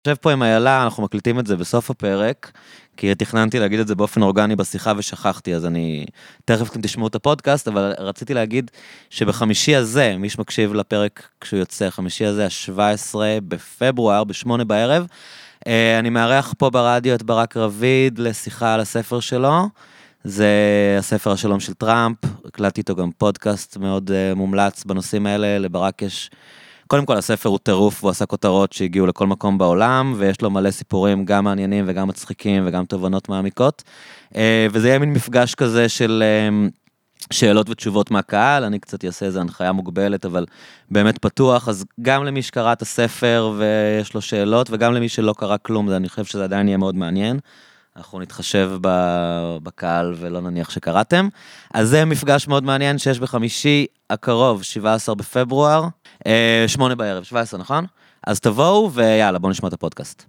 יושב פה עם איילה, אנחנו מקליטים את זה בסוף הפרק, כי תכננתי להגיד את זה באופן אורגני בשיחה ושכחתי, אז אני תכף אתם תשמעו את הפודקאסט, אבל רציתי להגיד שבחמישי הזה, מי שמקשיב לפרק כשהוא יוצא, חמישי הזה, 17 בפברואר, ב8 בערב, אני מארח פה ברדיו את ברק רביד לשיחה על הספר שלו, זה הספר השלום של טראמפ, הקלטתי איתו גם פודקאסט מאוד מומלץ בנושאים האלה, לברק יש... קודם כל, הספר הוא טירוף, והוא עשה כותרות שהגיעו לכל מקום בעולם, ויש לו מלא סיפורים גם מעניינים וגם מצחיקים וגם תובנות מעמיקות. וזה יהיה מין מפגש כזה של שאלות ותשובות מהקהל, אני קצת אעשה איזו הנחיה מוגבלת, אבל באמת פתוח, אז גם למי שקרא את הספר ויש לו שאלות, וגם למי שלא קרא כלום, אני חושב שזה עדיין יהיה מאוד מעניין. אנחנו נתחשב בקהל ולא נניח שקראתם. אז זה מפגש מאוד מעניין שיש בחמישי הקרוב, 17 בפברואר, 8 בערב, 17, נכון? אז תבואו ויאללה, בואו נשמע את הפודקאסט.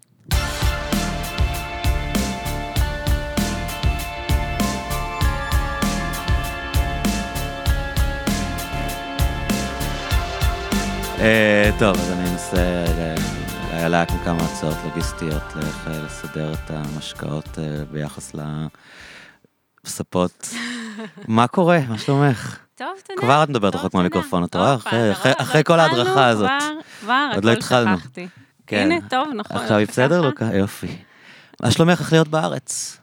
טוב, אז אני אנסה... היה לה כמה הצעות לוגיסטיות לאיך לסדר את המשקעות ביחס לספות. מה קורה? מה שלומך? טוב, תודה. כבר את מדברת רחוק מהמיקרופון, את רואה? אחרי כל ההדרכה הזאת. כבר, עוד לא התחלנו. שכחתי. הנה, טוב, נכון. עכשיו היא בסדר, לוקה? יופי. מה שלומך איך להיות בארץ?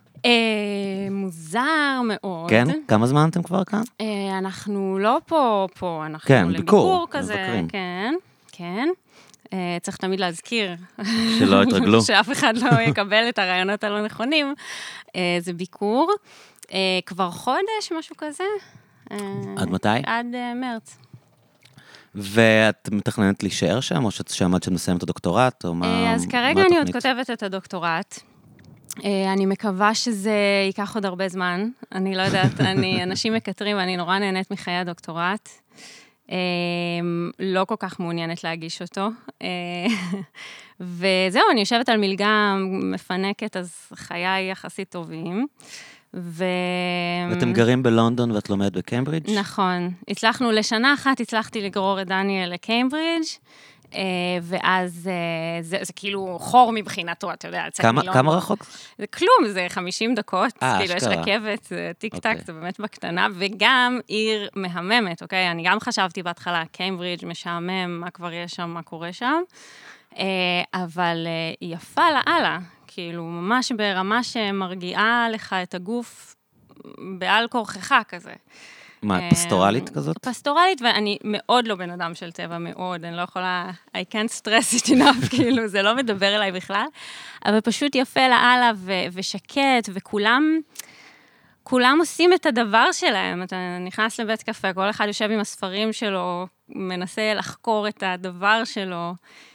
מוזר מאוד. כן? כמה זמן אתם כבר כאן? אנחנו לא פה, אנחנו כן, לביקור כזה. כן, כן. צריך תמיד להזכיר. שלא יתרגלו. שאף אחד לא יקבל את הרעיונות הלא נכונים. זה ביקור. כבר חודש, משהו כזה. עד מתי? עד מרץ. ואת מתכננת להישאר שם, או שעמד שמסיים את הדוקטורט, או מה? אז כרגע אני עוד כותבת את הדוקטורט. אני מקווה שזה ייקח עוד הרבה זמן. אני לא יודעת, אנשים מקטרים, ואני נורא נהנית מחיי הדוקטורט. לא כל כך מעוניינת להגיש אותו. וזהו, אני יושבת על מלגה מפנקת, אז חיי יחסית טובים. ואתם גרים בלונדון ואת לומדת בקיימברידג'? נכון. לשנה אחת הצלחתי לגרור את דניאל לקיימברידג', ואז זה כאילו חור מבחינתו, אתה יודע. כמה רחוק? זה כלום, זה 50 דקות, כאילו יש רכבת, זה טיק טק, זה באמת בקטנה, וגם עיר מהממת, אוקיי? אני גם חשבתי בהתחלה, קיימברידג' משעמם, מה כבר יש שם, מה קורה שם, אבל היא יפה לאללה, כאילו ממש ברמה שמרגיעה לך את הגוף בעל כורכך כזה. מה, פסטורלית כזאת? פסטורלית, ואני מאוד לא בן אדם של טבע, מאוד, אני לא יכולה, I can't stress it enough, כאילו, זה לא מדבר אליי בכלל, אבל פשוט יפה לאללה ושקט, וכולם עושים את הדבר שלהם, אתה נכנס לבית קפה, כל אחד יושב עם הספרים שלו, מנסה לחקור את הדבר שלו,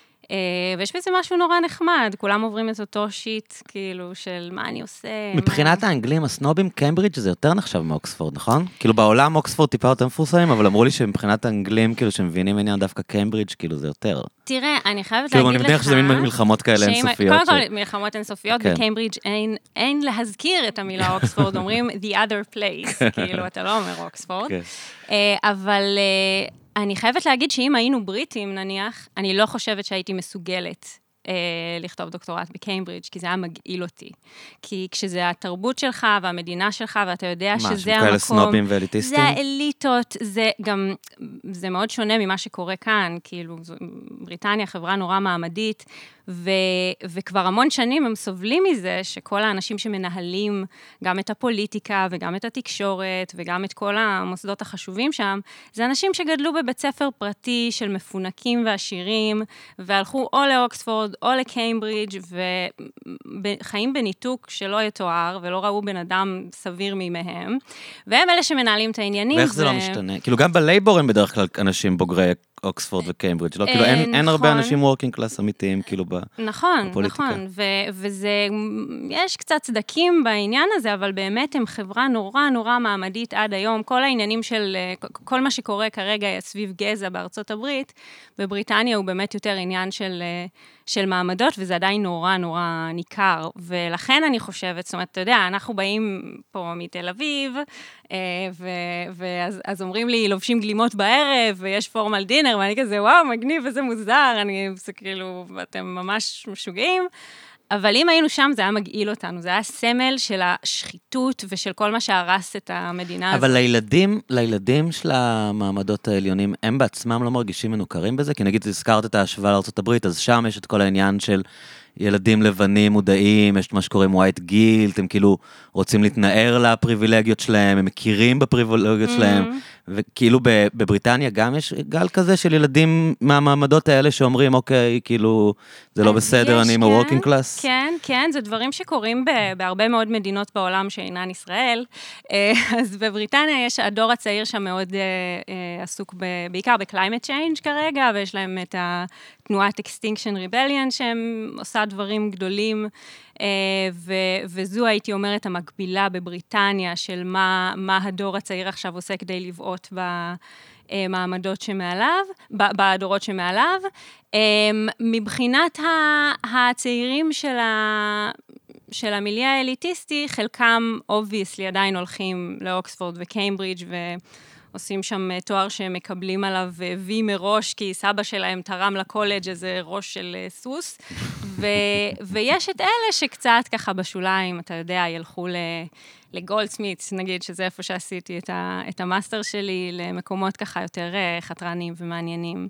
ויש בזה משהו נורא נחמד, כולם עוברים את אותו שיט, כאילו, של מה אני עושה. מבחינת האנגלים, הסנובים, קיימברידג' זה יותר נחשב מאוקספורד, נכון? כאילו, בעולם אוקספורד טיפה יותר מפורסמים, אבל אמרו לי שמבחינת האנגלים, כאילו, שמבינים עניין דווקא קיימברידג', כאילו, זה יותר. תראה, אני חייבת כאילו, להגיד לך... אני מניח שזה מין מלחמות כאלה אינסופיות. קודם כל, מלחמות אינסופיות, בקיימברידג' אין להזכיר את המילה אוקספורד, אומרים the other place, כאילו, אתה לא אומר אוקספורד. אבל... אני חייבת להגיד שאם היינו בריטים, נניח, אני לא חושבת שהייתי מסוגלת לכתוב דוקטורט בקיימברידג', כי זה היה מגעיל אותי. כי כשזה התרבות שלך והמדינה שלך, ואתה יודע שזה המקום... כאלה סנובים ואליטיסטים? זה האליטות, זה גם... זה מאוד שונה ממה שקורה כאן, כאילו, בריטניה חברה נורא מעמדית, וכבר המון שנים הם סובלים מזה שכל האנשים שמנהלים גם את הפוליטיקה וגם את התקשורת וגם את כל המוסדות החשובים שם, זה אנשים שגדלו בבית ספר פרטי של מפונקים ועשירים, והלכו או לאוקספורד או לקיימברידג' וחיים בניתוק שלא יתואר, ולא ראו בן אדם סביר ממהם, והם אלה שמנהלים את העניינים. ואיך זה לא משתנה? כאילו גם בלייבור הם בדרך כלל אנשים בוגרי אוקספורד וקיימברידג', לא? כאילו אין הרבה אנשים וורקינג קלאס אמיתיים, כאילו בפוליטיקה. נכון, וזה, יש קצת צדקים בעניין הזה, אבל באמת הם חברה נורא נורא מעמדית עד היום, כל העניינים של, כל מה שקורה כרגע סביב גזע בארצות הברית, בבריטניה הוא באמת יותר עניין של מעמדות, וזה עדיין נורא נורא ניכר, ולכן אני חושבת, זאת אומרת, אתה יודע, אנחנו באים פה מתל אביב, ואז אומרים לי, לובשים גלימות בערב, ויש פורמל דינר, מהר, ואני כזה, וואו, מגניב, איזה מוזר, זה כאילו, אתם ממש משוגעים. אבל אם היינו שם, זה היה מגעיל אותנו, זה היה סמל של השחיתות ושל כל מה שהרס את המדינה הזאת. אבל לילדים של המעמדות העליונים, הם בעצמם לא מרגישים מנוכרים בזה? כי נגיד, הזכרת את ההשוואה לארצות הברית, אז שם יש את כל העניין של ילדים לבנים מודעים, יש את מה שקוראים white guilt, הם כאילו רוצים להתנער לפריבילגיות שלהם, הם מכירים בפריבילגיות שלהם, וכאילו בבריטניה גם יש גל כזה של ילדים מהמעמדות האלה שאומרים, אוקיי, כאילו, זה לא בסדר, אני עם ה-working class. כן, כן, זה דברים שקורים בהרבה מאוד מדינות בעולם שאינן ישראל. אז בבריטניה יש, הדור הצעיר שם מאוד עסוק בעיקר ב-climate change כרגע, ויש להם את תנועת Extinction Rebellion, שהם עושה דברים גדולים, וזו הייתי אומרת המקבילה בבריטניה, של מה הדור הצעיר עכשיו עושה כדי לבעוט במעמדות שמעליו, בדורות שמעליו. מבחינת הצעירים של המיליה האליטיסטי, חלקם obviously עדיין הולכים לאוקספורד וקיימברידג' עושים שם תואר שהם מקבלים עליו וי מראש, כי סבא שלהם תרם לקולג' איזה ראש של סוס, ויש את אלה שקצת ככה בשוליים, אתה יודע, ילכו לגולדסמית, נגיד שזה איפה שעשיתי את המאסטר שלי, למקומות ככה יותר חתרניים ומעניינים.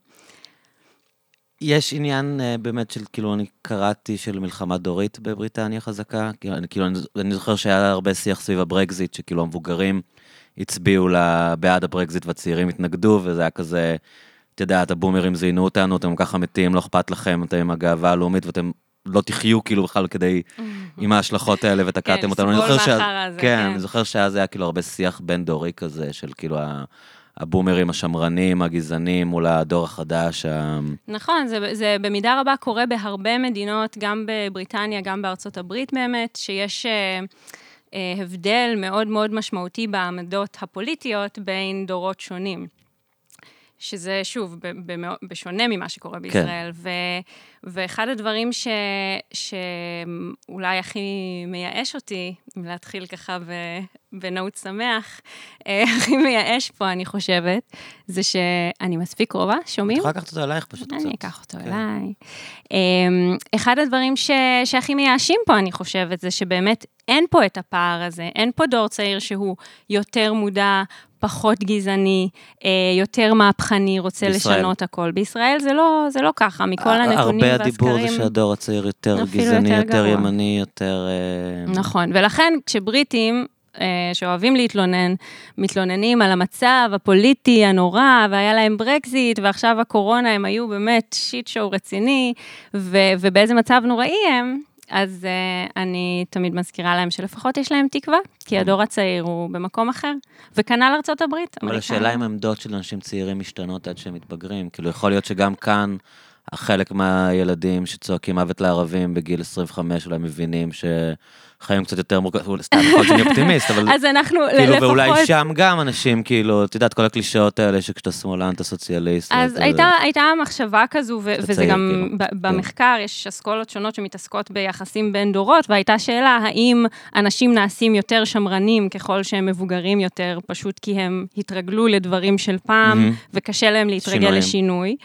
יש עניין באמת של, כאילו, אני קראתי של מלחמה דורית בבריטניה חזקה, כאילו, אני זוכר שהיה הרבה שיח סביב הברקזיט, שכאילו המבוגרים הצביעו בעד הברקזיט והצעירים התנגדו, וזה היה כזה, אתה יודע, הבומרים זיינו אותנו, אתם ככה מתים, לא אכפת לכם, אתם עם הגאווה הלאומית, ואתם לא תחיו כאילו בכלל כדי, עם ההשלכות האלה, ותקעתם אותנו. כן, אני זוכר שאז היה כאילו הרבה שיח בין דורי כזה, של כאילו הבומרים השמרנים, הגזענים, מול הדור החדש. נכון, זה במידה רבה קורה בהרבה מדינות, גם בבריטניה, גם בארצות הברית באמת, שיש הבדל מאוד מאוד משמעותי בעמדות הפוליטיות בין דורות שונים. שזה שוב, בשונה ממה שקורה בישראל, ואחד הדברים שאולי הכי מייאש אותי, אם להתחיל ככה בנאות שמח, הכי מייאש פה, אני חושבת, זה שאני מספיק קרובה, שומעים? את יכולה לקחת אותו אלייך פשוט קצת. אני אקח אותו אליי. אחד הדברים שהכי מייאשים פה, אני חושבת, זה שבאמת אין פה את הפער הזה, אין פה דור צעיר שהוא יותר מודע, פחות גזעני, יותר מהפכני, רוצה לשנות הכל. בישראל זה לא ככה, מכל הנתונים והסקרים. הרבה הדיבור זה שהדור הצעיר יותר גזעני, יותר ימני, יותר... נכון, ולכן כשבריטים שאוהבים להתלונן, מתלוננים על המצב הפוליטי הנורא, והיה להם ברקזיט, ועכשיו הקורונה הם היו באמת שיט שואו רציני, ובאיזה מצב נוראי הם, אז אני תמיד מזכירה להם שלפחות יש להם תקווה, כי הדור הצעיר הוא במקום אחר, וכנ"ל ארצות הברית. אבל השאלה אם עמדות של אנשים צעירים משתנות עד שהם מתבגרים, כאילו יכול להיות שגם כאן, חלק מהילדים שצועקים מוות לערבים בגיל 25, אולי מבינים שחיים קצת יותר מורכבים, סתם יכול שאני אופטימיסט, אבל אז אנחנו כאילו, ואולי שם גם אנשים, כאילו, את יודעת, כל הקלישאות האלה שכשאתה שמאלן, אתה סוציאליסט. אז הייתה מחשבה כזו, וזה גם במחקר, יש אסכולות שונות שמתעסקות ביחסים בין דורות, והייתה שאלה, האם אנשים נעשים יותר שמרנים ככל שהם מבוגרים יותר, פשוט כי הם התרגלו לדברים של פעם, וקשה להם להתרגל לשינוי.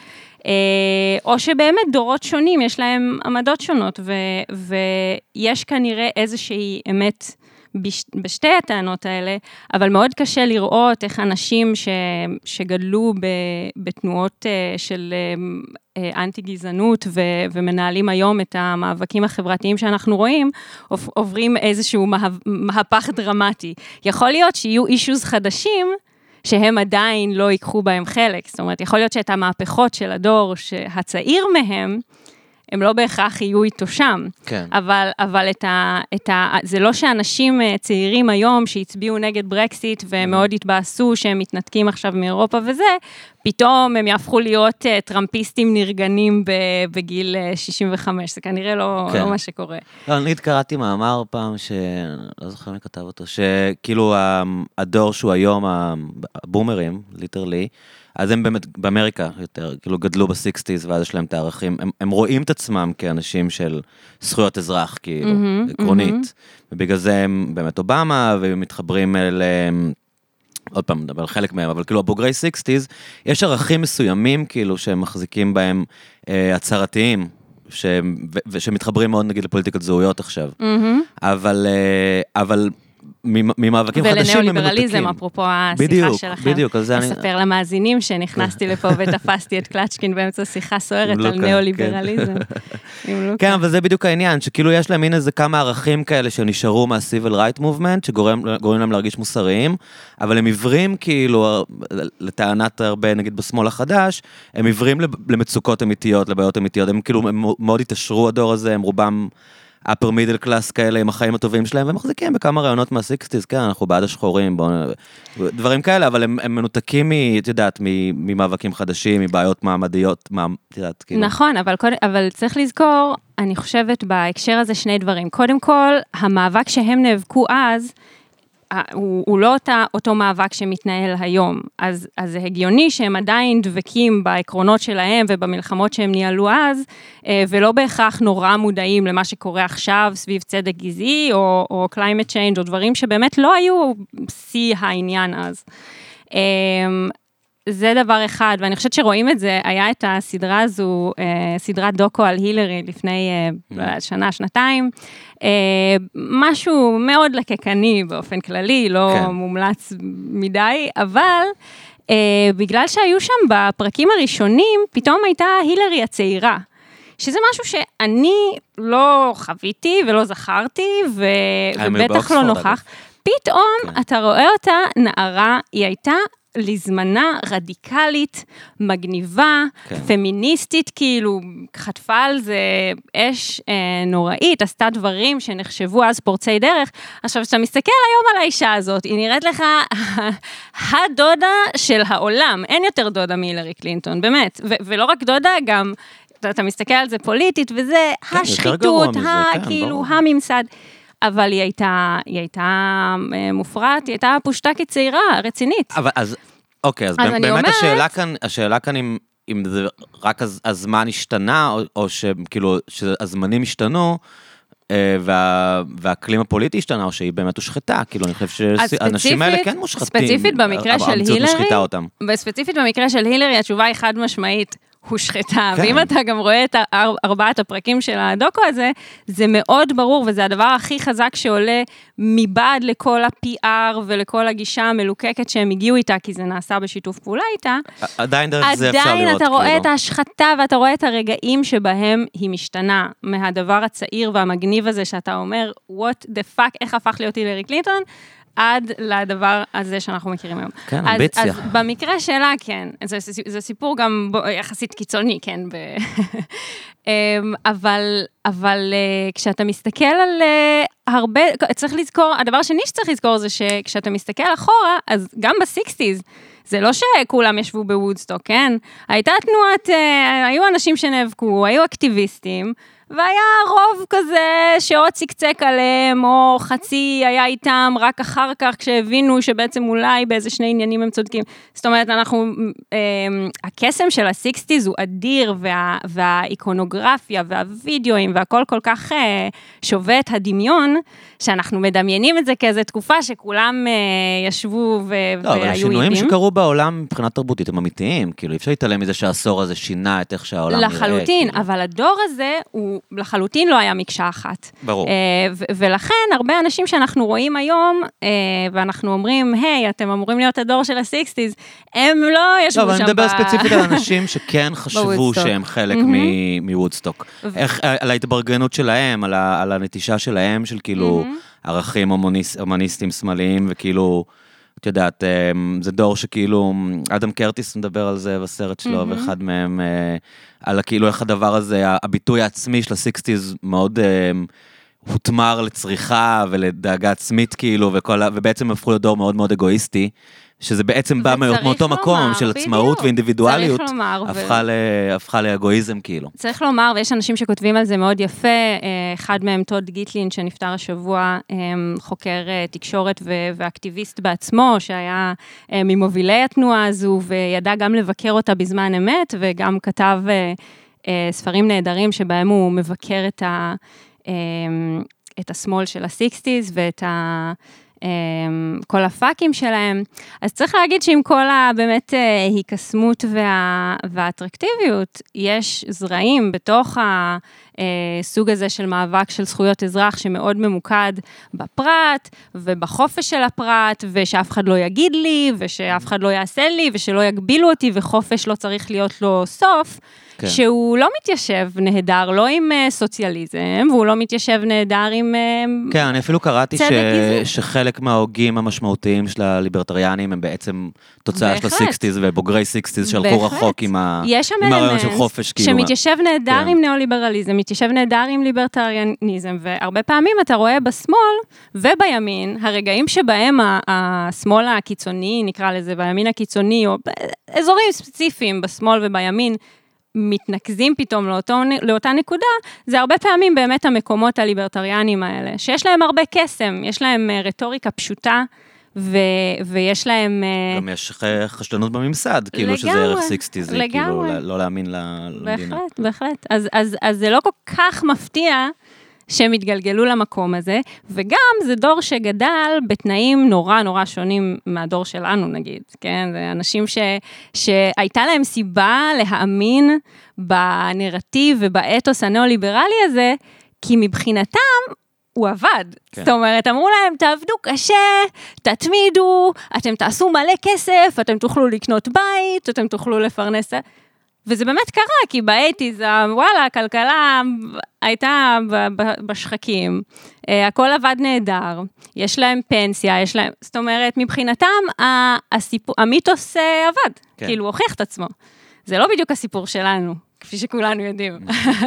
או שבאמת דורות שונים, יש להם עמדות שונות, ויש כנראה איזושהי אמת בשתי הטענות האלה, אבל מאוד קשה לראות איך אנשים שגדלו בתנועות של אנטי-גזענות, ומנהלים היום את המאבקים החברתיים שאנחנו רואים, עוברים איזשהו מהפך דרמטי. יכול להיות שיהיו אישוז חדשים, שהם עדיין לא ייקחו בהם חלק. זאת אומרת, יכול להיות שאת המהפכות של הדור שהצעיר מהם, הם לא בהכרח יהיו איתו שם. כן. אבל זה לא שאנשים צעירים היום שהצביעו נגד ברקסיט, והם מאוד התבאסו שהם מתנתקים עכשיו מאירופה וזה, פתאום הם יהפכו להיות טראמפיסטים נרגנים בגיל 65. זה כנראה לא מה שקורה. לא, אני קראתי מאמר פעם, לא זוכר מי כתב אותו, שכאילו הדור שהוא היום, הבומרים, ליטרלי, אז הם באמת באמריקה יותר, כאילו גדלו ב-60s, ואז יש להם את הערכים, הם רואים את עצמם כאנשים של זכויות אזרח, כאילו, עקרונית, ובגלל זה הם באמת אובמה, והם מתחברים עוד פעם, נדבר על חלק מהם, אבל כאילו הבוגרי 60s, יש ערכים מסוימים כאילו שהם מחזיקים בהם הצהרתיים, שמתחברים מאוד נגיד לפוליטיקת זהויות עכשיו. אבל ממאבקים חדשים הם מנותקים. ולנאו-ליברליזם, אפרופו השיחה שלכם. בדיוק, על זה אני... אספר למאזינים שנכנסתי לפה ותפסתי את קלצ'קין באמצע שיחה סוערת על נאו-ליברליזם. כן, אבל זה בדיוק העניין, שכאילו יש להם איזה כמה ערכים כאלה שנשארו מה-Civil Right Movement, שגורם להם להרגיש מוסריים, אבל הם עיוורים כאילו, לטענת הרבה נגיד בשמאל החדש, הם עיוורים למצוקות אמיתיות, לבעיות אמיתיות, הם כאילו מאוד התעשרו הדור הזה, הם רובם... upper middle class כאלה עם החיים הטובים שלהם, והם מחזיקים בכמה רעיונות מה-60s, כן, אנחנו בעד השחורים, דברים כאלה, אבל הם מנותקים, את יודעת, ממאבקים חדשים, מבעיות מעמדיות, את יודעת, כאילו. נכון, אבל צריך לזכור, אני חושבת בהקשר הזה שני דברים. קודם כל, המאבק שהם נאבקו אז, הוא לא אותו מאבק שמתנהל היום, אז זה הגיוני שהם עדיין דבקים בעקרונות שלהם ובמלחמות שהם ניהלו אז, ולא בהכרח נורא מודעים למה שקורה עכשיו סביב צדק גזעי או climate change או דברים שבאמת לא היו שיא העניין אז. זה דבר אחד, ואני חושבת שרואים את זה, היה את הסדרה הזו, סדרת דוקו על הילרי לפני שנה, שנתיים, משהו מאוד לקקני באופן כללי, לא מומלץ מדי, אבל בגלל שהיו שם בפרקים הראשונים, פתאום הייתה הילרי הצעירה, שזה משהו שאני לא חוויתי ולא זכרתי, ובטח לא נוכח. פתאום אתה רואה אותה נערה, היא הייתה לזמנה רדיקלית, מגניבה, פמיניסטית, כאילו חטפה על זה אש נוראית, עשתה דברים שנחשבו אז פורצי דרך. עכשיו, כשאתה מסתכל היום על האישה הזאת, היא נראית לך הדודה של העולם, אין יותר דודה מהילרי קלינטון, באמת, ולא רק דודה, גם אתה מסתכל על זה פוליטית, וזה השחיתות, כאילו הממסד. אבל היא הייתה מופרעת, היא הייתה פושטקית צעירה, רצינית. אבל אז, אוקיי, אז באמת השאלה כאן אם זה רק הזמן השתנה, או שכאילו, שהזמנים השתנו, והאקלים הפוליטי השתנה, או שהיא באמת הושחתה, כאילו אני חושב שהאנשים האלה כן מושחתים. ספציפית במקרה של הילרי, וספציפית במקרה של הילרי, התשובה היא חד משמעית, הושחתה, ואם אתה גם רואה את ארבעת הפרקים של הדוקו הזה, זה מאוד ברור, וזה הדבר הכי חזק שעולה מבעד לכל ה-PR ולכל הגישה המלוקקת שהם הגיעו איתה, כי זה נעשה בשיתוף פעולה איתה. עדיין דרך זה אפשר לראות. עדיין אתה רואה את ההשחתה, ואתה רואה את הרגעים שבהם היא משתנה, מהדבר הצעיר והמגניב הזה, שאתה אומר, what the fuck, איך הפך להיות הילרי קלינטון, עד לדבר הזה שאנחנו מכירים היום. כן, אמביציה. אז במקרה שלה, כן, זה סיפור גם יחסית קיצוני, כן, אבל כשאתה מסתכל על הרבה, צריך לזכור, הדבר השני שצריך לזכור זה שכשאתה מסתכל אחורה, אז גם ב-60s, זה לא שכולם ישבו בוודסטוק, כן? הייתה תנועת, היו אנשים שנאבקו, היו אקטיביסטים, והיה רוב כזה שעוד צקצק עליהם, או חצי היה איתם רק אחר כך, כשהבינו שבעצם אולי באיזה שני עניינים הם צודקים. זאת אומרת, הקסם של ה-60s הוא אדיר, והאיקונוגרפיה והווידאוים, והכל כל כך שווה את הדמיון, שאנחנו מדמיינים את זה כאיזו תקופה שכולם ישבו והיו לא, אבל השינויים שקרו בעולם מבחינת תרבותית הם אמיתיים, כאילו אי אפשר להתעלם מזה שהעשור הזה שינה את איך שהעולם נראה. לחלוטין, אבל הדור הזה הוא לחלוטין לא היה מקשה אחת. ברור. ולכן הרבה אנשים שאנחנו רואים היום, ואנחנו אומרים, היי, אתם אמורים להיות הדור של ה-60s, הם לא ישבו שם. לא, אבל אני מדבר ספציפית על אנשים שכן חשבו שהם חלק מוודסטוק. על ההתברגנות שלהם, על הנטישה שלהם, של כאילו ערכים הומניסטיים שמאליים, וכאילו, את יודעת, זה דור שכאילו, אדם קרטיס מדבר על זה בסרט שלו, ואחד מהם, על כאילו איך הדבר הזה, הביטוי העצמי של ה-60s מאוד הותמר לצריכה ולדאגה עצמית כאילו, ובעצם הפכו לדור מאוד מאוד אגואיסטי, שזה בעצם בא מאותו מקום של עצמאות ואינדיבידואליות, הפכה לאגואיזם כאילו. צריך לומר, ויש אנשים שכותבים על זה מאוד יפה, אחד מהם טוד גיטלין שנפטר השבוע, חוקר תקשורת ואקטיביסט בעצמו, שהיה ממובילי התנועה הזו, וידע גם לבקר אותה בזמן אמת, וגם כתב ספרים נהדרים שבהם הוא מבקר את השמאל של ה-60s, ואת כל הפאקים שלהם. אז צריך להגיד שעם כל באמת היקסמות והאטרקטיביות, יש זרעים בתוך הסוג הזה של מאבק של זכויות אזרח, שמאוד ממוקד בפרט, ובחופש של הפרט, ושאף אחד לא יגיד לי, ושאף אחד לא יעשה לי, ושלא יגבילו אותי, וחופש לא צריך להיות לו סוף, כן. שהוא לא מתיישב נהדר, לא עם סוציאליזם, והוא לא מתיישב נהדר עם כן, אני אפילו קראתי שחלק מההוגים המשמעותיים של הליברטריאנים, הם בעצם תוצאה של ה-60s, ובוגרי 60s שהלכו רחוק עם הרעיון של חופש. שמתיישב נהדר עם ניאו-ליברליזם, מתיישב נהדר עם ליברטריאניזם, והרבה פעמים אתה רואה בשמאל ובימין, הרגעים שבהם השמאל הקיצוני, נקרא לזה, בימין הקיצוני, או אזורים ספציפיים בשמאל ובימין, מתנקזים פתאום לאותה נקודה, זה הרבה פעמים באמת המקומות הליברטריאנים האלה, שיש להם הרבה קסם, יש להם רטוריקה פשוטה, ויש להם... גם יש חשדנות בממסד, כאילו שזה ערך 60, זה כאילו לא להאמין למדינה. בהחלט. אז זה לא כל כך מפתיע שהם התגלגלו למקום הזה, וגם זה דור שגדל בתנאים נורא נורא שונים מהדור שלנו, נגיד, כן? זה אנשים שהייתה להם סיבה להאמין בנרטיב ובאתוס הנאו-ליברלי הזה, כי מבחינתם הוא עבד. כן. זאת אומרת, אמרו להם, תעבדו קשה, תתמידו, אתם תעשו מלא כסף, אתם תוכלו לקנות בית, אתם תוכלו לפרנס... וזה באמת קרה, כי באייטיז, וואלה, הכלכלה הייתה בשחקים, הכל עבד נהדר, יש להם פנסיה, יש להם, זאת אומרת, מבחינתם, המיתוס עבד, כן. כאילו, הוא הוכיח את עצמו. זה לא בדיוק הסיפור שלנו, כפי שכולנו יודעים.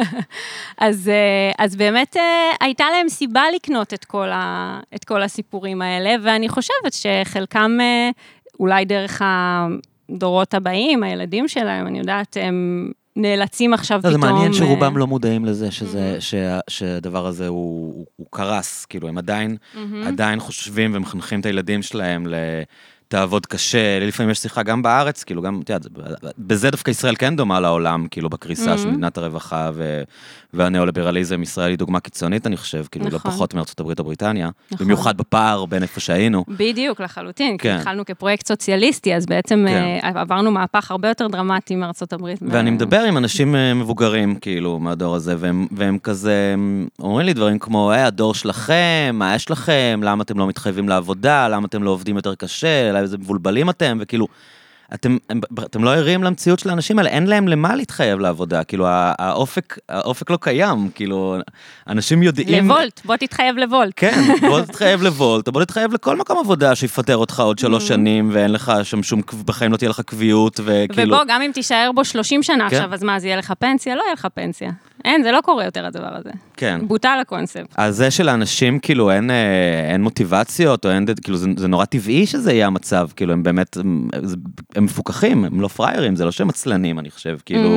אז באמת הייתה להם סיבה לקנות את כל הסיפורים האלה, ואני חושבת שחלקם, אולי דרך דורות הבאים, הילדים שלהם, אני יודעת, הם נאלצים עכשיו פתאום... זה מעניין שרובם לא מודעים לזה, שהדבר הזה הוא קרס, כאילו, הם עדיין חושבים ומחנכים את הילדים שלהם תעבוד קשה, לפעמים יש שיחה גם בארץ, כאילו גם, תראה, בזה דווקא ישראל כן דומה לעולם, כאילו בקריסה של מדינת הרווחה והניאו-ליברליזם, ישראל היא דוגמה קיצונית, אני חושב, כאילו לא פחות מארצות הברית או בריטניה, במיוחד בפער בין איפה שהיינו. בדיוק, לחלוטין, כי התחלנו כפרויקט סוציאליסטי, אז בעצם עברנו מהפך הרבה יותר דרמטי מארצות הברית. ואני מדבר עם אנשים מבוגרים, כאילו, מהדור הזה, והם כזה, אומרים לי דברים כמו, הדור שלכם, מה יש לכם, למה אתם לא מתחייבים לעבודה, למה אתם לא עובדים יותר קשה, זה מבולבלים אתם, וכאילו, אתם לא ערים למציאות של האנשים האלה, אין להם למה להתחייב לעבודה, כאילו, האופק לא קיים, כאילו, אנשים יודעים... לוולט, בוא תתחייב לוולט. כן, בוא תתחייב לוולט, או בוא תתחייב לכל מקום עבודה שיפטר אותך עוד 3 שנים, ואין לך שם שום, בחיים לא תהיה לך קביעות, וכאילו... ובוא, גם אם תישאר בו 30 שנה עכשיו, אז מה, אז יהיה לך פנסיה? לא יהיה לך פנסיה. אין, זה לא קורה יותר הדבר הזה. כן. בוטל הקונספט. אז זה שלאנשים, כאילו, אין מוטיבציות, או אין, כאילו, זה נורא טבעי שזה יהיה המצב, כאילו, הם באמת, הם מפוקחים, הם לא פריירים, זה לא שהם עצלנים, אני חושב, כאילו...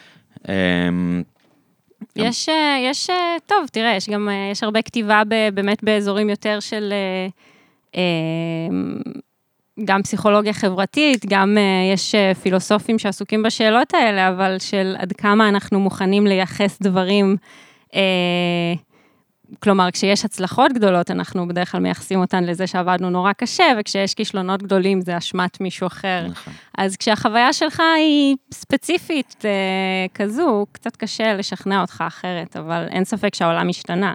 יש, טוב, תראה, יש הרבה כתיבה באמת באזורים יותר של... גם פסיכולוגיה חברתית, גם יש פילוסופים שעסוקים בשאלות האלה, אבל של עד כמה אנחנו מוכנים לייחס דברים, כלומר, כשיש הצלחות גדולות, אנחנו בדרך כלל מייחסים אותן לזה שעבדנו נורא קשה, וכשיש כישלונות גדולים, זה אשמת מישהו אחר. נכון. אז כשהחוויה שלך היא ספציפית כזו, קצת קשה לשכנע אותך אחרת, אבל אין ספק שהעולם השתנה.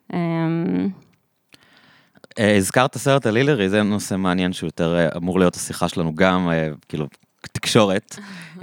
הזכרת הסרט על הילרי, זה נושא מעניין שהוא יותר אמור להיות השיחה שלנו גם, כאילו, תקשורת.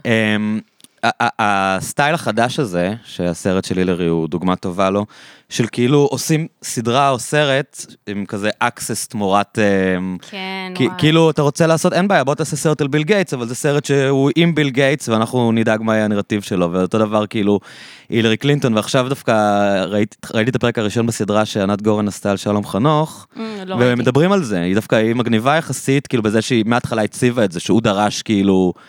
הסטייל החדש הזה, שהסרט של הילרי הוא דוגמה טובה לו, של כאילו עושים סדרה או סרט עם כזה אקסס תמורת... כן, כאילו אתה רוצה לעשות, אין בעיה, בוא תעשה סרט על ביל גייטס, אבל זה סרט שהוא עם ביל גייטס, ואנחנו נדאג מה יהיה הנרטיב שלו, ואותו דבר כאילו הילרי קלינטון, ועכשיו דווקא ראיתי את הפרק הראשון בסדרה שענת גורן עשתה על שלום חנוך, ומדברים על זה, היא דווקא היא מגניבה יחסית, כאילו בזה שהיא מההתחלה הציבה את זה, שהוא דרש כאילו...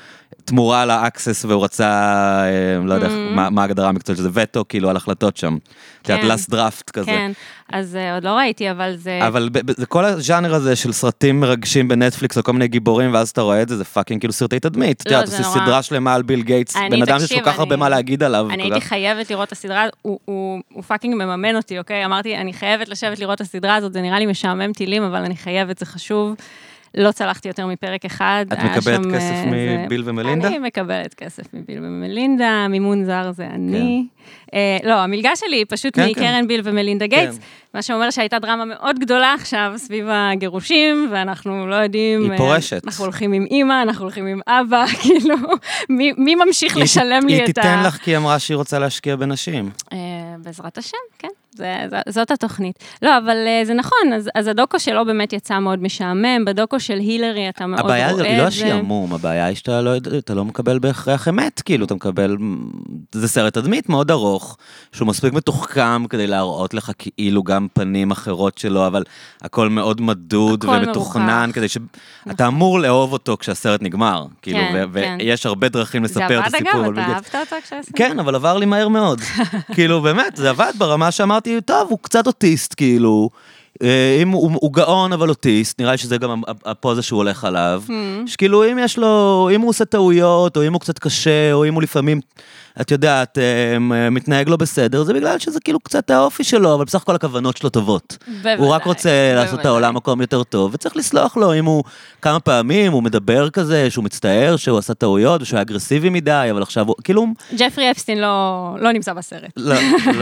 תמורה לאקסס, והוא רצה, לא יודע מה ההגדרה המקצועית, שזה וטו, כאילו, על החלטות שם. כן. last draft כזה. כן, אז עוד לא ראיתי, אבל זה... אבל זה כל הז'אנר הזה של סרטים מרגשים בנטפליקס, או כל מיני גיבורים, ואז אתה רואה את זה, זה פאקינג כאילו סרטי תדמית. אתה יודע, אתה עושה סדרה שלמה על ביל גייטס, בן אדם שיש כל כך הרבה מה להגיד עליו. אני הייתי חייבת לראות את הסדרה, הוא פאקינג מממן אותי, אוקיי? אמרתי, אני חייבת לשבת לראות את הסדרה הזאת, זה נראה לי משעמם טילים, אבל אני חייבת, זה חשוב. לא צלחתי יותר מפרק אחד. את מקבלת כסף מביל ומלינדה? אני מקבלת כסף מביל ומלינדה, מימון זר זה אני. לא, המלגה שלי היא פשוט מקרן ביל ומלינדה גייטס, מה שאומר שהייתה דרמה מאוד גדולה עכשיו סביב הגירושים, ואנחנו לא יודעים... היא פורשת. אנחנו הולכים עם אמא, אנחנו הולכים עם אבא, כאילו, מי ממשיך לשלם לי את ה... היא תיתן לך כי היא אמרה שהיא רוצה להשקיע בנשים. בעזרת השם, כן. זאת התוכנית. לא, אבל זה נכון, אז הדוקו שלו באמת יצא מאוד משעמם, בדוקו של הילרי אתה מאוד רואה את זה. הבעיה היא לא השעמום, הבעיה היא שאתה לא מקבל בהכרח אמת, כאילו אתה מקבל, זה סרט תדמית מאוד ארוך, שהוא מספיק מתוחכם כדי להראות לך כאילו גם פנים אחרות שלו, אבל הכל מאוד מדוד ומתוכנן, כדי שאתה אמור לאהוב אותו כשהסרט נגמר, כאילו, ויש הרבה דרכים לספר את הסיפור. זה עבד אגב, אתה אהבת אותו כשהסרט? כן, אבל עבר לי מהר מאוד. כאילו, באמת, זה עבד ברמה שאמרתי, טוב, הוא קצת אוטיסט, כאילו, אם הוא גאון אבל אוטיסט, נראה לי שזה גם הפוזה שהוא הולך עליו, שכאילו אם יש לו, אם הוא עושה טעויות, או אם הוא קצת קשה, או אם הוא לפעמים, את יודעת, מתנהג לו בסדר, זה בגלל שזה כאילו קצת האופי שלו, אבל בסך הכל הכוונות שלו טובות. הוא רק רוצה לעשות את העולם מקום יותר טוב, וצריך לסלוח לו אם הוא כמה פעמים, הוא מדבר כזה, שהוא מצטער, שהוא עשה טעויות, שהוא אגרסיבי מדי, אבל עכשיו הוא, כאילו... ג'פרי אפסטין לא נמצא בסרט. לא.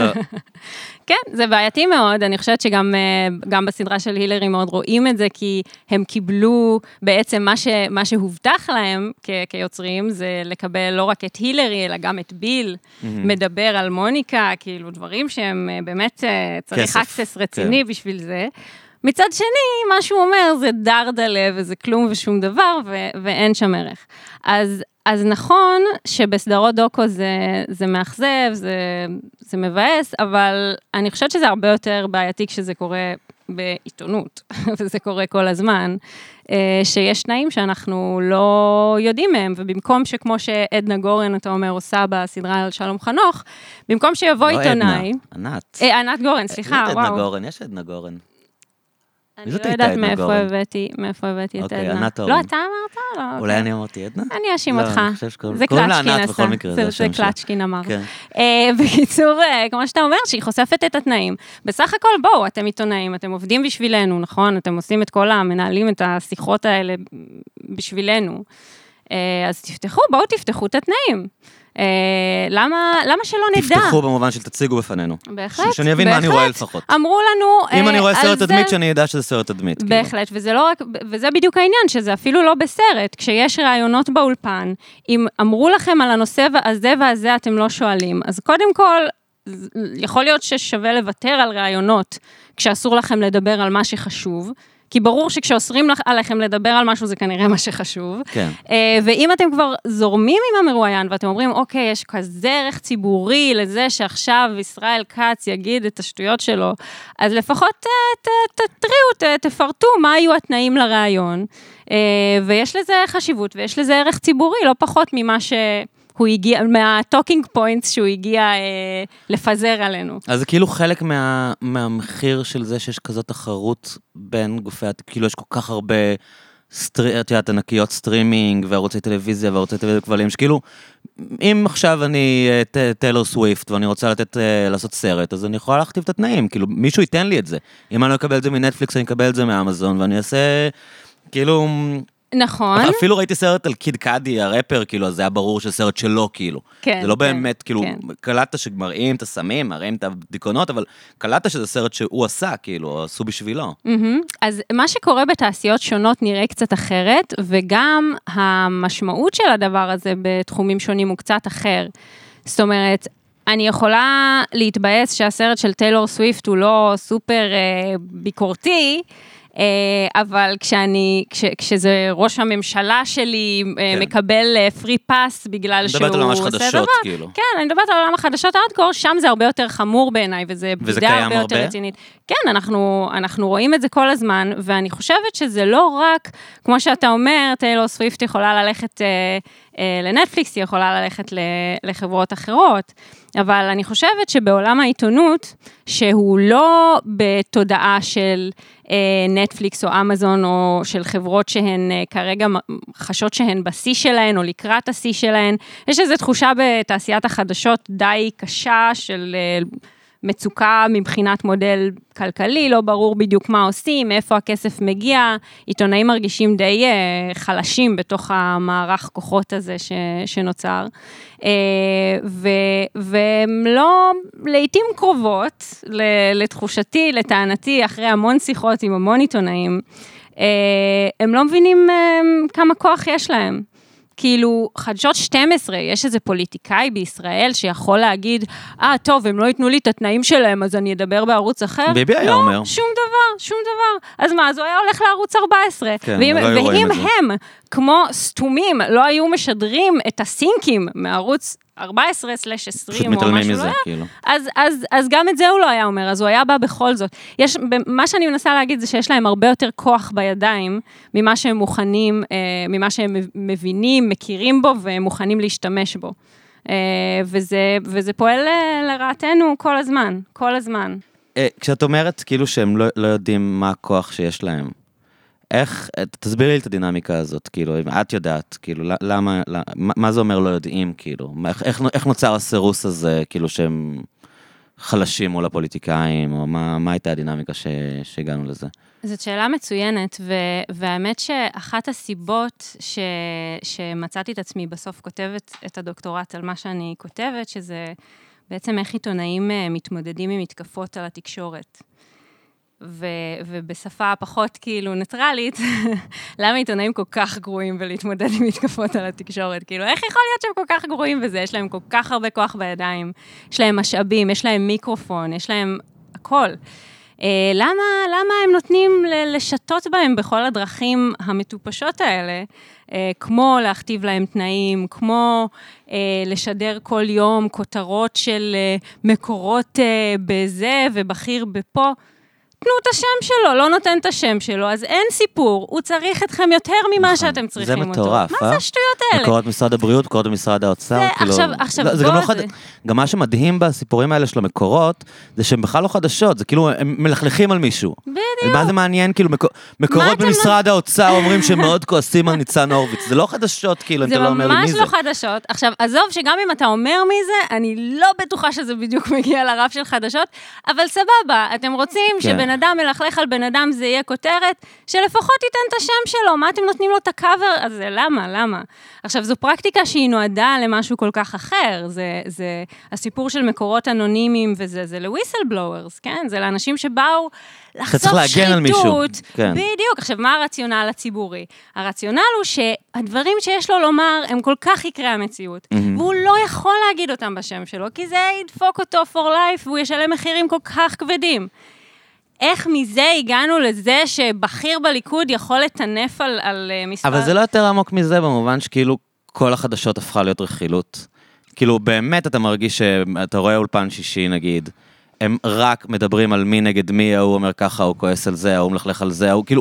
כן, זה בעייתי מאוד, אני חושבת שגם בסדרה של הילרי מאוד רואים את זה, כי הם קיבלו בעצם מה שהובטח להם כיוצרים, זה לקבל לא רק את הילרי, אלא גם את ביל, מדבר על מוניקה, כאילו דברים שהם באמת צריך אקסס רציני בשביל זה. מצד שני, מה שהוא אומר זה דרדלה, וזה כלום ושום דבר, ואין שם ערך. אז נכון שבסדרות דוקו זה מאכזב, זה מבאס, אבל אני חושבת שזה הרבה יותר בעייתי כשזה קורה בעיתונות, וזה קורה כל הזמן, שיש תנאים שאנחנו לא יודעים מהם, ובמקום שכמו שעדנה גורן, אתה אומר, עושה בסדרה על שלום חנוך, במקום שיבוא עיתונאי... לא עדנה, ענת גורן, סליחה, וואו. עדנה גורן, יש עדנה גורן. אני לא יודעת מאיפה הבאתי את עדנה. לא, אתה אמרת? אולי אני אמרתי עדנה? אני אשים אותך. זה קלצ'קין עשה. זה קלצ'קין אמר. בקיצור, כמו שאתה אומר, שהיא חושפת את התנאים. בסך הכל, בואו, אתם עיתונאים, אתם עובדים בשבילנו, נכון? אתם עושים את כל המנהלים, את השיחות האלה בשבילנו. אז בואו תפתחו את התנאים. למה שלא נדע? תפתחו במובן של תציגו בפנינו. בהחלט. שאני אבין מה אני רואה לפחות. אמרו לנו... אם אני רואה סרט תדמית, שאני ידע שזה סרט תדמית. בהחלט, וזה בדיוק העניין, שזה אפילו לא בסרט. כשיש רעיונות באולפן, אם אמרו לכם על הנושא הזה והזה, אתם לא שואלים. אז קודם כל, יכול להיות ששווה לוותר על רעיונות, כשאסור לכם לדבר על מה שחשוב, כי ברור שכשאוסרים עליכם לדבר על משהו, זה כנראה מה שחשוב. כן. ואם אתם כבר זורמים עם המרואיין, ואתם אומרים, אוקיי, יש כזה ערך ציבורי לזה שעכשיו ישראל כץ יגיד את השטויות שלו, אז לפחות תפרטו מה היו התנאים לרעיון, ויש לזה חשיבות, ויש לזה ערך ציבורי, לא פחות ממה הוא הגיע, מהטוקינג פוינטס שהוא הגיע לפזר עלינו. אז זה כאילו חלק מהמחיר של זה שיש כזאת תחרות בין גופי, כאילו יש כל כך הרבה ענקיות סטרימינג וערוצי טלוויזיה וערוצי טלוויזיה כבלים, שכאילו, אם עכשיו אני טיילור סוויפט ואני רוצה לעשות סרט, אז אני יכולה להכתיב את התנאים, כאילו מישהו ייתן לי את זה. אם אני לא אקבל את זה מנטפליקס, אני אקבל את זה מאמזון, ואני אעשה, כאילו... נכון. אפילו ראיתי סרט על קיד קאדי, הרפר, כאילו, אז זה היה ברור שסרט שלו, כאילו. כן. זה לא באמת, כאילו, קלטת שמראים את הסמים, מראים את הדיכאונות, אבל קלטת שזה סרט שהוא עשה, כאילו, עשו בשבילו. אז מה שקורה בתעשיות שונות נראה קצת אחרת, וגם המשמעות של הדבר הזה בתחומים שונים הוא קצת אחר. זאת אומרת, אני יכולה להתבאס שהסרט של טיילור סוויפט הוא לא סופר ביקורתי, אבל כשזה ראש הממשלה שלי מקבל פרי פאס בגלל שהוא עושה דבר. אני מדברת על עולם החדשות, כאילו. כן, אני מדברת על עולם החדשות הארדקור, שם זה הרבה יותר חמור בעיניי, וזה בגידה הרבה יותר רצינית. כן, אנחנו רואים את זה כל הזמן, ואני חושבת שזה לא רק, כמו שאתה אומר, טיילור סוויפט יכולה ללכת לנטפליקס, היא יכולה ללכת לחברות אחרות, אבל אני חושבת שבעולם העיתונות, שהוא לא בתודעה של נטפליקס או אמזון, או של חברות שהן כרגע חשות שהן בשיא שלהן, או לקראת השיא שלהן, יש איזו תחושה בתעשיית החדשות די קשה של מצוקה מבחינת מודל כלכלי, לא ברור בדיוק מה עושים, מאיפה הכסף מגיע, עיתונאים מרגישים די חלשים בתוך המערך כוחות הזה שנוצר, והם לא, לעתים קרובות, לתחושתי, לטענתי, אחרי המון שיחות עם המון עיתונאים, הם לא מבינים כמה כוח יש להם. כאילו, חדשות 12, יש איזה פוליטיקאי בישראל שיכול להגיד, טוב, הם לא ייתנו לי את התנאים שלהם, אז אני אדבר בערוץ אחר. ביבי היה אומר. לא, שום דבר. אז מה, אז הוא היה הולך לערוץ 14. כן, ואם הם, כמו סתומים, לא היו משדרים את הסינקים מערוץ 14/20 או משהו לא היה, אז גם את זה הוא לא היה אומר, אז הוא היה בא בכל זאת. מה שאני מנסה להגיד זה שיש להם הרבה יותר כוח בידיים, ממה שהם מוכנים, ממה שהם מבינים, מכירים בו, והם מוכנים להשתמש בו. וזה פועל לרעתנו כל הזמן. כשאת אומרת כאילו שהם לא יודעים מה הכוח שיש להם, תסבירי לי את הדינמיקה הזאת, כאילו, את יודעת, כאילו, למה, מה זה אומר לא יודעים, כאילו, איך נוצר הסירוס הזה, כאילו, שהם חלשים מול הפוליטיקאים, או מה הייתה הדינמיקה שהגענו לזה? זאת שאלה מצוינת, והאמת שאחת הסיבות שמצאתי את עצמי בסוף כותבת את הדוקטורט על מה שאני כותבת, שזה בעצם איך עיתונאים מתמודדים עם מתקפות על התקשורת. ובשפה פחות כאילו ניטרלית, למה עיתונאים כל כך גרועים בלהתמודד עם מתקפות על התקשורת? כאילו, איך יכול להיות שהם כל כך גרועים בזה? יש להם כל כך הרבה כוח בידיים, יש להם משאבים, יש להם מיקרופון, יש להם הכל. למה הם נותנים לשתות בהם בכל הדרכים המטופשות האלה, כמו להכתיב להם תנאים, כמו לשדר כל יום כותרות של מקורות בזה ובכיר בפה, תנו את השם שלו, לא נותן את השם שלו, אז אין סיפור, הוא צריך אתכם יותר ממה שאתם צריכים אותו. זה מטורף, מה זה השטויות האלה? מקורות משרד הבריאות, מקורות משרד האוצר, עכשיו, גם מה שמדהים בסיפורים האלה של המקורות, זה שהם בכלל לא חדשות, זה כאילו, הם מלכלכים על מישהו. בדיוק. מה זה מעניין, כאילו, מקורות במשרד האוצר אומרים שהם מאוד כועסים על ניצן הורוביץ, זה לא חדשות, כאילו, אתה לא אומר לי מי זה. זה ממש לא חדשות. עכשיו, עזוב שגם אם אתה אומר מי זה, אני לא בטוחה שזה בדיוק מגיע לרף של חדשות, אבל סבבה, אתם רוצים שבן אדם מלכלך על בן אדם, זה יהיה כותרת, שלפחות ייתן את השם שלו, מה אתם נותנים לו את הקאבר? אז למה? עכשיו, זו פרקטיקה שהיא נועדה למשהו כל כך אחר, זה הסיפור של מקורות אנונימיים, וזה ל-whistleblowers, כן? זה לאנשים שבאו לחשוף שחיתות. בדיוק. עכשיו, מה הרציונל הציבורי? הרציונל הוא שהדברים שיש לו לומר, הם כל כך יקרי המציאות, והוא לא יכול להגיד אותם בשם שלו, כי זה ידפוק אותו for life, והוא ישלם מחירים כל כך כבדים. איך מזה הגענו לזה שבכיר בליכוד יכול לטנף על מספר? אבל זה לא יותר עמוק מזה, במובן שכאילו כל החדשות הפכה להיות רכילות. כאילו באמת אתה מרגיש שאתה רואה אולפן שישי נגיד, הם רק מדברים על מי נגד מי, הוא אומר ככה, הוא כועס על זה, הוא מלכלך על זה, הוא כאילו,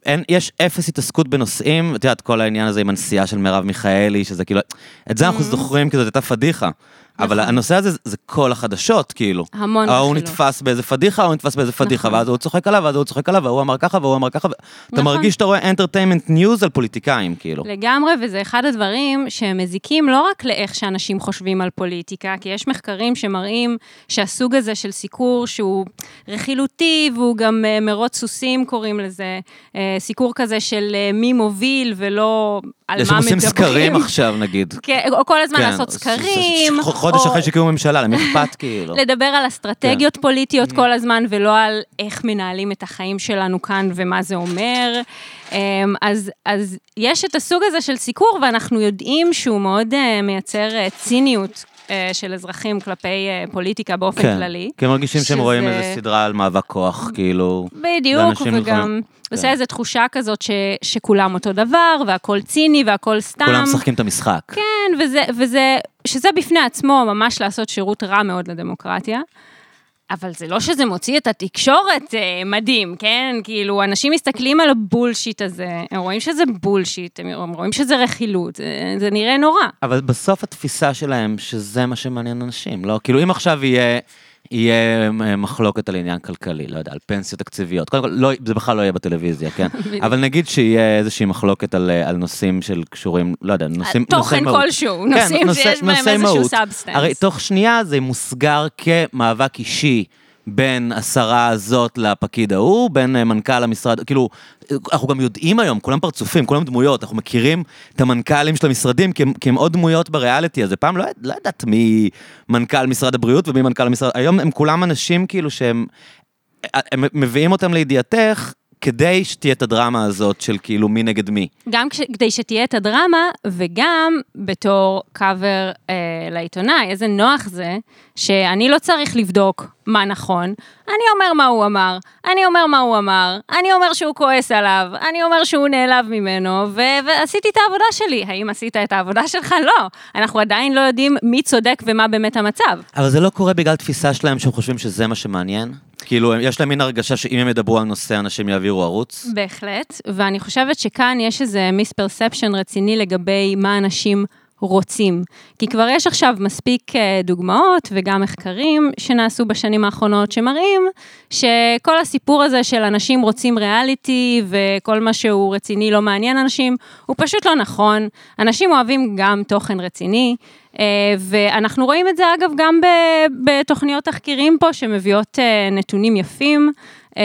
יש אפס התעסקות בנושאים, את יודעת, כל העניין הזה עם הנסיעה של מרב מיכאלי, שזה כאילו, את זה אנחנו זוכרים, כי זאת הייתה פדיחה. אבל הנושא הזה זה כל החדשות, כאילו. המון רכילות. הוא נתפס באיזה פדיחה, הוא נתפס באיזה פדיחה, ואז הוא צוחק עליו, והוא אמר ככה, והוא אמר ככה, אתה מרגיש שאתה רואה entertainment news על פוליטיקאים, כאילו. לגמרי, וזה אחד הדברים שמזיקים לא רק לאיך שאנשים חושבים על פוליטיקה, כי יש מחקרים שמראים שהסוג הזה של סיקור שהוא רכילותי, והוא גם מרוץ סוסים קוראים לזה, סיקור כזה של מי מוביל ולא על מה מדברים. יש עושים סקרים עכשיו, נגיד. או כל הזמן לעשות סקרים. חודש אחרי שקימו ממשלה, למי אכפת כאילו. לדבר על אסטרטגיות פוליטיות כל הזמן, ולא על איך מנהלים את החיים שלנו כאן, ומה זה אומר. אז יש את הסוג הזה של סיקור, ואנחנו יודעים שהוא מאוד מייצר ציניות של אזרחים כלפי פוליטיקה באופן כללי. כי הם מרגישים שהם רואים איזו סדרה על מאבק כוח, כאילו. בדיוק, וגם עושה איזו תחושה כזאת שכולם אותו דבר, והכל ציני, והכל סתם. כולם משחקים את המשחק. כן, שזה בפני עצמו ממש לעשות שירות רע מאוד לדמוקרטיה. אבל זה לא שזה מוציא את התקשורת מדהים, כן? כאילו, אנשים מסתכלים על הבולשיט הזה, הם רואים שזה בולשיט, הם רואים שזה רכילות, זה נראה נורא. אבל בסוף התפיסה שלהם, שזה מה שמעניין אנשים, לא? כאילו, אם עכשיו יהיה מחלוקת על עניין כלכלי, לא יודע, על פנסיות תקציביות, קודם כל, זה בכלל לא יהיה בטלוויזיה, כן? אבל נגיד שיהיה איזושהי מחלוקת על נושאים של קשורים, לא יודע, נושאים מהות. תוכן כלשהו, נושאים שיש בהם איזשהו סאבסטנס. הרי תוך שנייה זה מוסגר כמאבק אישי, בין השרה הזאת לפקיד ההוא, בין מנכ"ל המשרד, כאילו, אנחנו גם יודעים היום, כולם פרצופים, כולם דמויות, אנחנו מכירים את המנכ"לים של המשרדים, כי הם עוד דמויות בריאליטי, אז פעם לא ידעת מי מנכ"ל משרד הבריאות ומי מנכ"ל המשרד, היום הם כולם אנשים כאילו שהם מביאים אותם לידיעתך, כדי שתהיה את הדרמה הזאת של כאילו מי נגד מי. גם כדי שתהיה את הדרמה, וגם בתור קאבר לעיתונאי, איזה נוח זה, שאני לא צריך לבדוק מה נכון, אני אומר מה הוא אמר, אני אומר מה הוא אמר, אני אומר שהוא כועס עליו, אני אומר שהוא נעלב ממנו, ועשיתי את העבודה שלי. האם עשית את העבודה שלך? לא. אנחנו עדיין לא יודעים מי צודק ומה באמת המצב. אבל זה לא קורה בגלל תפיסה שלהם שהם חושבים שזה מה שמעניין? כאילו, יש להם מין הרגשה שאם הם ידברו על נושא, אנשים יעבירו ערוץ? בהחלט, ואני חושבת שכאן יש איזה מיספרספשן רציני לגבי מה אנשים רוצים. כי כבר יש עכשיו מספיק דוגמאות וגם מחקרים שנעשו בשנים האחרונות שמראים שכל הסיפור הזה של אנשים רוצים ריאליטי וכל מה שהוא רציני לא מעניין אנשים, הוא פשוט לא נכון. אנשים אוהבים גם תוכן רציני, ואנחנו רואים את זה אגב גם בתוכניות תחקירים פה שמביאות נתונים יפים,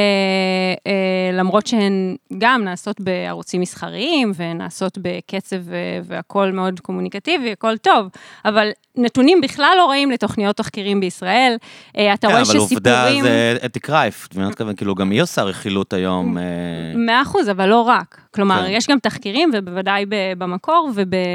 למרות שהן גם נעשות בערוצים מסחריים, ונעשות בקצב והכל מאוד קומוניקטיבי, הכל טוב, אבל נתונים בכלל לא רואים לתוכניות תחקירים בישראל, אתה רואה שסיפורים... אבל עובדה זה אתי קרייף, כאילו גם היא עושה רכילות היום. 100%, אבל לא רק. כלומר, יש גם תחקירים, ובוודאי במקור,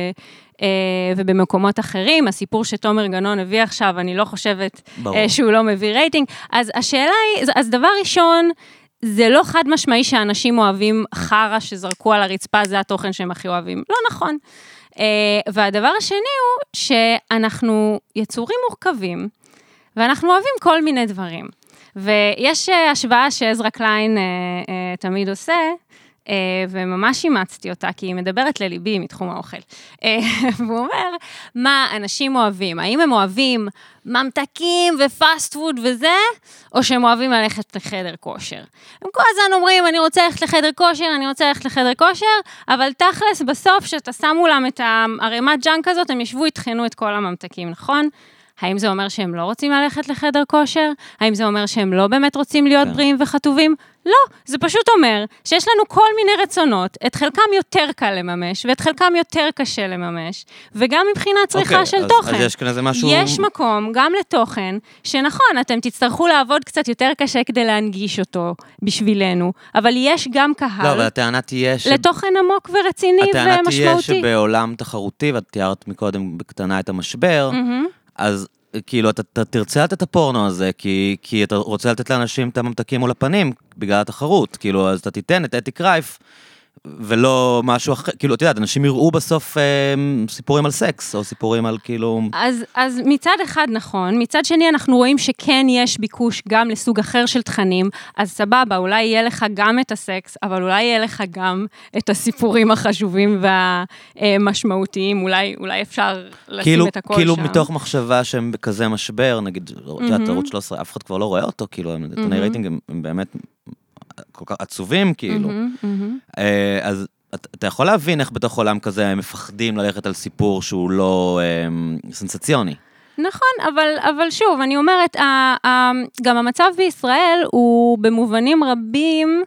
ובמקומות אחרים, הסיפור שתומר גנון הביא עכשיו, אני לא חושבת שהוא לא מביא רייטינג, אז השאלה היא, אז דבר ראשון, זה לא חד משמעי שאנשים אוהבים חרה שזרקו על הרצפה, זה התוכן שהם הכי אוהבים, לא נכון. והדבר השני הוא שאנחנו יצורים מורכבים, ואנחנו אוהבים כל מיני דברים. ויש השוואה שעזרא קליין תמיד עושה, וממש אימצתי אותה, כי היא מדברת לליבי מתחום האוכל. והוא אומר, מה אנשים אוהבים? האם הם אוהבים ממתקים ופאסט פוד וזה, או שהם אוהבים ללכת לחדר כושר? הם כל הזמן אומרים, אני רוצה ללכת לחדר כושר, אני רוצה ללכת לחדר כושר, אבל תכלס בסוף שאתה שם מולם את הרמת ג'אנק הזאת, הם ישבו, יתחנו את כל הממתקים, נכון? האם זה אומר שהם לא רוצים ללכת לחדר כושר? האם זה אומר שהם לא באמת רוצים להיות בריאים וחטובים? לא, זה פשוט אומר שיש לנו כל מיני רצונות, את חלקם יותר קל לממש, ואת חלקם יותר קשה לממש, וגם מבחינת צריכה של תוכן. אז יש כאן איזה משהו... יש מקום גם לתוכן, שנכון, אתם תצטרכו לעבוד קצת יותר קשה כדי להנגיש אותו בשבילנו, אבל יש גם קהל... לא, אבל הטענה תהיה לתוכן עמוק ורציני ומשמעותי. הטענה תהיה שבעולם תחרותי, ואת תיארת מקודם בקטנה את המשבר, אז כאילו אתה תרצה לתת את הפורנו הזה, כי אתה רוצה לתת לאנשים את הממתקים מול הפנים, בגלל התחרות, כאילו, אז אתה תיתן את אתי קרייף, ולא משהו אחר, כאילו, אתה יודע, אנשים יראו בסוף סיפורים על סקס, או סיפורים על כאילו... אז מצד אחד נכון, מצד שני אנחנו רואים שכן יש ביקוש גם לסוג אחר של תכנים, אז סבבה, אולי יהיה לך גם את הסקס, אבל אולי יהיה לך גם את הסיפורים החשובים והמשמעותיים, אולי אפשר לשים את הכל שם. כאילו מתוך מחשבה שהם בכזה משבר, נגיד, ערוץ 13, אף אחד כבר לא רואה אותו, כאילו, נתוני רייטינג הם באמת... כל כך עצובים, כאילו. אז אתה יכול להבין איך בתוך עולם כזה הם מפחדים ללכת על סיפור שהוא לא סנסציוני. נכון, אבל שוב, אני אומרת, גם המצב בישראל הוא במובנים רבים,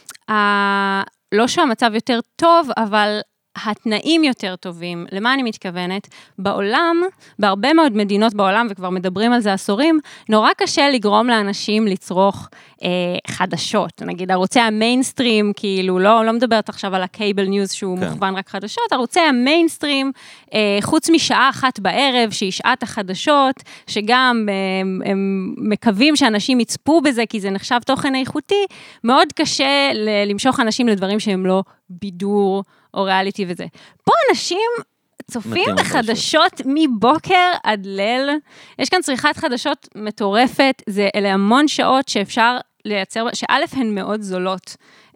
לא שהמצב יותר טוב, אבל התנאים יותר טובים. למה אני מתכוונת? בעולם, בהרבה מאוד מדינות בעולם, וכבר מדברים על זה עשורים, נורא קשה לגרום לאנשים לצרוך חדשות. נגיד, ערוצי המיינסטרים, כאילו, לא מדברת עכשיו על הקייבל ניוז שהוא מוכוון רק חדשות, ערוצי המיינסטרים, חוץ משעה אחת בערב, שהיא שעת החדשות, שגם הם מקווים שאנשים יצפו בזה, כי זה נחשב תוכן איכותי, מאוד קשה למשוך אנשים לדברים שהם לא בידור, או ריאליטי וזה. פה אנשים צופים בחדשות מבוקר עד ליל, יש כאן צריכת חדשות מטורפת, אלה המון שעות שאפשר לייצר, שא' הן מאוד זולות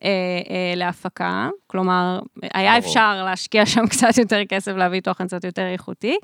להפקה, כלומר, היה אפשר להשקיע שם קצת יותר כסף, להביא תוכן קצת יותר איכותי,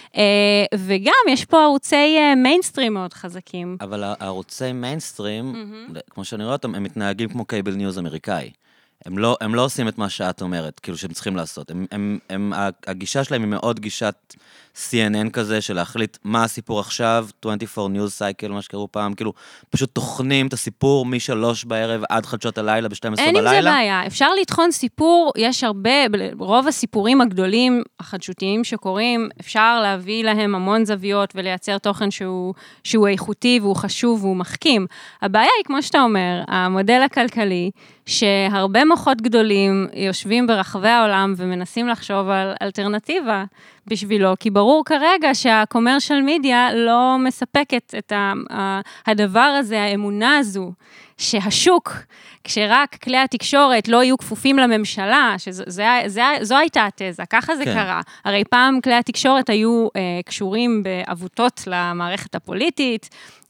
וגם יש פה ערוצי מיינסטרים מאוד חזקים. אבל הערוצי מיינסטרים, כמו שאני רואה אותם, הם מתנהגים כמו קייבל ניוז אמריקאי. הם לא עושים את מה שאת אומרת, כאילו שהם צריכים לעשות. הגישה שלהם היא מאוד גישת CNN כזה, של להחליט מה הסיפור עכשיו, 24 News Cycle, מה שקראו פעם, כאילו, פשוט תוכנים את הסיפור מ-3 בערב עד חדשות הלילה, ב-12 בלילה. אין עם זה בעיה, אפשר לתחון סיפור, יש הרבה, רוב הסיפורים הגדולים, החדשותיים שקורים, אפשר להביא להם המון זוויות, ולייצר תוכן שהוא איכותי, והוא חשוב, והוא מחכים. הבעיה היא, כמו שאתה אומר, המודל הכלכלי, שהרבה מוחות גדולים יושבים ברחבי העולם, ומנסים לחשוב על אלטרנטיבה בשבילו, כי ברור כרגע שהקומרשל מדיה לא מספקת את הדבר הזה, האמונה הזו, שהשוק, כשרק כלי התקשורת לא יהיו כפופים לממשלה, שזו הייתה התזה, ככה זה קרה. הרי פעם כלי התקשורת היו קשורים בעבותות למערכת הפוליטית,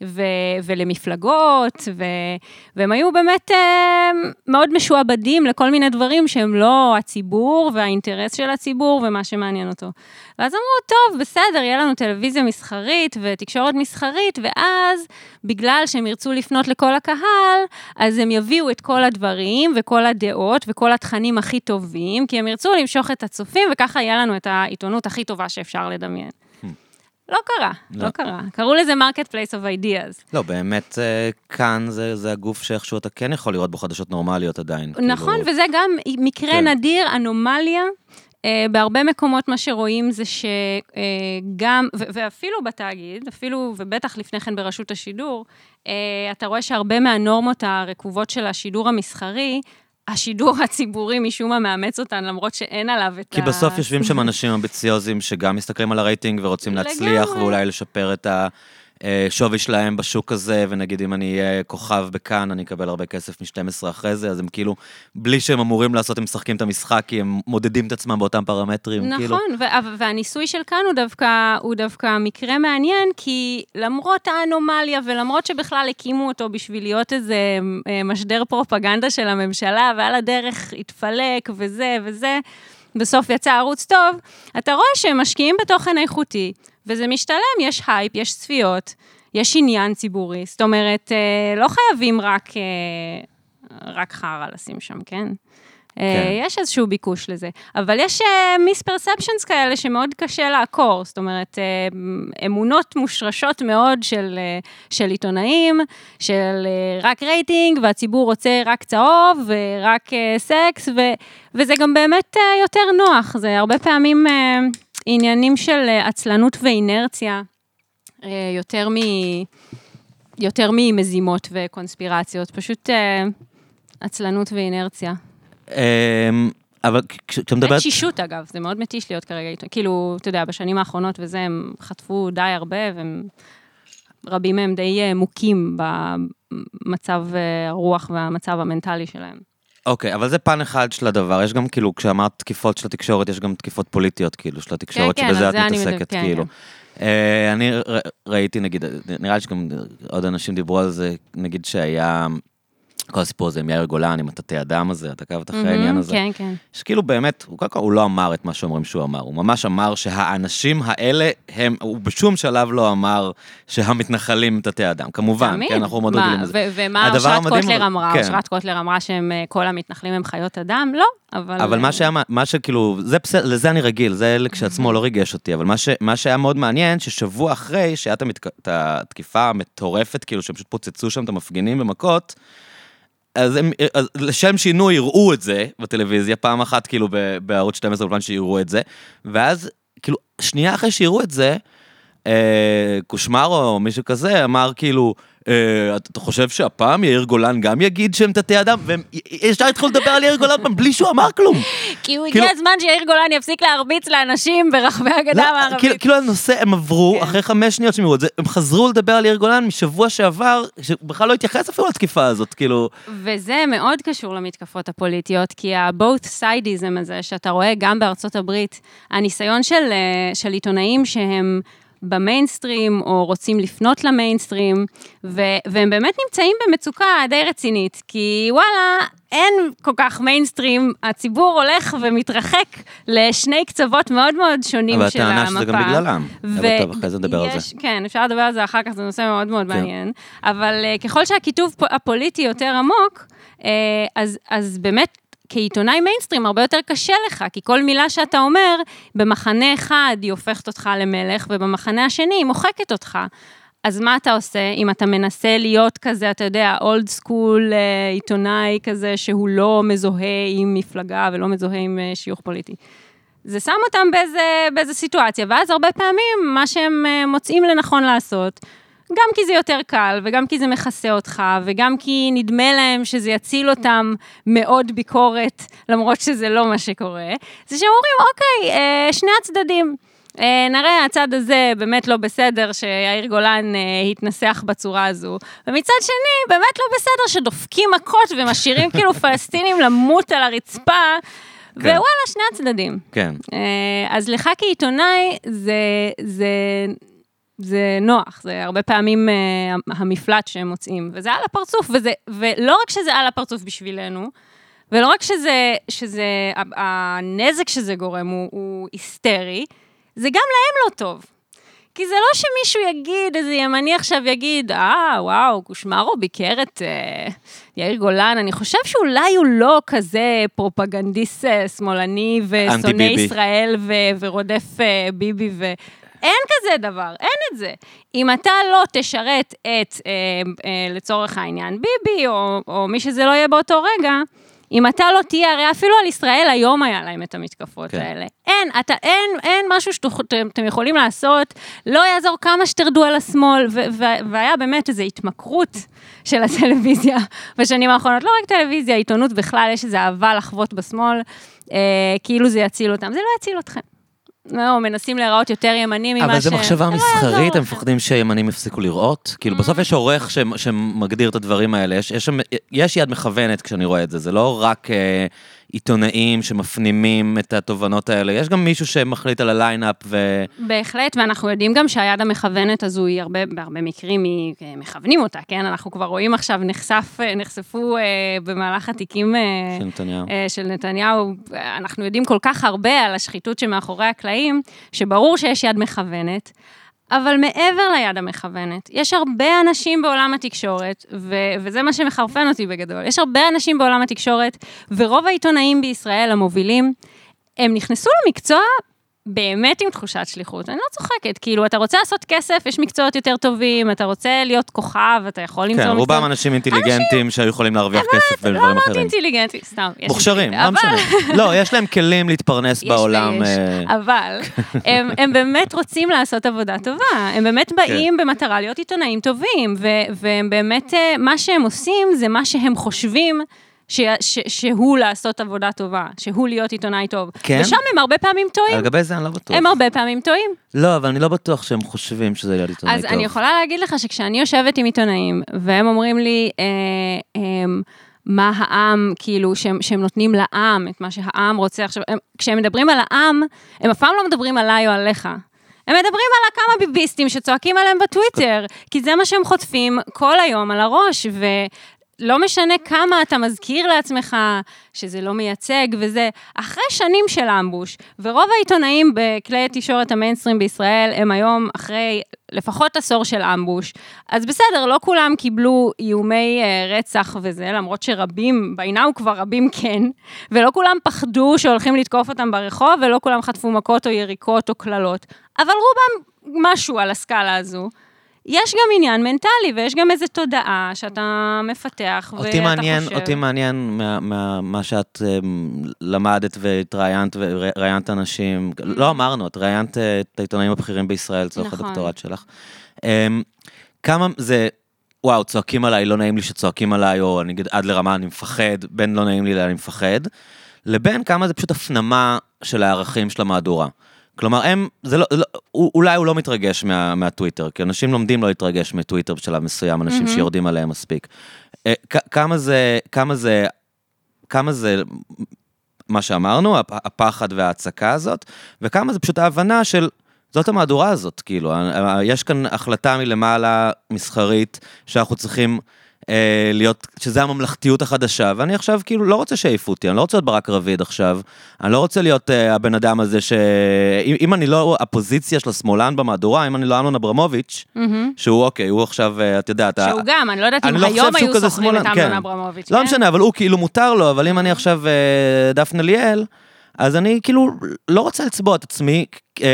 ולמפלגות, והם היו באמת מאוד משועבדים לכל מיני דברים שהם לא הציבור והאינטרס של הציבור ומה שמעניין אותו. ואז אמרו, טוב, בסדר, יהיה לנו טלוויזיה מסחרית ותקשורת מסחרית, ואז בגלל שהם ירצו לפנות לכל הקהל, אז הם יביאו את כל הדברים וכל הדעות וכל התכנים הכי טובים, כי הם ירצו למשוך את הצופים, וככה יהיה לנו את העיתונות הכי טובה שאפשר לדמיין. לא קרה. קראו לזה Marketplace of Ideas. לא, באמת, כאן זה הגוף שאיכשהו אתה כן יכול לראות בו חדשות נורמליות עדיין. נכון, וזה גם מקרה נדיר, אנומליה. בהרבה מקומות מה שרואים זה שגם, ואפילו בתאגיד, אפילו ובטח לפני כן ברשות השידור, אתה רואה שהרבה מהנורמות הרקובות של השידור המסחרי, השידור הציבורי משום מה מאמץ אותן, למרות שאין עליו את כי בסוף יושבים שם אנשים אמביציוזים שגם מסתכלים על הרייטינג ורוצים להצליח ואולי לשפר את השווי שלהם בשוק הזה, ונגיד אם אני אהיה כוכב בכאן, אני אקבל הרבה כסף מ-12 אחרי זה, אז הם כאילו, בלי שהם אמורים לעשות, הם משחקים את המשחק, כי הם מודדים את עצמם באותם פרמטרים. נכון, והניסוי של כאן הוא דווקא מקרה מעניין, כי למרות האנומליה, ולמרות שבכלל הקימו אותו בשביל להיות איזה משדר פרופגנדה של הממשלה, ועל הדרך התפלק וזה, בסוף יצא ערוץ טוב, אתה רואה שהם משקיעים בתוכן איכותי, וזה משתלם, יש הייפ, יש צפיות, יש עניין ציבורי, זאת אומרת, לא חייבים רק חרה לשים שם, כן? יש איזשהו ביקוש לזה, אבל יש מיספרספשנס כאלה שמאוד קשה לעקור, זאת אומרת, אמונות מושרשות מאוד של עיתונאים, של רק רייטינג, והציבור רוצה רק צהוב, ורק סקס, וזה גם באמת יותר נוח, זה הרבה פעמים עניינים של עצלנות ואינרציה, יותר ממזימות וקונספירציות, פשוט עצלנות ואינרציה. אבל כשאתה מדברת... שישות אגב, זה מאוד מתיש להיות כרגע, כאילו, אתה יודע, בשנים האחרונות וזה, הם חטפו די הרבה, ורבים מהם די מוכים במצב הרוח והמצב המנטלי שלהם. אוקיי, אבל זה פן אחד של הדבר, יש גם כאילו, כשאמרת תקיפות של התקשורת, יש גם תקיפות פוליטיות, כאילו, של התקשורת, שבזה את מתעסקת, כאילו. אני ראיתי, נגיד, נראה לי שגם עוד אנשים דיברו על זה, נגיד שהיה... כל הסיפור הזה עם יאיר גולן, עם התתי אדם הזה, אתה עקבת אחרי העניין הזה. כן, כן. שכאילו באמת, הוא לא אמר את מה שאומרים שהוא אמר, הוא ממש אמר שהאנשים האלה, הוא בשום שלב לא אמר שהמתנחלים תתי אדם, כמובן, כן, אנחנו מאוד רגילים לזה. ומה אושרת קוטלר אמרה? אושרת קוטלר אמרה שהם כל המתנחלים הם חיות אדם? לא, אבל מה שכאילו, לזה אני רגיל, זה כשעצמו לא ריגש אותי, אבל מה שהיה מאוד מעניין, ששבוע אחרי שהיה את התקיפה המטורפת, כאילו שהם פשוט פוצצו שם את המפגינים במכות, אז לשם שינוי יראו את זה בטלוויזיה, פעם אחת כאילו בערוץ 12 בפן שיראו את זה, ואז כאילו שנייה אחרי שיראו את זה, קושמרו או מישהו כזה אמר כאילו, אתה חושב שהפעם יאיר גולן גם יגיד שהם תתי אדם? וישר התחילו לדבר על יאיר גולן בלי שהוא אמר כלום. כי הוא הגיע הזמן שיאיר גולן יפסיק להרביץ לאנשים ברחבי הגדה המערבית. כאילו הנושא, הם עברו, אחרי 5 שניות שהם יראו את זה, הם חזרו לדבר על יאיר גולן משבוע שעבר, שבכלל לא התייחס אפילו לתקיפה הזאת, כאילו... וזה מאוד קשור למתקפות הפוליטיות, כי ה-both sideism הזה, שאתה רואה גם בארצות הברית, הניסיון של עיתונאים שהם במיינסטרים, או רוצים לפנות למיינסטרים, והם באמת נמצאים במצוקה די רצינית, כי וואלה, אין כל כך מיינסטרים, הציבור הולך ומתרחק לשני קצוות מאוד מאוד שונים של המפה. אבל הטענה שזה גם בגללם. אחרי זה נדבר על זה. כן, אפשר לדבר על זה אחר כך, זה נושא מאוד מאוד מעניין. אבל ככל שהכיתוב הפוליטי יותר עמוק, אז באמת, כעיתונאי מיינסטרים הרבה יותר קשה לך, כי כל מילה שאתה אומר, במחנה אחד היא הופכת אותך למלך, ובמחנה השני היא מוחקת אותך. אז מה אתה עושה אם אתה מנסה להיות כזה, אתה יודע, אולד סקול עיתונאי כזה, שהוא לא מזוהה עם מפלגה ולא מזוהה עם שיוך פוליטי? זה שם אותם באיזה סיטואציה, ואז הרבה פעמים מה שהם מוצאים לנכון לעשות, גם כי זה יותר קל, וגם כי זה מכסה אותך, וגם כי נדמה להם שזה יציל אותם מאוד ביקורת, למרות שזה לא מה שקורה, זה שהם אומרים, אוקיי, שני הצדדים, נראה, הצד הזה באמת לא בסדר, שיאיר גולן התנסח בצורה הזו, ומצד שני, באמת לא בסדר, שדופקים מכות ומשאירים כאילו פלסטינים למות על הרצפה, ווואלה, שני הצדדים. כן. אז לך כעיתונאי, זה נוח, זה הרבה פעמים המפלט שהם מוצאים, וזה על הפרצוף, ולא רק שזה על הפרצוף בשבילנו, ולא רק שזה הנזק שזה גורם הוא היסטרי, זה גם להם לא טוב. כי זה לא שמישהו יגיד, איזה ימני עכשיו יגיד, וואו, קושמרו ביקר את יאיר גולן, אני חושב שאולי הוא לא כזה פרופגנדיסט שמאלני ושונא ישראל ורודף ביבי אין כזה דבר, אין את זה. אם אתה לא תשרת את, לצורך העניין, ביבי, או מי שזה לא יהיה באותו רגע, אם אתה לא תהיה, הרי אפילו על ישראל היום היה להם את המתקפות האלה. אין משהו שאתם יכולים לעשות, לא יעזור כמה שתרדו על השמאל, והיה באמת איזו התמכרות של הטלוויזיה בשנים האחרונות, לא רק טלוויזיה, עיתונות בכלל, יש איזו אהבה לחוות בשמאל, כאילו זה יציל אותם, זה לא יציל אתכם. לא, מנסים להיראות יותר ימנים ממה אבל זה מחשבה מסחרית, הם מפחדים שימנים יפסיקו לראות? כאילו, בסוף יש עורך שמגדיר את הדברים האלה, יש יד מכוונת כשאני רואה את זה, זה לא רק עיתונאים שמפנימים את התובנות האלה, יש גם מישהו שמחליט על הליינאפ בהחלט, ואנחנו יודעים גם שהיד המכוונת הזו היא בהרבה מקרים מכוונים אותה, כן? אנחנו כבר רואים עכשיו, נחשפו במהלך התיקים של נתניהו, אנחנו יודעים כל כך הרבה על השחיתות שמאחורי הקלעים, שברור שיש יד מכוונת, אבל מעבר ליד המכוונת, יש הרבה אנשים בעולם התקשורת, וזה מה שמחרפן אותי בגדול, יש הרבה אנשים בעולם התקשורת, ורוב העיתונאים בישראל המובילים, הם נכנסו למקצוע באמת עם תחושת שליחות. אני לא צוחקת, כאילו, אתה רוצה לעשות כסף, יש מקצועות יותר טובים, אתה רוצה להיות כוכב, אתה יכול למצוא מקצוע. כן, רובם אנשים אינטליגנטים שהיו יכולים להרוויח כסף ולדברים אחרים. לא אמרתי אינטליגנטים, סתם. מוכשרים, לא משנה. לא, יש להם כלים להתפרנס בעולם. אבל הם באמת רוצים לעשות עבודה טובה. הם באמת באים במטרה להיות עיתונאים טובים, והם באמת, מה שהם עושים זה מה שהם חושבים שהוא לעשות עבודה טובה, שהוא להיות עיתונאי טוב. כן? ושם הם הרבה פעמים טועים. לגבי זה אני לא בטוח. הם הרבה פעמים טועים. לא, אבל אני לא בטוח שהם חושבים שזה להיות עיתונאי טוב. אז אני יכולה להגיד לך שכשאני יושבת עם עיתונאים, והם אומרים לי, מה העם, כאילו, שהם נותנים לעם, את מה שהעם רוצה. עכשיו, כשהם מדברים על העם, הם אף פעם לא מדברים עליי או עליך. הם מדברים על כמה ביביסטים שצועקים עליהם בטוויטר, כי זה מה שהם חוטפים כל היום על הראש, לא משנה כמה אתה מזכיר לעצמך שזה לא מייצג וזה, אחרי שנים של אמבוש, ורוב העיתונאים בכלי התקשורת המיינסטרים בישראל, הם היום אחרי לפחות עשור של אמבוש, אז בסדר, לא כולם קיבלו איומי רצח וזה, למרות שרבים, בעיניו כבר רבים כן, ולא כולם פחדו שהולכים לתקוף אותם ברחוב, ולא כולם חטפו מכות או יריקות או כללות, אבל רובם משהו על הסקאלה הזו, יש גם עניין מנטלי, ויש גם איזו תודעה שאתה מפתח, ואתה חושב. אותי מעניין מה שאת למדת והתראיינת וראיינת אנשים, לא אמרנו, את ראיינת את העיתונאים הבכירים בישראל, צורך הדוקטורט שלך. כמה זה, וואו, צועקים עליי, לא נעים לי שצועקים עליי, או אני אגיד עד לרמה אני מפחד, בין לא נעים לי, אני מפחד, לבין כמה זה פשוט הפנמה של הערכים של המהדורה. כלומר, אולי הוא לא מתרגש מהטוויטר, כי אנשים לומדים לא להתרגש מטוויטר בשלב מסוים, אנשים שיורדים עליהם מספיק. כמה זה מה שאמרנו, הפחד וההצקה הזאת, וכמה זה פשוט ההבנה של, זאת המהדורה הזאת, כאילו, יש כאן החלטה מלמעלה מסחרית, שאנחנו צריכים להיות, שזה הממלכתיות החדשה, ואני עכשיו כאילו לא רוצה שיעיפו אותי, אני לא רוצה להיות ברק רביד עכשיו, אני לא רוצה להיות הבן אדם הזה אם אני לא הפוזיציה של השמאלן במהדורה, אם אני לא אמנון אברמוביץ', שהוא אוקיי, הוא עכשיו, את יודעת, שהוא גם, אני לא יודעת אם היום היו סוחרים את אמנון אברמוביץ'. לא משנה, אבל הוא כאילו מותר לו, אבל אם אני עכשיו דפנה ליאל, אז אני כאילו לא רוצה לצבוע את עצמי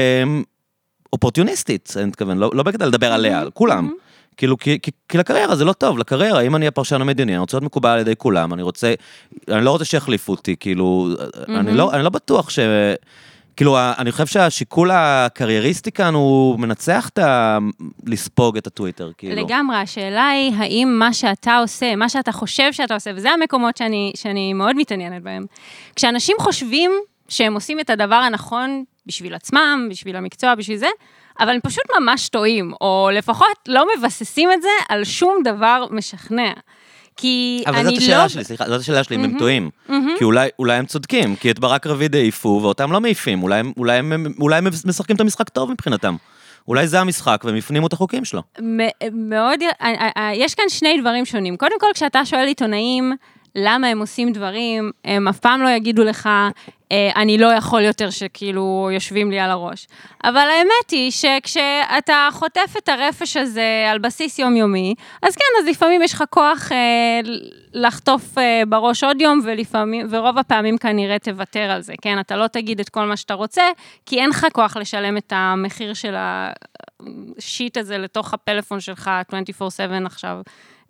אופורטיוניסטית, אני מתכוון, לא בקטע לדבר עליה, על כולם. כאילו, כי לקריירה זה לא טוב, לקריירה, אם אני הפרשן המדיני, אני רוצה להיות מקובל על ידי כולם, אני לא רוצה שיחליפו אותי, כאילו, אני לא בטוח כאילו, אני חושב שהשיקול הקרייריסטי כאן, הוא מנצח לספוג את הטוויטר, כאילו. לגמרי, השאלה היא, האם מה שאתה עושה, מה שאתה חושב שאתה עושה, וזה המקומות שאני מאוד מתעניינת בהם, כשאנשים חושבים שהם עושים את הדבר הנכון בשביל עצמם, בשביל המקצוע, בשביל זה, אבל הם פשוט ממש טועים, או לפחות לא מבססים את זה על שום דבר משכנע. כי אבל זאת השאלה שלי, סליחה, זאת השאלה שלי, אם הם טועים. כי אולי הם צודקים, כי את ברק רביד העיפו, ואותם לא מעיפים, אולי הם משחקים את המשחק טוב מבחינתם. אולי זה המשחק, והם יפנימו את החוקים שלו. מאוד, יש כאן שני דברים שונים. קודם כל, כשאתה שואל עיתונאים, למה הם עושים דברים, הם אף פעם לא יגידו לך, אני לא יכול יותר שכאילו יושבים לי על הראש. אבל האמת היא שכשאתה חוטף את הרפש הזה על בסיס יומיומי, אז כן, אז לפעמים יש לך כוח לחטוף בראש עוד יום, ורוב הפעמים כנראה תוותר על זה, כן? אתה לא תגיד את כל מה שאתה רוצה, כי אין לך כוח לשלם את המחיר של השיט הזה לתוך הפלאפון שלך 24/7 עכשיו.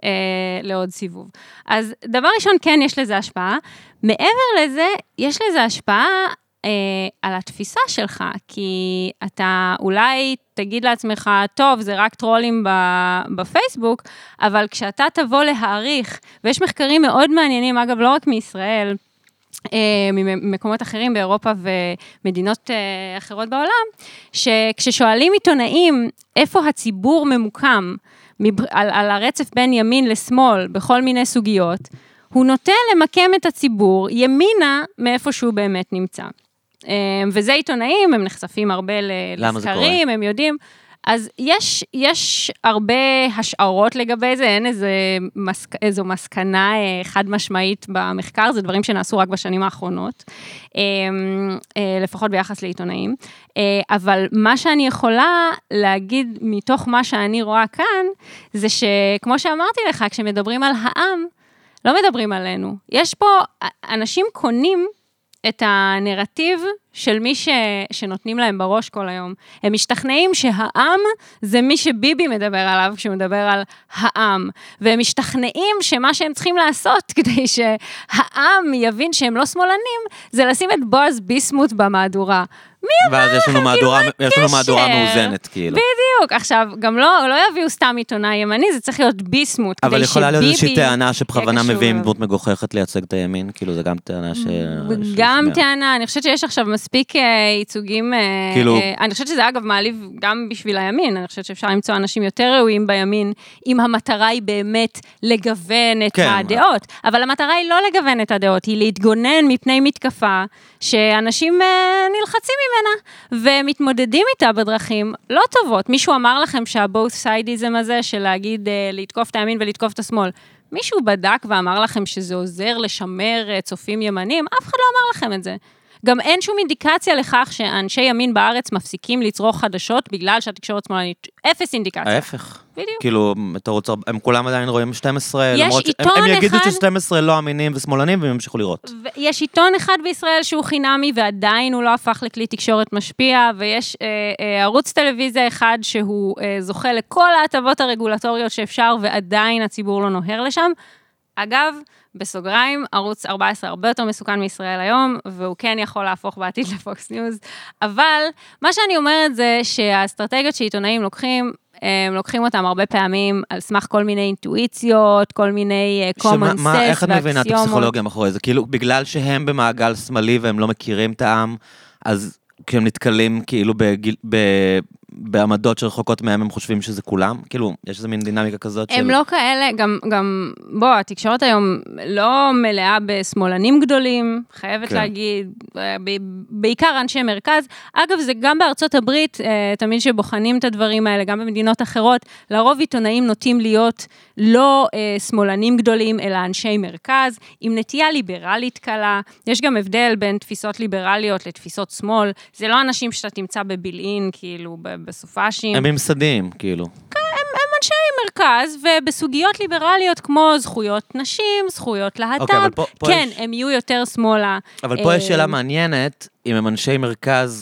לעוד סיבוב. אז דבר ראשון, כן, יש לזה השפעה. מעבר לזה, יש לזה השפעה על התפיסה שלך, כי אתה אולי תגיד לעצמך, טוב, זה רק טרולים בפייסבוק, אבל כשאתה תבוא להעריך, ויש מחקרים מאוד מעניינים, אגב, לא רק מישראל, ממקומות אחרים באירופה ומדינות אחרות בעולם, שכששואלים עיתונאים איפה הציבור ממוקם, על הרצף בין ימין לשמאל, בכל מיני סוגיות, הוא נוטה למקם את הציבור ימינה מאיפה שהוא באמת נמצא. וזה עיתונאים, הם נחשפים הרבה לסקרים, הם יודעים. אז יש הרבה השערות לגבי זה, אין איזו מסקנה חד משמעית במחקר, זה דברים שנעשו רק בשנים האחרונות, לפחות ביחס לעיתונאים. אבל מה שאני יכולה להגיד מתוך מה שאני רואה כאן, זה שכמו שאמרתי לך, כשמדברים על העם, לא מדברים עלינו. יש פה, אנשים קונים את הנרטיב של מי שנותנים להם בראש כל היום. הם משתכנעים שהעם זה מי שביבי מדבר עליו כשהוא מדבר על העם. והם משתכנעים שמה שהם צריכים לעשות כדי שהעם יבין שהם לא שמאלנים, זה לשים את בועז ביסמוט במהדורה. ואז יש לנו מהדורה מאוזנת, כאילו. בדיוק. עכשיו, גם לא יביאו סתם עיתונאי ימני, זה צריך להיות ביסמוט. אבל יכולה להיות איזושהי טענה שבכוונה מביאים דמות מגוחכת לייצג את הימין, כאילו זה גם טענה גם טענה, אני חושבת שיש עכשיו מספיק ייצוגים, אני חושבת שזה אגב מעליב גם בשביל הימין, אני חושבת שאפשר למצוא אנשים יותר ראויים בימין, אם המטרה היא באמת לגוון את הדעות, אבל המטרה היא לא לגוון את הדעות, היא להתגונן מפני מתקפה, שאנשים נלחצים ממנה, ומתמודדים איתה בדרכים לא טובות. מישהו אמר לכם שה-both sideism הזה, של להגיד, לתקוף את הימין ולתקוף את השמאל, מישהו בדק ואמר לכם שזה עוזר לשמר צופים ימנים? אף אחד לא אמר לכם את זה. גם אין שום אינדיקציה לכך שאנשי ימין בארץ מפסיקים לצרוך חדשות בגלל שהתקשורת שמאלנית. אפס אינדיקציה. ההפך. בדיוק. כאילו, הם כולם עדיין רואים 12, למרות שהם יגידו ש12 לא אמינים ושמאלנים, והם ימשיכו לראות. יש עיתון אחד בישראל שהוא חינמי, ועדיין הוא לא הפך לכלי תקשורת משפיע, ויש ערוץ טלוויזיה אחד שהוא זוכה לכל ההטבות הרגולטוריות שאפשר, ועדיין הציבור לא נוהר לשם. אגב, בסוגריים, ערוץ 14 הרבה יותר מסוכן מישראל היום, והוא כן יכול להפוך בעתיד לפוקס ניוז, אבל מה שאני אומרת זה שהאסטרטגיות שעיתונאים לוקחים, הם לוקחים אותם הרבה פעמים על סמך כל מיני אינטואיציות, כל מיני common sense ואקסיומות. איך את מבינה את הפסיכולוגיה מאחורי זה? כאילו, בגלל שהם במעגל שמאלי והם לא מכירים את העם, אז כשהם נתקלים כאילו בעמדות שרחוקות מהם, הם חושבים שזה כולם? כאילו, יש איזו מין דינמיקה כזאת הם לא כאלה, גם, בוא, התקשורת היום לא מלאה בשמאלנים גדולים, חייבת להגיד, בעיקר אנשי מרכז. אגב, זה גם בארצות הברית, תמיד שבוחנים את הדברים האלה, גם במדינות אחרות, לרוב עיתונאים נוטים להיות לא שמאלנים גדולים, אלא אנשי מרכז, עם נטייה ליברלית קלה. יש גם הבדל בין תפיסות ליברליות לתפיסות שמאל. זה לא אנשים שאתה תמצא בבילעין, כאילו, בסופאשים. הם ממסדיים, כאילו. הם אנשי מרכז, ובסוגיות ליברליות כמו זכויות נשים, זכויות להט"ב, כן, הם יהיו יותר שמאלה. אבל פה יש שאלה מעניינת, אם הם אנשי מרכז,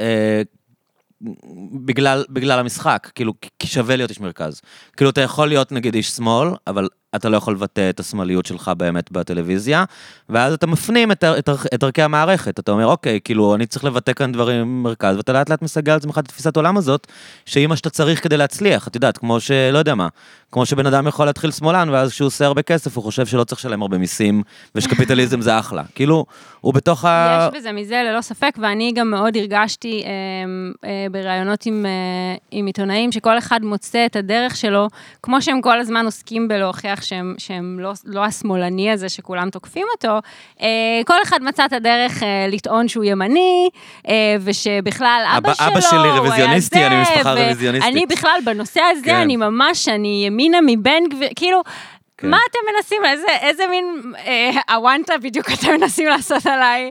בגלל המשחק, כאילו, כי שווה להיות איש מרכז. כאילו, אתה יכול להיות נגיד איש שמאל, אבל אתה לא יכול לבטא את השמאליות שלך באמת בטלוויזיה, ואז אתה מפנים את ערכי המערכת, אתה אומר, אוקיי, כאילו, אני צריך לבטא כאן דברים במרכז, ואתה לאט לאט מסגל את עצמך את תפיסת העולם הזאת, שהיא מה שאתה צריך כדי להצליח, את יודעת, כמו שלא יודע מה, כמו שבן אדם יכול להתחיל שמאלן, ואז כשהוא עושה הרבה כסף, הוא חושב שלא צריך לשלם הרבה מיסים, ושקפיטליזם זה אחלה. כאילו, הוא בתוך יש בזה מזה ללא ספק, ואני גם מאוד הרגשתי ברעיונות עם עיתונאים, שכל אחד מוצא את הדרך שלו, כמו שהם כל הזמן עוסקים בלהוכיח שהם לא השמאלני הזה שכולם תוקפים אותו, כל אחד מצא את הדרך לטעון שהוא ימני, ושבכלל אבא שלו, אבא שלי רוויזיוניסטי, אני משפחה רוויזיוניסטית. אני בכלל בנושא הזה, אני ממש, אני ימינה מבן גביר, כאילו, מה אתם מנסים, איזה מין הוואנטה בדיוק אתם מנסים לעשות עליי?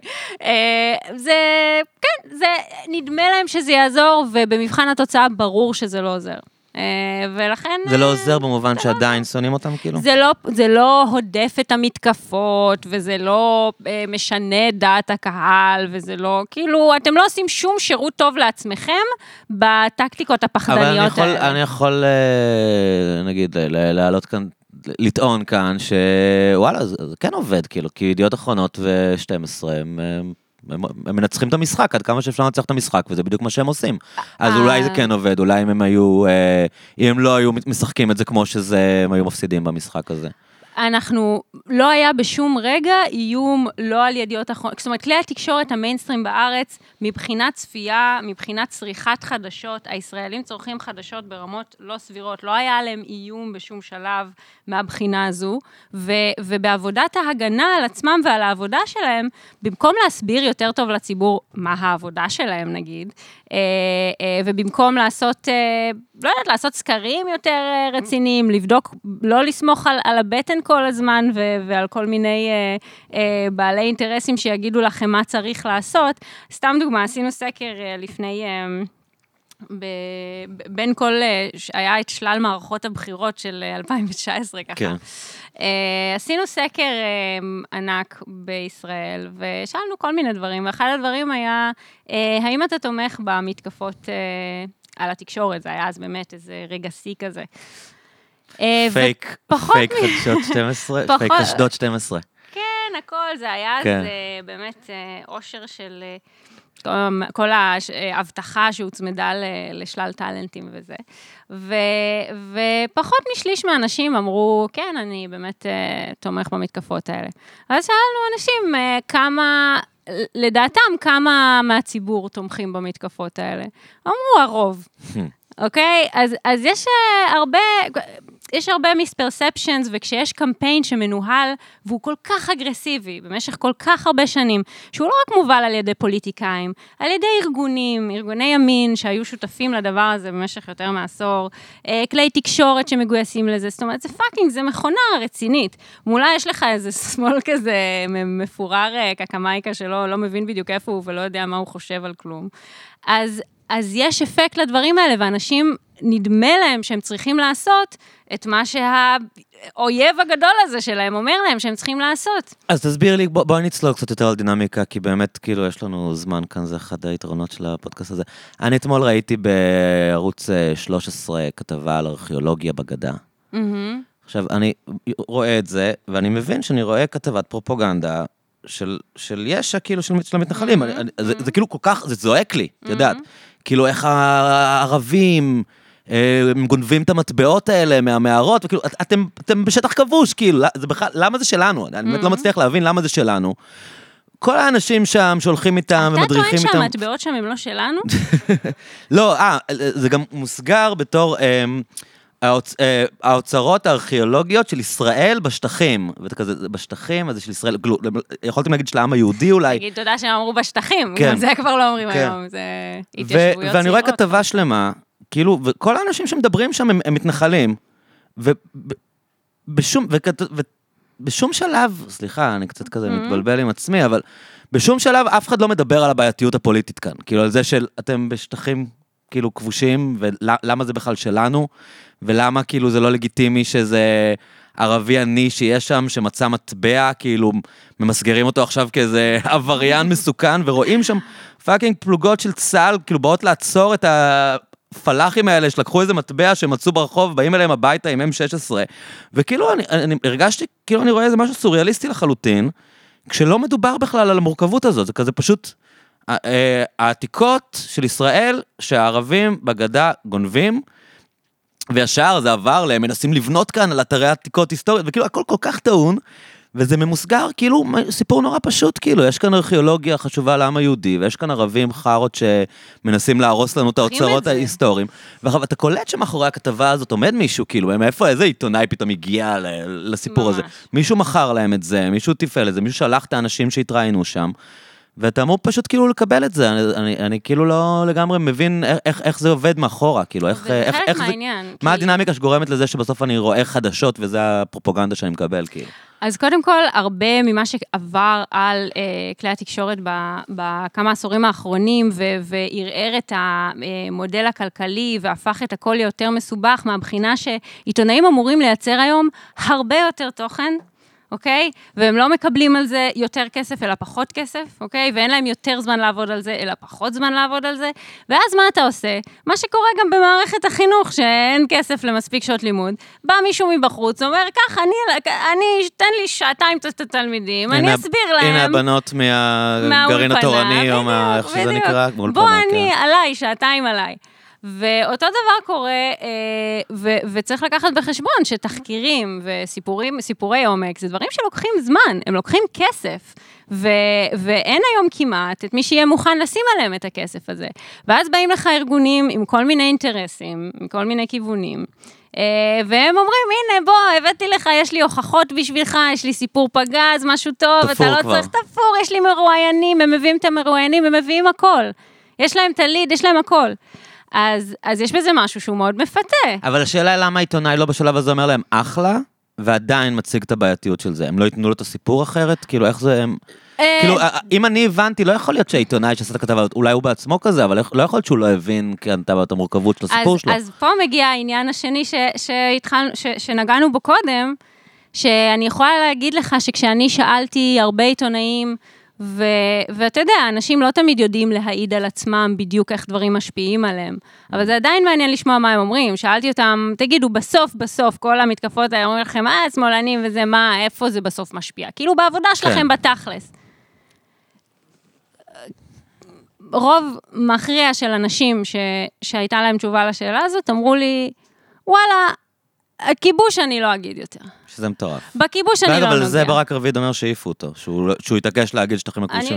זה, כן, זה נדמה להם שזה יעזור, ובמבחן התוצאה ברור שזה לא עוזר. ולכן... זה לא עוזר במובן שעדיין שונאים אותם, כאילו? זה לא הודף את המתקפות, וזה לא משנה את דעת הקהל, וזה לא, כאילו, אתם לא עושים שום שירות טוב לעצמכם, בטקטיקות הפחדניות האלה. אבל אני יכול, נגיד, להעלות כאן, לטעון כאן, שוואלה, זה כן עובד, כאילו, כי ידיעות אחרונות ו-12, הם מנצחים את המשחק, עד כמה שאפשר לנצח את המשחק, וזה בדיוק מה שהם עושים. אז אולי זה כן עובד, אולי אם הם היו, אם הם לא היו משחקים את זה כמו שזה, הם היו מפסידים במשחק הזה. אנחנו, לא היה בשום רגע איום, לא על ידיעות אחרונות, זאת אומרת, כלי התקשורת המיינסטרים בארץ, מבחינת צפייה, מבחינת צריכת חדשות, הישראלים צורכים חדשות ברמות לא סבירות, לא היה עליהם איום בשום שלב מהבחינה הזו, ובעבודת ההגנה על עצמם ועל העבודה שלהם, במקום להסביר יותר טוב לציבור מה העבודה שלהם נגיד, ובמקום לעשות, לא יודעת, לעשות סקרים יותר רציניים, לבדוק, לא לסמוך על הבטן כל הזמן, ועל כל מיני בעלי אינטרסים שיגידו לכם מה צריך לעשות. סתם דוגמה, עשינו סקר לפני, בין כל, היה את שלל מערכות הבחירות של 2019 ככה. כן. עשינו סקר ענק בישראל, ושאלנו כל מיני דברים, ואחד הדברים היה, האם אתה תומך במתקפות על התקשורת? זה היה אז באמת איזה רגע שיא כזה. פייק חדשות 12, פייק חשדות 12. כן, הכל, זה היה אז באמת אושר של כל ההבטחה שהוצמדה לשלל טלנטים וזה. ופחות משליש מהאנשים אמרו, כן, אני באמת תומך במתקפות האלה. אז שאלנו אנשים כמה, לדעתם כמה מהציבור תומכים במתקפות האלה. אמרו הרוב. אוקיי? אז יש הרבה מיספרספשנס, וכשיש קמפיין שמנוהל, והוא כל כך אגרסיבי, במשך כל כך הרבה שנים, שהוא לא רק מובל על ידי פוליטיקאים, על ידי ארגונים, ארגוני ימין, שהיו שותפים לדבר הזה במשך יותר מעשור, כלי תקשורת שמגויסים לזה, זאת אומרת, זה פאקינג, זה מכונה רצינית. מולה יש לך איזה שמאל כזה מפורר קקמייקה שלו, לא מבין בדיוק איפה הוא, ולא יודע מה הוא חושב על כלום. אז יש אפקט לדברים האלה, ואנשים נדמה להם שהם צריכים לעשות את מה שהאויב הגדול הזה שלהם אומר להם שהם צריכים לעשות. אז תסביר לי, בואי נצלול קצת יותר על דינמיקה, כי באמת כאילו יש לנו זמן כאן, זה אחד היתרונות של הפודקאסט הזה. אני אתמול ראיתי בערוץ 13 כתבה על ארכיאולוגיה בגדה. עכשיו, אני רואה את זה, ואני מבין שאני רואה כתבת פרופוגנדה, של ישע, כאילו, של המתנחלים. זה כאילו כל כך, זה זועק לי, את יודעת. כאילו, איך הערבים הם גונבים את המטבעות האלה מהמערות, וכאילו, אתם בשטח כבוש, כאילו, למה זה שלנו? אני באמת לא מצליח להבין למה זה שלנו. כל האנשים שם שהולכים איתם ומדריכים איתם. אתה טוען שהמטבעות שם הם לא שלנו? לא, זה גם מוסגר בתור האוצרות הארכיאולוגיות של ישראל בשטחים. וכזה, בשטחים, אז זה של ישראל, יכולתם להגיד של העם היהודי אולי. תגיד, תודה שהם אמרו בשטחים, גם זה כבר לא אומרים היום, זה התיישבויות צעירות. ואני רואה כתבה שלמה, כאילו, וכל האנשים שמדברים שם הם מתנחלים, בשום שלב, סליחה, אני קצת כזה מתבלבל עם עצמי, אבל בשום שלב אף אחד לא מדבר על הבעייתיות הפוליטית כאן, כאילו על זה שאתם בשטחים כאילו כבושים, ולמה זה בכלל שלנו, ולמה כאילו זה לא לגיטימי שזה ערבי עני שיש שם, שמצא מטבע, כאילו ממסגרים אותו עכשיו כאיזה עבריין מסוכן, ורואים שם פאקינג פלוגות של צה"ל, כאילו באות לעצור את הפלאחים האלה, שלקחו איזה מטבע שמצאו ברחוב, באים אליהם הביתה עם M16, וכאילו אני הרגשתי, כאילו אני רואה איזה משהו סוריאליסטי לחלוטין, כשלא מדובר בכלל על המורכבות הזאת, זה כזה פשוט, העתיקות של ישראל, שהערבים בגדה גונבים, וישר זה עבר להם, מנסים לבנות כאן על אתרי עתיקות היסטוריות, וכאילו הכל כל כך טעון, וזה ממוסגר, כאילו, סיפור נורא פשוט, כאילו, יש כאן ארכיאולוגיה חשובה לעם היהודי, ויש כאן ערבים חרות שמנסים להרוס לנו את האוצרות ההיסטוריים, ואתה קולט שמאחורי הכתבה הזאת עומד מישהו, כאילו, מאיפה איזה עיתונאי פתאום הגיע לסיפור הזה? מישהו מכר להם את זה, מישהו טיפל את זה, מישהו שלח את האנשים שהתראינו שם, ואתה אמור פשוט כאילו לקבל את זה, אני כאילו לא לגמרי מבין איך זה עובד מאחורה, כאילו, מה הדינמיקה שגורמת לזה שבסוף אני רואה חדשות, וזה הפרופוגנדה שאני מקבל, כאילו. אז קודם כל, הרבה ממה שעבר על כלי התקשורת בכמה עשורים האחרונים, וערער את המודל הכלכלי, והפך את הכל ליותר מסובך, מהבחינה שעיתונאים אמורים לייצר היום הרבה יותר תוכן, אוקיי? והם לא מקבלים על זה יותר כסף, אלא פחות כסף, אוקיי? ואין להם יותר זמן לעבוד על זה, אלא פחות זמן לעבוד על זה. ואז מה אתה עושה? מה שקורה גם במערכת החינוך, שאין כסף למספיק שעות לימוד, בא מישהו מבחוץ, אומר, כך, תן לי שעתיים את התלמידים, אני אסביר להם. הנה הבנות מהגרעין התורני, או איך שזה נקרא, בוא אני עליי, שעתיים עליי. ואותו דבר קורה, וצריך לקחת בחשבון שתחקירים וסיפורי עומק, זה דברים שלוקחים זמן, הם לוקחים כסף, ואין היום כמעט את מי שיהיה מוכן לשים עליהם את הכסף הזה. ואז באים לך ארגונים עם כל מיני אינטרסים, עם כל מיני כיוונים, והם אומרים, הנה בוא, הבאתי לך, יש לי הוכחות בשבילך, יש לי סיפור פגז, משהו טוב, אתה לא צריך תפור, יש לי מרואיינים, הם מביאים את המרואיינים, הם מביאים הכל. יש להם תליד, יש להם הכל. אז יש בזה משהו שהוא מאוד מפתה. אבל השאלה היא למה העיתונאי לא בשלב הזה אומר להם אחלה, ועדיין מציג את הבעייתיות של זה. הם לא ייתנו לו את הסיפור אחרת? כאילו, איך זה... כאילו, אם אני הבנתי, לא יכול להיות שהעיתונאי שעשה את הכתבה, אולי הוא בעצמו כזה, אבל לא יכול להיות שהוא לא הבין את המורכבות של הסיפור שלו. אז פה מגיע העניין השני שנגענו בו קודם, שאני יכולה להגיד לך שכשאני שאלתי הרבה עיתונאים, ואתה יודע, אנשים לא תמיד יודעים להעיד על עצמם בדיוק איך דברים משפיעים עליהם, אבל זה עדיין מעניין לשמוע מה הם אומרים. שאלתי אותם, תגידו, בסוף, כל המתקפות האלה אומרים לכם, שמאלנים וזה מה, איפה זה בסוף משפיע? כאילו בעבודה שלכם בתכלס. רוב מכריע של אנשים שהייתה להם תשובה לשאלה הזאת, אמרו לי, וואלה, הכיבוש אני לא אגיד יותר. שזה מטורף. בכיבוש אני לא נוגע. אבל זה ברק רביד אומר שהעיפו אותו, שהוא יתעקש להגיד שטחים הכבושים,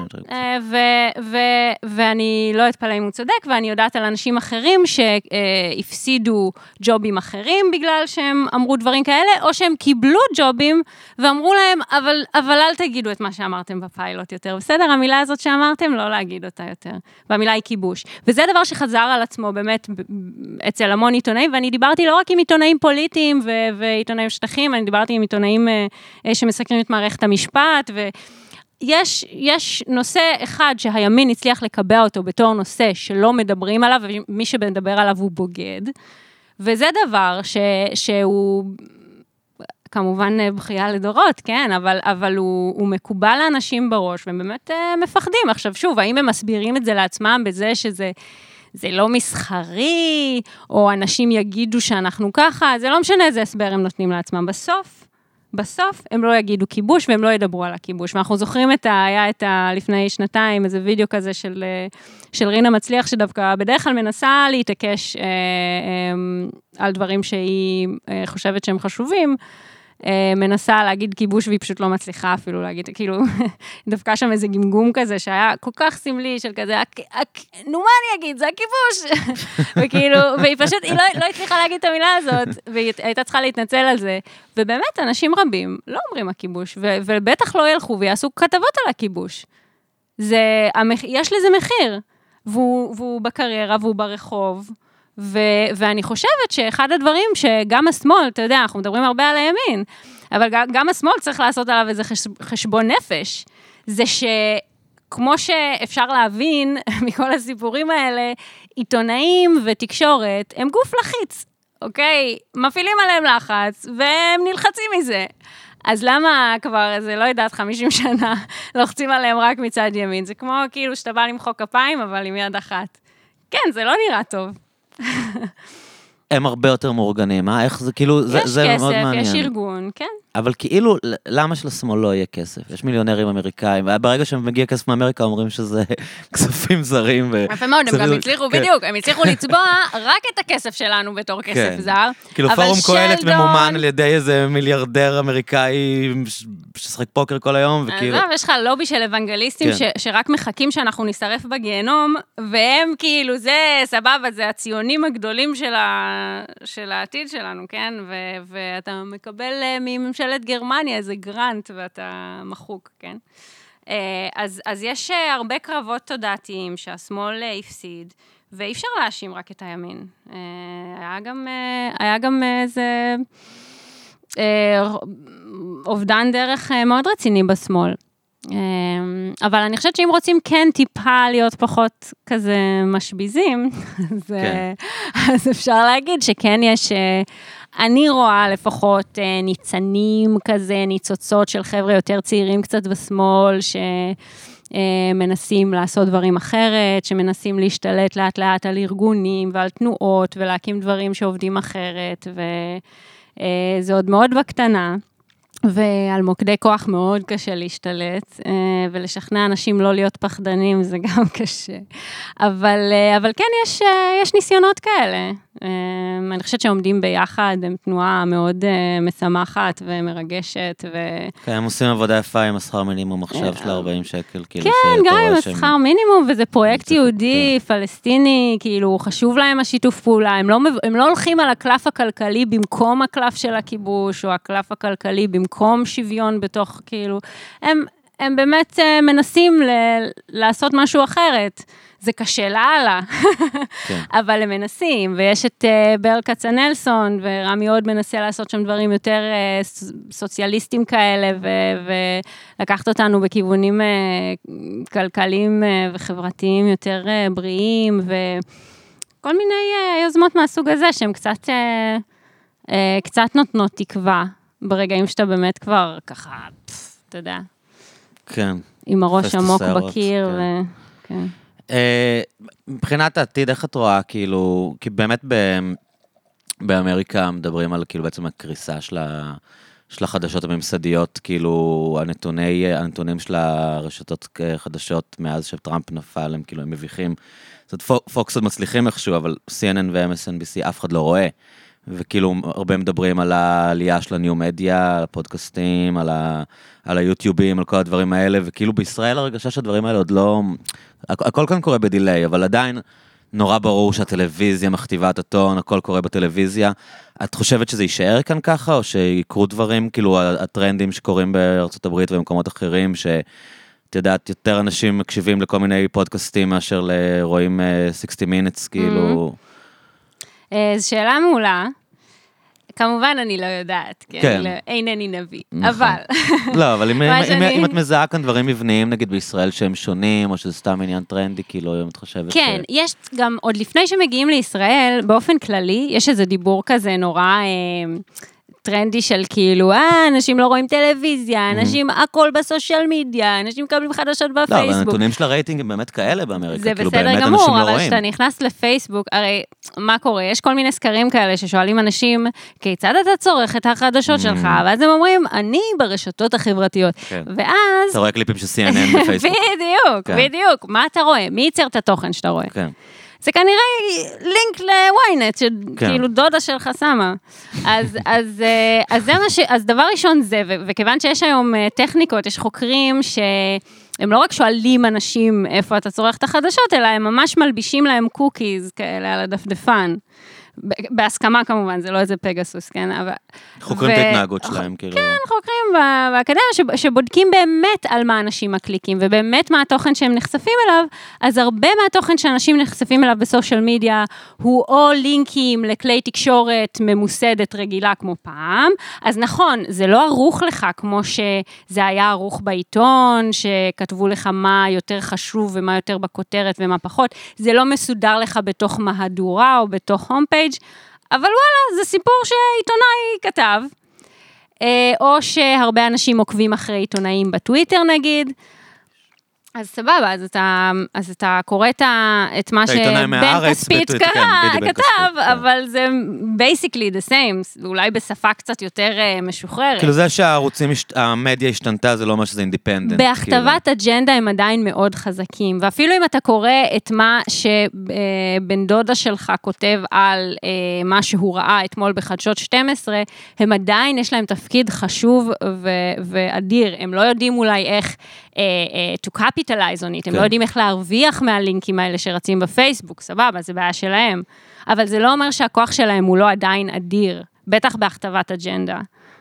ואני לא אתפלא אם הוא צודק, ואני יודעת על אנשים אחרים שהפסידו ג'ובים אחרים בגלל שהם אמרו דברים כאלה, או שהם קיבלו ג'ובים ואמרו להם, אבל אל תגידו את מה שאמרתם בפיילוט יותר. בסדר, המילה הזאת שאמרתם, לא להגיד אותה יותר. והמילה היא כיבוש. וזה דבר שחזר על עצמו באמת אצל המון עיתונאים, ואני דיברתי לא רק עם עיתונאים פוליטיים ועיתונאים שטחים, אני דיברתי עם עיתונאים שמסקרים את מערכת המשפט, ויש נושא אחד שהימין הצליח לקבע אותו בתור נושא שלא מדברים עליו, ומי שמדבר עליו הוא בוגד, וזה דבר שהוא כמובן בחייה לדורות, כן, אבל הוא מקובל לאנשים בראש, והם באמת מפחדים. עכשיו שוב, האם הם מסבירים את זה לעצמם בזה שזה... זה לא מסחרי, או אנשים יגידו שאנחנו ככה, זה לא משנה איזה הסבר הם נותנים לעצמם. בסוף, בסוף הם לא יגידו כיבוש, והם לא ידברו על הכיבוש. ואנחנו זוכרים היה לפני שנתיים, איזה וידאו כזה של רינה מצליח, שדווקא בדרך כלל מנסה להתעקש על דברים שהיא חושבת שהם חשובים, מנסה להגיד כיבוש, והיא פשוט לא מצליחה אפילו להגיד, כאילו, דווקא שם איזה גמגום כזה, שהיה כל כך סמלי, של כזה, נו מה אני אגיד, זה הכיבוש. וכאילו, והיא פשוט, היא לא הצליחה להגיד את המילה הזאת, והיא הייתה צריכה להתנצל על זה. ובאמת, אנשים רבים לא אומרים הכיבוש, ובטח לא ילכו ויעשו כתבות על הכיבוש. יש לזה מחיר, והוא בקריירה, והוא ברחוב, ואני חושבת שאחד הדברים שגם השמאל, אתה יודע, אנחנו מדברים הרבה על הימין, אבל גם השמאל צריך לעשות עליו איזה חשבון נפש, זה שכמו שאפשר להבין מכל הסיפורים האלה, עיתונאים ותקשורת הם גוף לחיץ, אוקיי? מפעילים עליהם לחץ, והם נלחצים מזה. אז למה כבר, זה לא יודעת, 50 שנה, לוחצים עליהם רק מצד ימין? זה כמו כאילו שאתה בא למחוא כפיים, אבל עם יד אחת. כן, זה לא נראה טוב. הם הרבה יותר מאורגנים, איך זה כאילו, זה מאוד מעניין. יש כסף, יש ארגון, כן. אבל כאילו, למה שלשמאל לא יהיה כסף? יש מיליונרים אמריקאים, וברגע שמגיע כסף מאמריקה, אומרים שזה כספים זרים. יפה מאוד, הם גם הצליחו, בדיוק, הם הצליחו לצבוע רק את הכסף שלנו בתור כסף זר. כאילו פורום קהלת ממומן על ידי איזה מיליארדר אמריקאי ששחק פוקר כל היום, וכאילו... אז יש לך לובי של אוונגליסטים שרק מחכים שאנחנו נשרף בגיהנום, והם כאילו, זה סבבה, זה הציונים הגדולים של העתיד שלנו, כן? ואתה מקבל מממשלת גרמניה איזה גרנט, ואתה מחוק, כן? אז יש הרבה קרבות תודעתיים שהשמאל הפסיד, ואי אפשר להאשים רק את הימין. היה גם איזה אובדן דרך מאוד רציני בשמאל. אבל אני חושבת שאם רוצים כן טיפה להיות פחות כזה משביזים, אז אפשר להגיד שכן יש, אני רואה לפחות ניצנים כזה, ניצוצות של חבר'ה יותר צעירים קצת בשמאל, שמנסים לעשות דברים אחרת, שמנסים להשתלט לאט לאט על ארגונים ועל תנועות, ולהקים דברים שעובדים אחרת, וזה עוד מאוד בקטנה. ועל מוקדי כוח מאוד קשה להשתלט, ולשכנע אנשים לא להיות פחדנים, זה גם קשה. אבל כן, יש ניסיונות כאלה. אני חושבת שעומדים ביחד, הם תנועה מאוד משמחת ומרגשת. כן, הם עושים עבודה יפה עם השכר מינימום עכשיו של 40 שקל. כן, גם עם השכר מינימום, וזה פרויקט יהודי, פלסטיני, כאילו, חשוב להם השיתוף פעולה. הם לא הולכים על הקלף הכלכלי במקום הקלף של הכיבוש, או הקלף הכלכלי במקום שוויון בתוך, כאילו, הם באמת מנסים לעשות משהו אחרת. זה קשה לאללה, אבל הם מנסים, ויש את ברל כצנלסון, ורמי עוד מנסה לעשות שם דברים יותר סוציאליסטים כאלה, ולקחת אותנו בכיוונים כלכליים וחברתיים יותר בריאים, וכל מיני יוזמות מהסוג הזה, שהן קצת נותנות תקווה, ברגעים שאתה באמת כבר ככה, אתה יודע, כן. עם הראש עמוק בקיר, וכן. מבחינת העתיד, איך את רואה, כאילו, כי באמת באמריקה מדברים על, כאילו, בעצם הקריסה של החדשות הממסדיות, כאילו, הנתונים של הרשתות חדשות מאז שטראמפ נפל, הם כאילו, הם מביכים. זאת אומרת, פוקס עוד מצליחים איכשהו, אבל CNN ו-MSNBC אף אחד לא רואה. וכאילו, הרבה מדברים על העלייה של הניו-מדיה, על הפודקאסטים, על היוטיובים, על כל הדברים האלה, וכאילו בישראל הרגשה שהדברים האלה עוד לא... הכל כאן קורה בדיליי, אבל עדיין נורא ברור שהטלוויזיה מכתיבה את הטון, הכל קורה בטלוויזיה. את חושבת שזה יישאר כאן ככה, או שיקרו דברים, כאילו הטרנדים שקורים בארצות הברית ובמקומות אחרים, שאת יודעת, יותר אנשים מקשיבים לכל מיני פודקאסטים מאשר לרואים 60 Minutes, כאילו... זו שאלה מעולה. כמובן אני לא יודעת, כן, אינני נביא, אבל... לא, אבל אם את מזהה כאן דברים מבניים, נגיד בישראל שהם שונים, או שזה סתם עניין טרנדי, כאילו, אם את חושבת... כן, יש גם, עוד לפני שמגיעים לישראל, באופן כללי, יש איזה דיבור כזה נורא טרנדי של כאילו, אנשים לא רואים טלוויזיה, אנשים הכל בסושיאל מדיה, אנשים מקבלים חדשות בפייסבוק. לא, אבל הנתונים של הרייטינג הם באמת כאלה באמריקה. זה כאילו, בסדר באמת גמור, אנשים לא אבל רואים. כשאתה נכנס לפייסבוק, הרי מה קורה? יש כל מיני סקרים כאלה ששואלים אנשים, כיצד אתה צורך את החדשות שלך? ואז הם אומרים, אני ברשתות החברתיות. ואז... אתה רואה קליפים של CNN בפייסבוק. בדיוק. מה אתה רואה? מי ייצר את התוכן שאתה רואה? כן. זה כנראה לינק לוויינט, שכאילו דודה שלך שמה. אז דבר ראשון זה, וכיוון שיש היום טכניקות, יש חוקרים שהם לא רק שואלים אנשים איפה אתה צורך את החדשות, אלא הם ממש מלבישים להם קוקיז כאלה על הדפדפן. בהסכמה כמובן, זה לא איזה פגסוס, כן? חוקרים את ההתנהגות שלהם, כאילו. כן, חוקרים באקדמיה שבודקים באמת על מה אנשים מקליקים, ובאמת מה התוכן שהם נחשפים אליו, אז הרבה מהתוכן שאנשים נחשפים אליו בסושיאל מדיה, הוא או לינקים לכלי תקשורת ממוסדת רגילה כמו פעם, אז נכון, זה לא ערוך לך כמו שזה היה ערוך בעיתון, שכתבו לך מה יותר חשוב ומה יותר בכותרת ומה פחות, זה לא מסודר לך בתוך מהדורה או בתוך הום פייג', אבל וואלה, זה סיפור שעיתונאי כתב, או שהרבה אנשים עוקבים אחרי עיתונאים בטוויטר נגיד, אז סבבה, אז אתה קורא את מה שבן כספית כתב, אבל זה basically the same, אולי בשפה קצת יותר משוחררת. כאילו זה שהמדיה השתנתה, זה לא אומר שזה אינדיפנדנט. בהכתבת אג'נדה הם עדיין מאוד חזקים, ואפילו אם אתה קורא את מה שבן דודה שלך כותב על מה שהוא ראה אתמול בחדשות 12, הם עדיין יש להם תפקיד חשוב ואדיר, הם לא יודעים אולי איך to capitalize on it, הם לא יודעים איך להרוויח מהלינקים האלה שרצים בפייסבוק, סבבה, זה בעיה שלהם, אבל זה לא אומר שהכוח שלהם הוא לא עדיין אדיר, בטח בהכתבת אג'נדה.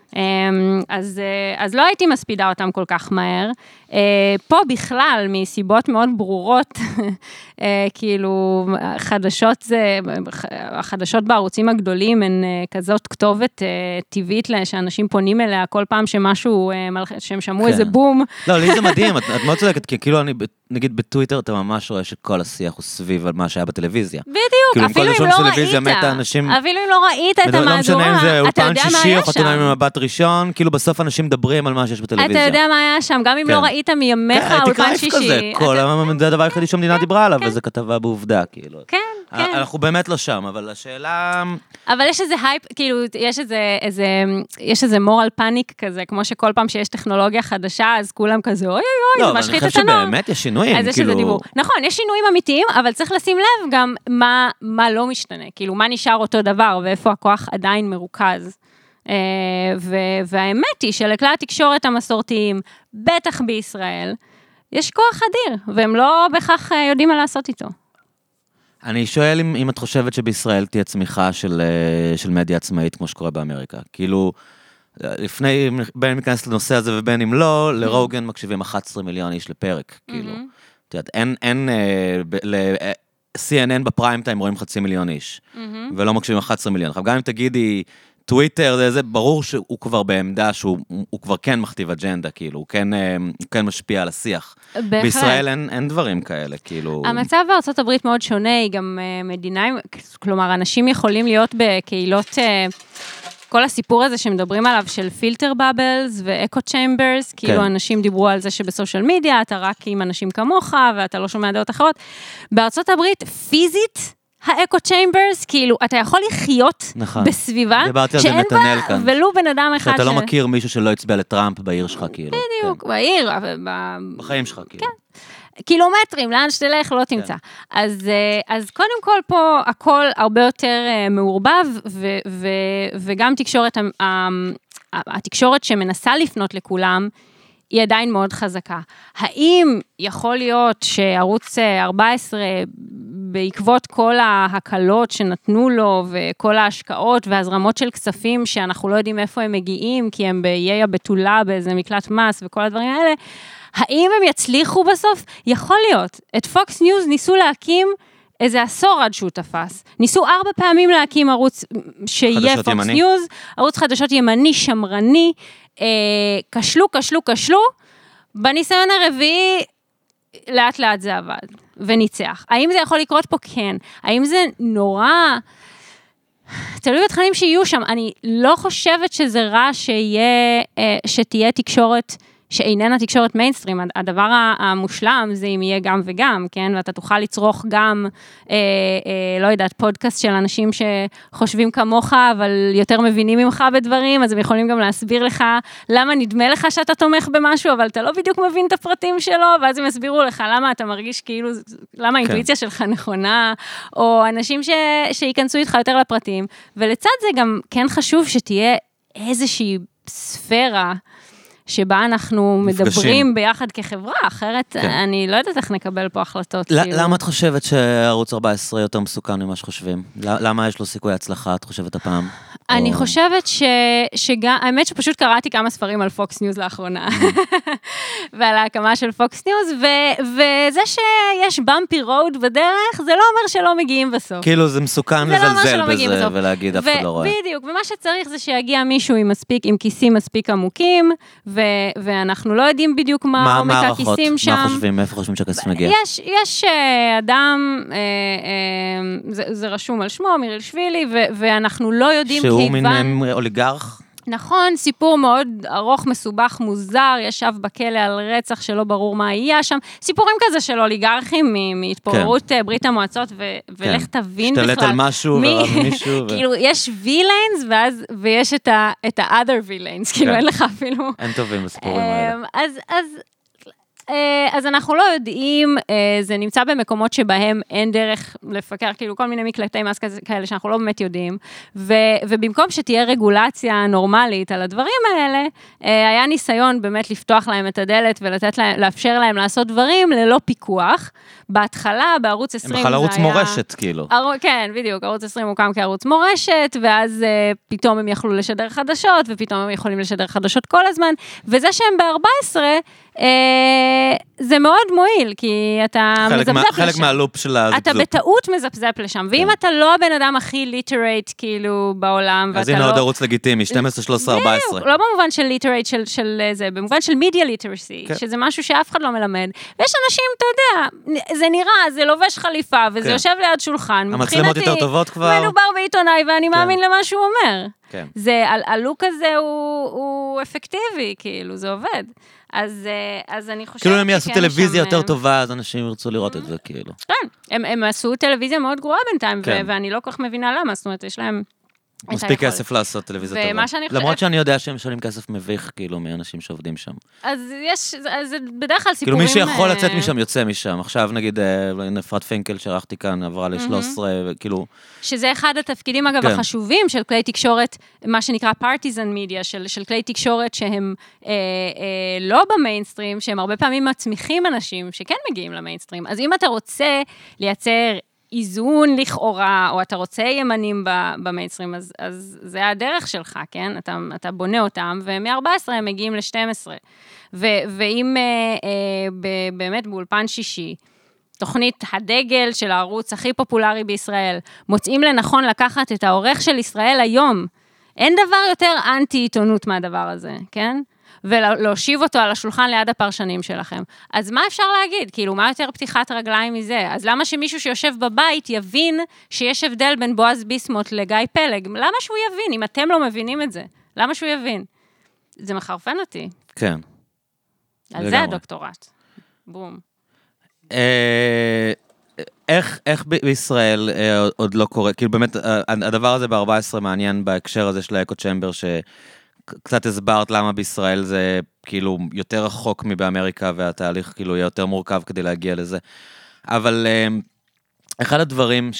אז לא הייתי מספידה אותם כל כך מהר. פה בכלל, מסיבות מאוד ברורות, כאילו, החדשות בערוצים הגדולים הן כזאת כתובת טבעית שאנשים פונים אליה כל פעם שמשהו, שהם שמעו איזה בום. לא, לי זה מדהים, את מאוד צודקת, כי כאילו אני, נגיד בטוויטר, אתה ממש רואה שכל השיח הוא סביב על מה שהיה בטלוויזיה. בדיוק, אפילו אם לא ראית את המהדורה, לא משנה אם זה אולפן שישי או חתונה ממבט ראשון, כאילו בסוף אנשים מדברים על מה שיש בטלוויזיה. אתה יודע מה היה שם, גם אם לא ראית מימיך אולפן שישי. זה הדבר היחידי שהמדינה דיברה עליו, וזה כתבה בעובדה, כאילו. כן, כן. אנחנו באמת לא שם, אבל השאלה... אבל יש איזה הייפ, כאילו, יש איזה מורל פאניק כזה, כמו שכל פעם שיש טכנולוגיה חדשה, אז כולם כזה, אוי, אוי, זה משחית את הנוער. לא, אבל אני חושב שבאמת יש שינויים, כאילו... נכון, יש שינויים אמיתיים, אבל צריך לשים לב גם מה לא משתנה, כאילו, מה נשאר אותו דבר, ואיפה הכוח עדיין מרוכז. והאמת היא שלכלל התקשורת המסורתיים, בטח בישראל, יש כוח אדיר, והם לא בכך יודעים מה לעשות איתו. אני שואל אם את חושבת שבישראל תהיה צמיחה של מדיה עצמאית, כמו שקורה באמריקה. כאילו, לפני, בין מכנס לנושא הזה ובין אם לא, לרוגן מקשיבים 11 מיליון איש לפרק, כאילו. את יודעת, אין, CNN בפריים טיים רואים 500,000 איש, ולא מקשיבים 11 מיליון. גם אם תגידי, טוויטר, זה ברור שהוא כבר בעמדה, שהוא כבר כן מכתיב אג'נדה, כאילו, הוא כן משפיע על השיח. בישראל אין דברים כאלה, כאילו... המצב בארצות הברית מאוד שונה, היא גם מדינה, כלומר, אנשים יכולים להיות בקהילות, כל הסיפור הזה שמדברים עליו של פילטר בבלס ואקו צ'יימברס, כאילו אנשים דיברו על זה שבסושיאל מדיה, אתה רק עם אנשים כמוך, ואתה לא שומע דעות אחרות. בארצות הברית, פיזית, האקו צ'יימברס, כאילו, אתה יכול לחיות בסביבה, שאין בה ולו בן אדם אחד שאתה לא מכיר מישהו שלא יצביע לטראמפ בעיר שלך, כאילו. בדיוק, בעיר. בחיים שלך, כאילו. קילומטרים, לאן שתלך, לא תמצא. אז קודם כל פה, הכל הרבה יותר מעורבב, וגם התקשורת שמנסה לפנות לכולם, היא עדיין מאוד חזקה. האם יכול להיות שערוץ 14, בעקבות כל ההקלות שנתנו לו, וכל ההשקעות והזרמות של כספים, שאנחנו לא יודעים איפה הם מגיעים, כי הם באיי הבתולה, באיזה מקלט מס, וכל הדברים האלה, האם הם יצליחו בסוף? יכול להיות. את פוקס ניוז ניסו להקים איזה עשור עד שהוא תפס. ניסו 4 פעמים להקים ערוץ שיהיה פוקס ניוז, ערוץ חדשות ימני, שמרני, כשלו, בניסיון הרביעי, לאט לאט זה עבד, וניצח. האם זה יכול לקרות פה? כן. האם זה נורא תלוי בתכנים שיהיו שם. אני לא חושבת שזה רע שתהיה תקשורת שאיננה תקשורת מיינסטרים. הדבר המושלם זה אם יהיה גם וגם, כן? ואתה תוכל לצרוך גם, לא יודעת, פודקאסט של אנשים שחושבים כמוך, אבל יותר מבינים ממך בדברים, אז הם יכולים גם להסביר לך למה נדמה לך שאתה תומך במשהו, אבל אתה לא בדיוק מבין את הפרטים שלו, ואז הם יסבירו לך למה אתה מרגיש כאילו, למה האינטואיציה שלך נכונה, או אנשים שיכנסו איתך יותר לפרטים. ולצד זה גם כן חשוב שתהיה איזושהי ספירה, שבה אנחנו מדברים ביחד כחברה, אחרת אני לא יודעת איך נקבל פה החלטות. למה את חושבת שערוץ 14 יותר מסוכן ממה שחושבים? למה יש לו סיכוי הצלחה, את חושבת הפעם? אני חושבת האמת שפשוט קראתי כמה ספרים על פוקס ניוז לאחרונה, ועל ההקמה של פוקס ניוז, וזה שיש במפי רוד בדרך, זה לא אומר שלא מגיעים בסוף. כאילו זה מסוכן לזלזל בזה, ולהגיד אף אחד לא רואה. בדיוק, ומה שצריך זה שיגיע מישהו עם כיסים מספיק עמוקים, ואנחנו לא יודעים בדיוק מה עומק הכיסים שם. מה חושבים, איפה חושבים שהכסף מגיע? יש אדם, זה רשום על שמו, מירילשווילי, ואנחנו לא יודעים שהוא מין אוליגרך? נכון, סיפור מאוד ארוך, מסובך, מוזר, ישב בכלא על רצח שלא ברור מה היה שם, סיפורים כזה של אוליגרכים מהתפוררות ברית המועצות, ולך תבין בכלל. השתלט על משהו ורב מישהו. כאילו, יש וילאנס, ויש את ה-other וילאנס, כאילו אין לך אפילו. אין טובים בסיפורים האלה. אז אנחנו לא יודעים, זה נמצא במקומות שבהם אין דרך לפקח, כאילו כל מיני מקלטי מס כאלה שאנחנו לא באמת יודעים, ובמקום שתהיה רגולציה נורמלית על הדברים האלה, היה ניסיון באמת לפתוח להם את הדלת ולאפשר להם לעשות דברים ללא פיקוח. בהתחלה, בערוץ 20 הם בכלל ערוץ מורשת, כאילו. כן, בדיוק, ערוץ 20 הוקם כערוץ מורשת, ואז פתאום הם יכלו לשדר חדשות, ופתאום הם יכולים לשדר חדשות כל הזמן, וזה שהם ב-14, זה מאוד מועיל, כי אתה מזפזפ לשם. חלק מהלופ של הזפזופ. אתה בטעות מזפזפ לשם, ואם אתה לא הבן אדם הכי ליטרייט, כאילו, בעולם, אז הנה עוד ערוץ לגיטימי, 12, 13, 14. לא במובן של ליטרייט של זה, במובן של מידיה ליטרסי, שזה משהו שאף אחד לא מלמד. ויש אנשים, אתה יודע, זה נראה, זה לובש חליפה, וזה יושב ליד שולחן. המצלמות יותר טובות כבר. מדובר בעיתונאי, ואני מאמין למה שהוא אומר. זה, הלוק הזה הוא אפקטיבי, כאילו, זה עובד. אז אני חושבת כאילו הם יעשו טלוויזיה יותר טובה, אז אנשים ירצו לראות את זה, כאילו. כן, הם עשו טלוויזיה מאוד גרועה בינתיים, ואני לא כל כך מבינה למה, זאת אומרת, יש להם מספיק כסף לעשות טלוויזיה טובה. למרות שאני יודע שהם משלמים כסף מביך, כאילו, מאנשים שעובדים שם. אז זה בדרך כלל סיפורים... כאילו, מי שיכול לצאת משם, יוצא משם. עכשיו, נגיד, אפרת פינקל שערכתי כאן, עברה ל-13, כאילו... שזה אחד התפקידים, אגב, החשובים של כלי תקשורת, מה שנקרא partisan media, של כלי תקשורת שהם לא במיינסטרים, שהם הרבה פעמים מצמיחים אנשים שכן מגיעים למיינסטרים. אז אם אתה רוצה לייצר איזון לכאורה, או אתה רוצה ימנים במיינסטרים, אז זה הדרך שלך, כן? אתה בונה אותם, ומ-14 הם מגיעים ל-12. ואם באמת באולפן שישי, תוכנית הדגל של הערוץ הכי פופולרי בישראל, מוצאים לנכון לקחת את העורך של ישראל היום, אין דבר יותר אנטי-עיתונות מהדבר הזה, כן? ולהושיב אותו על השולחן ליד הפרשנים שלכם. אז מה אפשר להגיד? כאילו, מה יותר פתיחת רגליים מזה? אז למה שמישהו שיושב בבית יבין שיש הבדל בין בועז ביסמוט לגיא פלג? למה שהוא יבין? אם אתם לא מבינים את זה, למה שהוא יבין? זה מחרפן אותי. כן. על זה הדוקטורט. בום. איך בישראל עוד לא קורה? כאילו, באמת, הדבר הזה ב-14 מעניין בהקשר הזה של האקו צ'מבר, קצת הסברת למה בישראל זה כאילו יותר רחוק מבאמריקה, והתהליך כאילו יהיה יותר מורכב כדי להגיע לזה. אבל אחד הדברים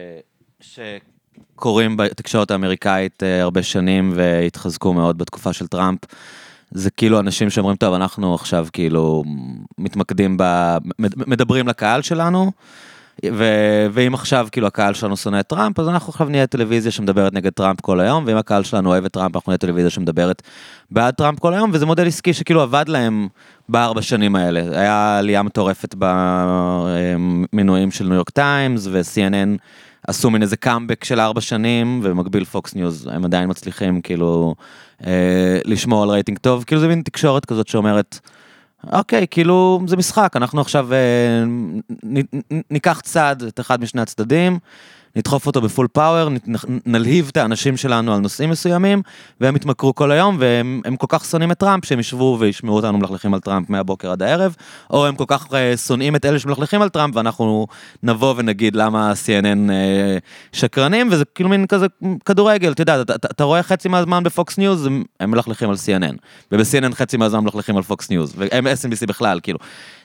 שקורים בתקשורת האמריקאית הרבה שנים, והתחזקו מאוד בתקופה של טראמפ, זה כאילו אנשים שאומרים, טוב, אנחנו עכשיו כאילו מתמקדים מדברים לקהל שלנו, ואם עכשיו כאילו הקהל שלנו שונא את טראמפ, אז אנחנו עכשיו נהיה טלוויזיה שמדברת נגד טראמפ כל היום, ואם הקהל שלנו אוהב את טראמפ, אנחנו נהיה טלוויזיה שמדברת בעד טראמפ כל היום, וזה מודל עסקי שכאילו עבד להם ב4 שנים האלה. היה עלייה מטורפת במנויים של ניו יורק טיימס, ו-CNN עשו מן איזה קאמבק של 4 שנים, ובמקביל פוקס ניוז, הם עדיין מצליחים כאילו לשמור על רייטינג טוב, כאילו זה מין תקשורת כזאת שאומרת, אוקיי, כאילו זה משחק, אנחנו עכשיו ניקח צד את אחד משני הצדדים, נדחוף אותו בפול פאוור, נלהיב את האנשים שלנו על נושאים מסוימים, והם יתמכרו כל היום, והם כל כך שונאים את טראמפ, שהם ישבו וישמעו אותנו מלכלכים על טראמפ מהבוקר עד הערב, או הם כל כך שונאים את אלה שמלכלכים על טראמפ, ואנחנו נבוא ונגיד למה CNN שקרנים, וזה כאילו מין כזה כדורגל, אתה יודע, אתה רואה חצי מהזמן בפוקס ניוז, הם מלכלכים על CNN, וב-CNN חצי מהזמן מלכלכים על פוקס ניוז, והם SNBC בכלל, כאילו.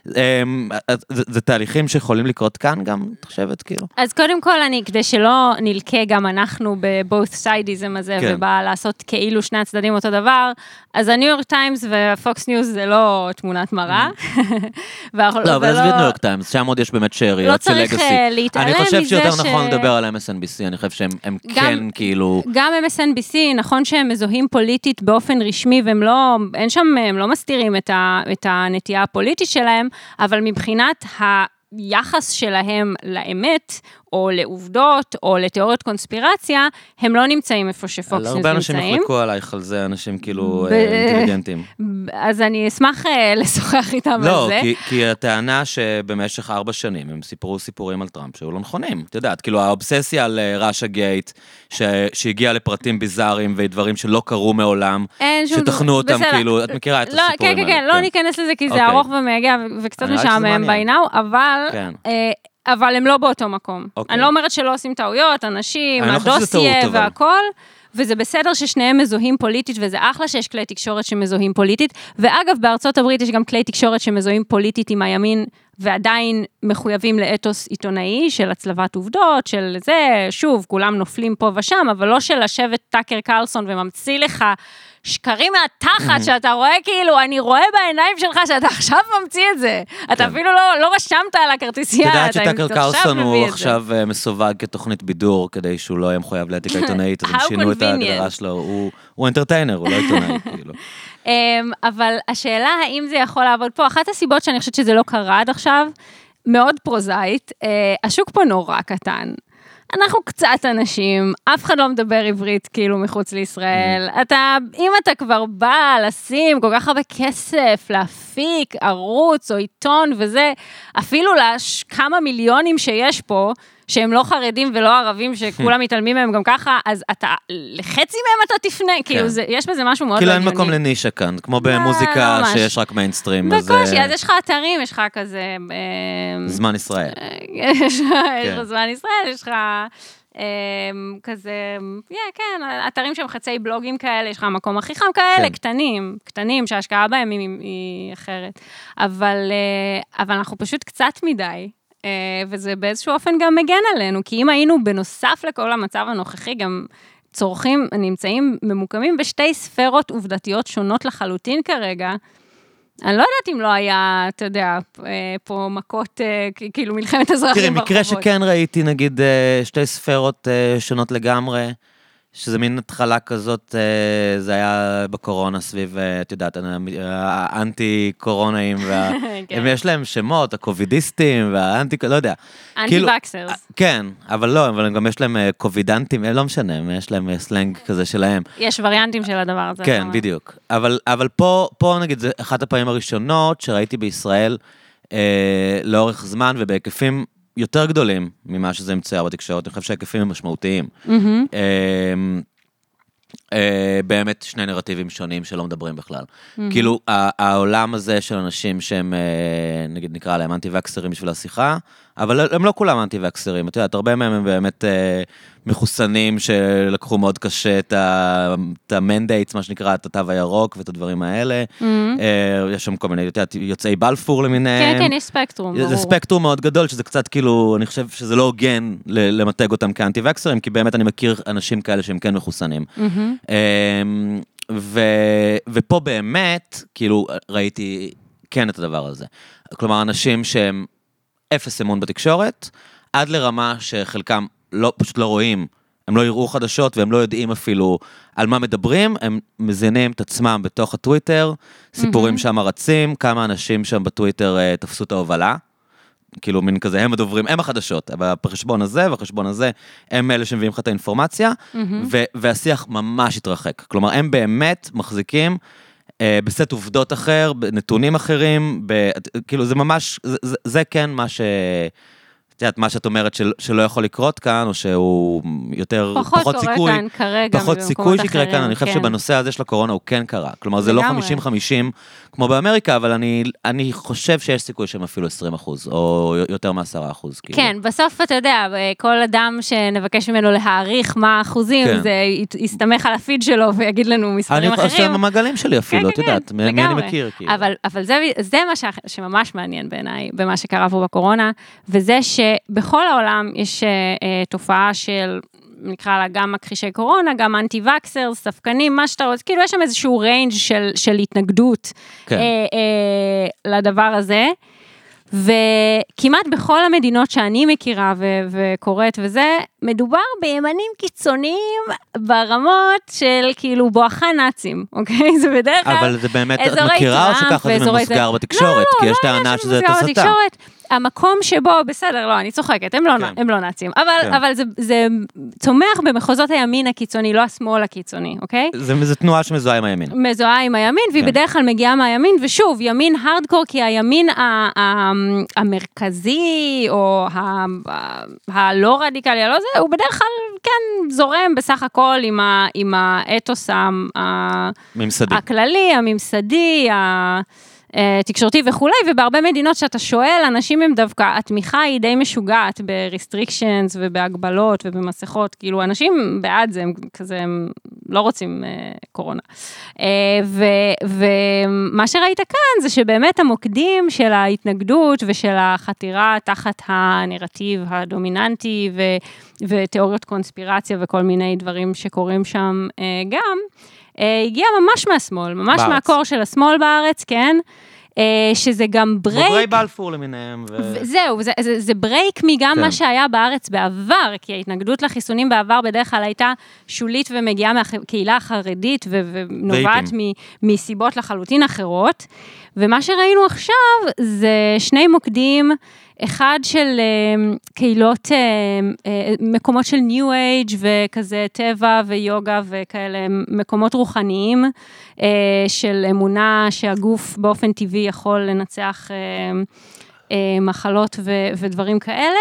זה תהליכים שיכולים לקרות כאן גם, את חושבת, כאילו? אז קודם כל, כדי שלא נלכה גם אנחנו ב-both sideism הזה, ובא לעשות כאילו שני הצדדים אותו דבר, אז הניו יורק טיימס ופוקס ניוז זה לא תמונת מראה. לא, אבל עזבי את ניו יורק טיימס, שם עוד יש באמת שאריות של לגאסי. לא צריך להתעלם מזה אני חושב שיותר נכון לדבר על MSNBC, אני חושב שהם כן כאילו... גם MSNBC, נכון שהם מזוהים פוליטית באופן רשמי, והם לא, אין שם, הם לא מסתירים את הנטייה הפוליטית שלהם, אבל מבחינת היחס שלהם לאמת, או לעובדות, או לתיאוריות קונספירציה, הם לא נמצאים איפה שפוקס ניוז נמצאים. הרבה אנשים יחלקו עלייך על זה, אנשים כאילו אינטליגנטים. אז אני אשמח לשוחח איתם על זה. לא, כי הטענה שבמשך 4 שנים הם סיפרו סיפורים על טראמפ שהיו לא נכונים. את יודעת, כאילו האובססיה על ראשה גייט, שהגיעה לפרטים ביזאריים ודברים שלא קרו מעולם, שתכנו אותם כאילו, את מכירה את הסיפורים האלה. כן, כן, לא ניכנס לזה כי זה ארוך ומייגע וקצת משעמם בעיניו, אבל הם לא באותו מקום. אני לא אומרת שלא עושים טעויות, אנשים, הדוסיה והכל, וזה בסדר ששניהם מזוהים פוליטית, וזה אחלה שיש כלי תקשורת שמזוהים פוליטית, ואגב, בארצות הברית יש גם כלי תקשורת שמזוהים פוליטית עם הימין, ועדיין מחויבים לאתוס עיתונאי של הצלבת עובדות, של זה, שוב, כולם נופלים פה ושם, אבל לא של לשבת טאקר קרלסון וממציא לך שקרים מהתחת, שאתה רואה כאילו, אני רואה בעיניים שלך שאתה עכשיו ממציא את זה. אתה אפילו לא רשמת על הכרטיסייה. אתה יודעת שטאקר קרלסון הוא עכשיו מסווג כתוכנית בידור, כדי שהוא לא יהיה מחויב לאתיקה עיתונאית, אז הם שינו את ההגדרה שלו. הוא אנטרטיינר, הוא לא עיתונאי, כאילו. אבל השאלה האם זה יכול לעבוד פה, אחת הסיבות שאני חושבת שזה לא קרה עד עכשיו, מאוד פרוזאית, השוק פה נורא קטן. אנחנו קצת אנשים, אף אחד לא מדבר עברית כאילו מחוץ לישראל, אם אתה כבר בא לשים כל כך הרבה כסף, להפיק ערוץ או עיתון וזה, אפילו לכמה מיליונים שיש פה, שהם לא חרדים ולא ערבים, שכולם מתעלמים מהם גם ככה, אז לחצי מהם אתה תפנה, כאילו יש בזה משהו מאוד לא הגיוני. כאילו אין מקום לנישה כאן, כמו במוזיקה שיש רק מיינסטרים. בקושי, אז יש לך אתרים, יש לך כזה... זמן ישראל. יש לך זמן ישראל, יש לך כזה, כן, אתרים שהם חצי בלוגים כאלה, יש לך מקום הכי חם כאלה, קטנים, שההשקעה בהם היא אחרת. אבל אנחנו פשוט קצת מדי. וזה באיזשהו אופן גם מגן עלינו, כי אם היינו בנוסף לכל המצב הנוכחי, גם צורכים, נמצאים ממוקמים בשתי ספרות עובדתיות שונות לחלוטין כרגע, אני לא יודעת אם לא היה, אתה יודע, פה מכות, כאילו מלחמת אזרחים ברחובות. תראי, מקרה שכן ראיתי, נגיד, שתי ספרות שונות לגמרי, שזה מין התחלה כזאת, זה היה בקורונה סביב, את יודעת, האנטי-קורונאים, יש להם שמות, הקובידיסטים, והאנטי, לא יודע. אנטי-וקסרס. כן, אבל לא, אבל גם יש להם קובידנטים, לא משנה, יש להם סלנג כזה שלהם. יש וריאנטים של הדבר הזה. כן, בדיוק. אבל פה, נגיד, זה אחת הפעמים הראשונות שראיתי בישראל, לאורך זמן ובהיקפים, יותר גדולים ממה שזה מצויר בתקשורת, אני חושב שההיקפים הם משמעותיים. באמת שני נרטיבים שונים שלא מדברים בכלל. כאילו, העולם הזה של אנשים שהם, נגיד נקרא להם אנטי-וקסרים בשביל השיחה, אבל הם לא כולם אנטי-וקסרים, את יודעת, הרבה מהם הם באמת מחוסנים שלקחו מאוד קשה את המנדייטס, מה שנקרא, את התו הירוק ואת הדברים האלה. יש שם כל מיני, את יודעת, יוצאי בלפור למיניהם. כן, יש ספקטרום, ברור. זה ספקטרום מאוד גדול, שזה קצת כאילו, אני חושב שזה לא הוגן למתג אותם כאנטי-וקסרים, כי באמת אני מכיר אנשים כאלה שהם כן מחוסנים. ופה באמת, כאילו, ראיתי כן את הדבר הזה. כלומר, אנשים שהם אפס אמון בתקשורת, עד לרמה שחלקם פשוט לא רואים, הם לא יראו חדשות, והם לא יודעים אפילו על מה מדברים, הם מזינים את עצמם בתוך הטוויטר, סיפורים שם רצים, כמה אנשים שם בטוויטר תפסו את ההובלה, כאילו מין כזה, הם הדוברים, הם החדשות, אבל בחשבון הזה והחשבון הזה, הם אלה שמביאים לך את האינפורמציה, והשיח ממש התרחק. כלומר, הם באמת מחזיקים בסט עובדות אחר, בנתונים אחרים, כאילו זה ממש, זה כן מה ש... יודעת, מה שאת אומרת שלא יכול לקרות כאן, או שהוא יותר, פחות סיכוי, קורה כאן כרגע, פחות סיכוי שיקרה כאן, אני חושב שבנושא הזה של הקורונה הוא כן קרה. כלומר, זה לא 50-50 כמו באמריקה, אבל אני חושב שיש סיכוי שהם אפילו 20%, או יותר מ10%. כן, בסוף אתה יודע, כל אדם שנבקש ממנו להעריך מה האחוזים, זה יסתמך על הפיד שלו ויגיד לנו מספרים אחרים. אני חושב במעגלים שלי אפילו, את יודעת, מי אני מכיר. אבל זה מה שממש מעניין בעיניי, במה שקרה פה בקורונה, וזה שבכל העולם יש תופעה של, נקרא לה גם מכחישי קורונה, גם אנטי-וקסר, ספקנים, מה שאתה רוצה, כאילו יש שם איזשהו ריינג' של התנגדות לדבר הזה, וכמעט בכל המדינות שאני מכירה וקוראת וזה, מדובר בימנים קיצוניים ברמות של כאילו בואכה נאצים, אוקיי? זה בדרך כלל אבל זה באמת, את מכירה או שככה זה ממוסגר בתקשורת? כי יש טענה שזה הסתה. המקום שבו, בסדר, לא, אני צוחקת, הם לא נאצים, אבל זה צומח במחוזות הימין הקיצוני, לא השמאל הקיצוני, אוקיי? זה תנועה שמזוהה עם הימין. מזוהה עם הימין, והיא בדרך כלל מגיעה מהימין, ושוב, ימין הארדקור, כי הימין המרכזי, או הלא רדיקלי, הוא בדרך כלל, כן, זורם בסך הכל עם האתוס הכללי, הממסדי, תקשורתי וכולי, ובהרבה מדינות שאתה שואל, אנשים הם דווקא, התמיכה היא די משוגעת ב-restrictions ובהגבלות ובמסכות, כאילו אנשים בעד זה, הם כזה, הם לא רוצים קורונה. ומה שראית כאן זה שבאמת המוקדים של ההתנגדות ושל החתירה תחת הנרטיב הדומיננטי ותיאוריות קונספירציה וכל מיני דברים שקורים שם גם, הגיע ממש מהשמאל, ממש מהקור של השמאל בארץ, כן, שזה גם ברייק. בוגרי בלפור למיניהם. זהו, זה ברייק מגם מה שהיה בארץ בעבר, כי ההתנגדות לחיסונים בעבר בדרך כלל הייתה שולית ומגיעה מהקהילה החרדית, ונובעת מסיבות לחלוטין אחרות, ומה שראינו עכשיו זה שני מוקדים, אחד של קהילות, מקומות של ניו אייג' וכזה טבע ויוגה וכאלה, מקומות רוחניים של אמונה שהגוף באופן טבעי יכול לנצח מחלות ודברים כאלה,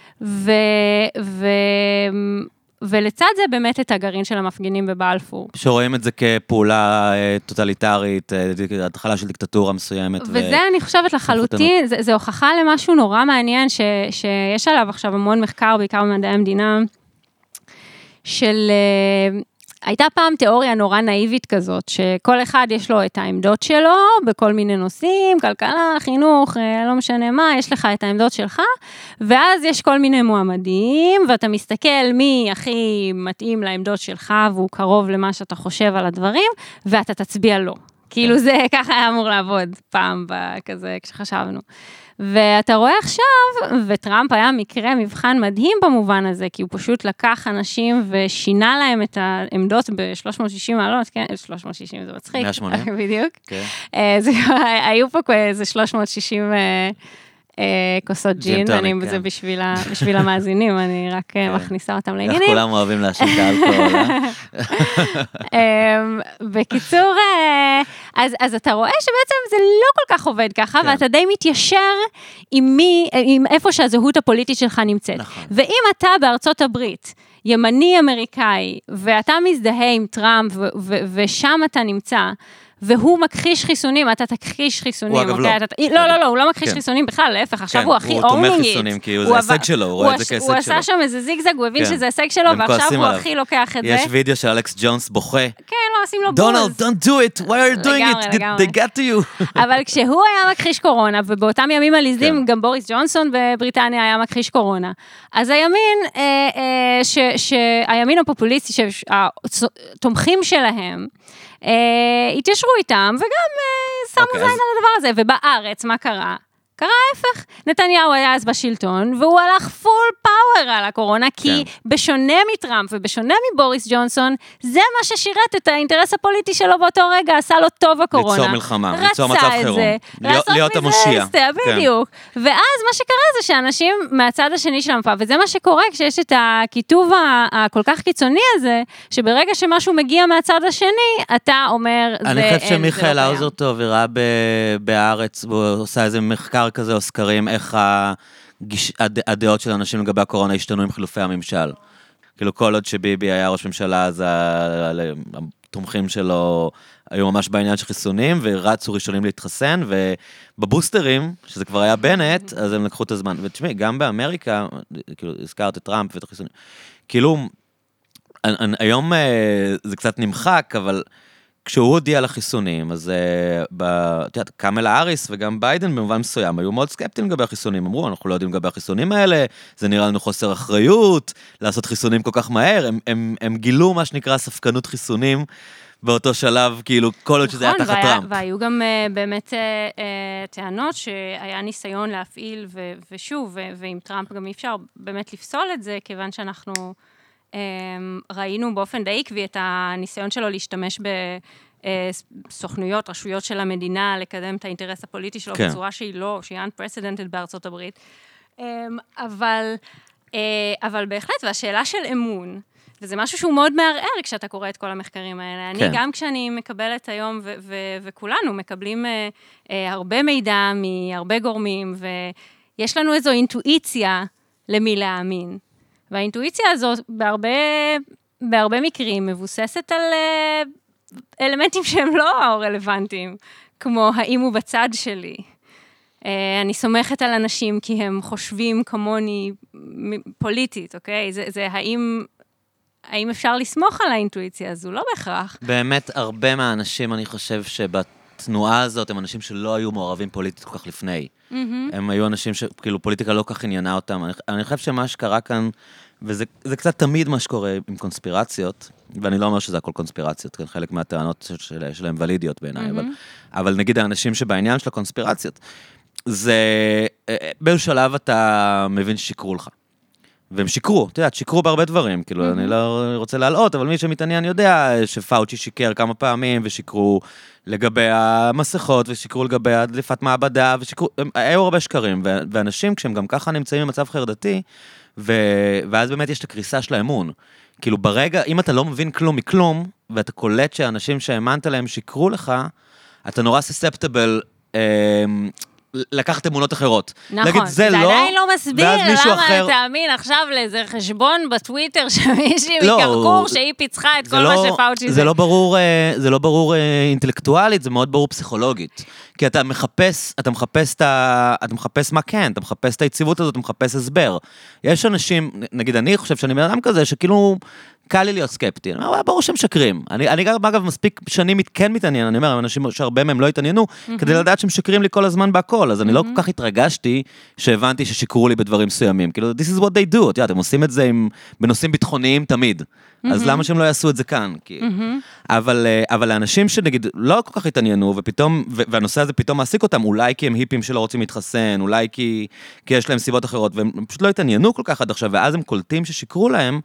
ולצד זה באמת את הגרעין של המפגינים בבלפור. שרואים את זה כפעולה טוטליטרית, התחלה של דיקטטורה מסוימת. וזה אני חושבת לחלוטין, זה הוכחה למשהו נורא מעניין, שיש עליו עכשיו המון מחקר, בעיקר במדעי המדינה, של הייתה פעם תיאוריה נורא נאיבית כזאת, שכל אחד יש לו את העמדות שלו, בכל מיני נושאים, כלכלה, חינוך, לא משנה מה, יש לך את העמדות שלך, ואז יש כל מיני מועמדים, ואתה מסתכל מי הכי מתאים לעמדות שלך, והוא קרוב למה שאתה חושב על הדברים, ואתה תצביע לו. כאילו זה ככה היה אמור לעבוד פעם כזה, כשחשבנו. ואתה רואה עכשיו, וטראמפ היה מקרה מבחן מדהים במובן הזה, כי הוא פשוט לקח אנשים ושינה להם את העמדות ב-360 מעלות, כן? 360 זה מצחיק. 180. בדיוק. היו פה איזה 360 כוסות ג'ין, זה בשביל המאזינים, אני רק מכניסה אותם לעניינים. איך כולם אוהבים להשאיר את האלכוהול, בקיצור, אז אתה רואה שבעצם זה לא כל כך עובד ככה, ואתה די מתיישר עם איפה שהזהות הפוליטית שלך נמצאת. ואם אתה בארצות הברית, ימני אמריקאי, ואתה מזדהה עם טראמפ, ושם אתה נמצא, והוא מכחיש חיסונים, אתה תכחיש חיסונים. הוא אגב לא. לא, הוא לא מכחיש חיסונים בכלל, להפך, עכשיו הוא הכי הוא תומך חיסונים, כי זה הישג שלו, הוא רואה את זה כהישג שלו. הוא עשה שם איזה זיגזג, הוא הבין שזה הישג שלו, ועכשיו הוא הכי לוקח את זה. יש וידאו של אלכס ג'ונס בוכה. כן, לא עושים לו בוז. Donald, don't do it, why are you doing it? They got to you. אבל כשהוא היה מכחיש קורונה, ובאותם ימים עליזים, גם בוריס ג'ונסון בבריטניה היה מכחיש קורונה. אז הימין הפופוליסטי, שהתומכים שלהם, התיישרו איתם, וגם שמו זין על הדבר הזה, ובארץ, מה קרה? קרה ההפך, נתניהו היה אז בשלטון, והוא הלך פול פאוור על הקורונה, כי בשונה מטראמפ ובשונה מבוריס ג'ונסון, זה מה ששירת את האינטרס הפוליטי שלו באותו רגע, עשה לו טוב הקורונה. ליצור מלחמה, ליצור מצב חירום. להיות המושיע. בדיוק. ואז מה שקרה זה שאנשים מהצד השני של המפה, וזה מה שקורה כשיש את הכיתוב הכל כך קיצוני הזה, שברגע שמשהו מגיע מהצד השני, אתה אומר, אני חושב שמיכאל האוזר טוב, הראה בארץ, הוא עושה איזה מחקר כזה או סקרים, איך הדעות של אנשים לגבי הקורונה השתנו עם חילופי הממשל. כאילו כל עוד שביבי היה ראש ממשלה, אז התומכים שלו היו ממש בעניין של חיסונים, ורצו ראשונים להתחסן, ובבוסטרים, שזה כבר היה בנט, אז הם לקחו את הזמן. ותשמעי, גם באמריקה, כאילו, הזכרת את טראמפ ואת החיסונים, כאילו, היום זה קצת נמחק, אבל כשהוא הודיע לחיסונים, אז את יודעת, קמלה האריס וגם ביידן במובן מסוים, היו מאוד סקפטיים לגבי החיסונים, אמרו, אנחנו לא יודעים לגבי החיסונים האלה, זה נראה לנו חוסר אחריות, לעשות חיסונים כל כך מהר, הם גילו מה שנקרא ספקנות חיסונים, באותו שלב, כאילו, כל עוד שזה היה תחת טראמפ. והיו גם באמת טענות שהיה ניסיון להפעיל, ושוב, ועם טראמפ גם אי אפשר באמת לפסול את זה, כיוון שאנחנו ראינו באופן די עקבי את הניסיון שלו להשתמש בסוכנויות, רשויות של המדינה, לקדם את האינטרס הפוליטי שלו, בצורה שהיא unprecedented בארצות הברית. אבל בהחלט, והשאלה של אמון, וזה משהו שהוא מאוד מערער כשאתה קורא את כל המחקרים האלה. אני גם כשאני מקבלת היום, וכולנו מקבלים הרבה מידע מהרבה גורמים, ויש לנו איזו אינטואיציה למי להאמין. והאינטואיציה הזאת בהרבה מקרים מבוססת על אלמנטים שהם לא רלוונטיים, כמו האם הוא בצד שלי. אני סומכת על אנשים כי הם חושבים כמוני פוליטית, אוקיי? זה האם אפשר לסמוך על האינטואיציה הזו? לא בהכרח. באמת, הרבה מהאנשים, אני חושב שבתנועה הזאת, הם אנשים שלא היו מעורבים פוליטית כל כך לפני. הם היו אנשים שכאילו פוליטיקה לא כך עניינה אותם. אני חושב שמה שקרה כאן, וזה קצת תמיד מה שקורה עם קונספירציות, ואני לא אומר שזה הכל קונספירציות, כן, חלק מהטענות שלהם ולידיות בעיניי, אבל נגיד האנשים שבעניין של הקונספירציות, זה, באיזשהו שלב אתה מבין ששיקרו לך. והם שיקרו, אתה יודעת, שיקרו בהרבה דברים, כאילו, אני לא רוצה להלאות, אבל מי שמתעניין יודע שפאוצ'י שיקר כמה פעמים, ושיקרו לגבי המסכות, ושיקרו לגבי הדליפת מעבדה, ושיקרו, היו הרבה שקרים, ואנשים, כשהם גם ככה נמצאים במצב חרדתי, ואז באמת יש את הקריסה של האמון. כאילו, ברגע, אם אתה לא מבין כלום מכלום, ואתה קולט שאנשים שהאמנת להם שיקרו לך, אתה נורא susceptible, לקחת אמונות אחרות. נכון, זה עדיין לא מסביר למה תאמין עכשיו לאיזה חשבון בטוויטר שמישהי מקרקור שהיא פיצחה את כל מה שפאוצ'י זה. זה לא ברור אינטלקטואלית, זה מאוד ברור פסיכולוגית. כי אתה מחפש מה כן, אתה מחפש את היציבות הזאת, אתה מחפש הסבר. יש אנשים, נגיד אני חושב שאני בן אדם כזה, שכאילו קל לי להיות סקפטי. אני אומר, ברור שהם שקרים. אני גם, אגב, מספיק שנים כן מתעניין, אני אומר, אנשים שהרבה מהם לא התעניינו, כדי לדעת שהם שקרים לי כל הזמן בהכל, אז אני לא כל כך התרגשתי שהבנתי ששיקרו לי בדברים מסוימים. כאילו, this is what they do, אתם עושים את זה בנושאים ביטחוניים תמיד. אז למה שהם לא יעשו את זה כאן? אבל לאנשים שנגיד לא כל כך התעניינו, והנושא הזה פתאום מעסיק אותם, אולי כי הם היפים שלא רוצים להתחסן, אולי כי יש להם סיבות אחרות, והם פשוט לא התעניינו כל כך עד עכשיו, ואז הם קולטים ששיקרו להם,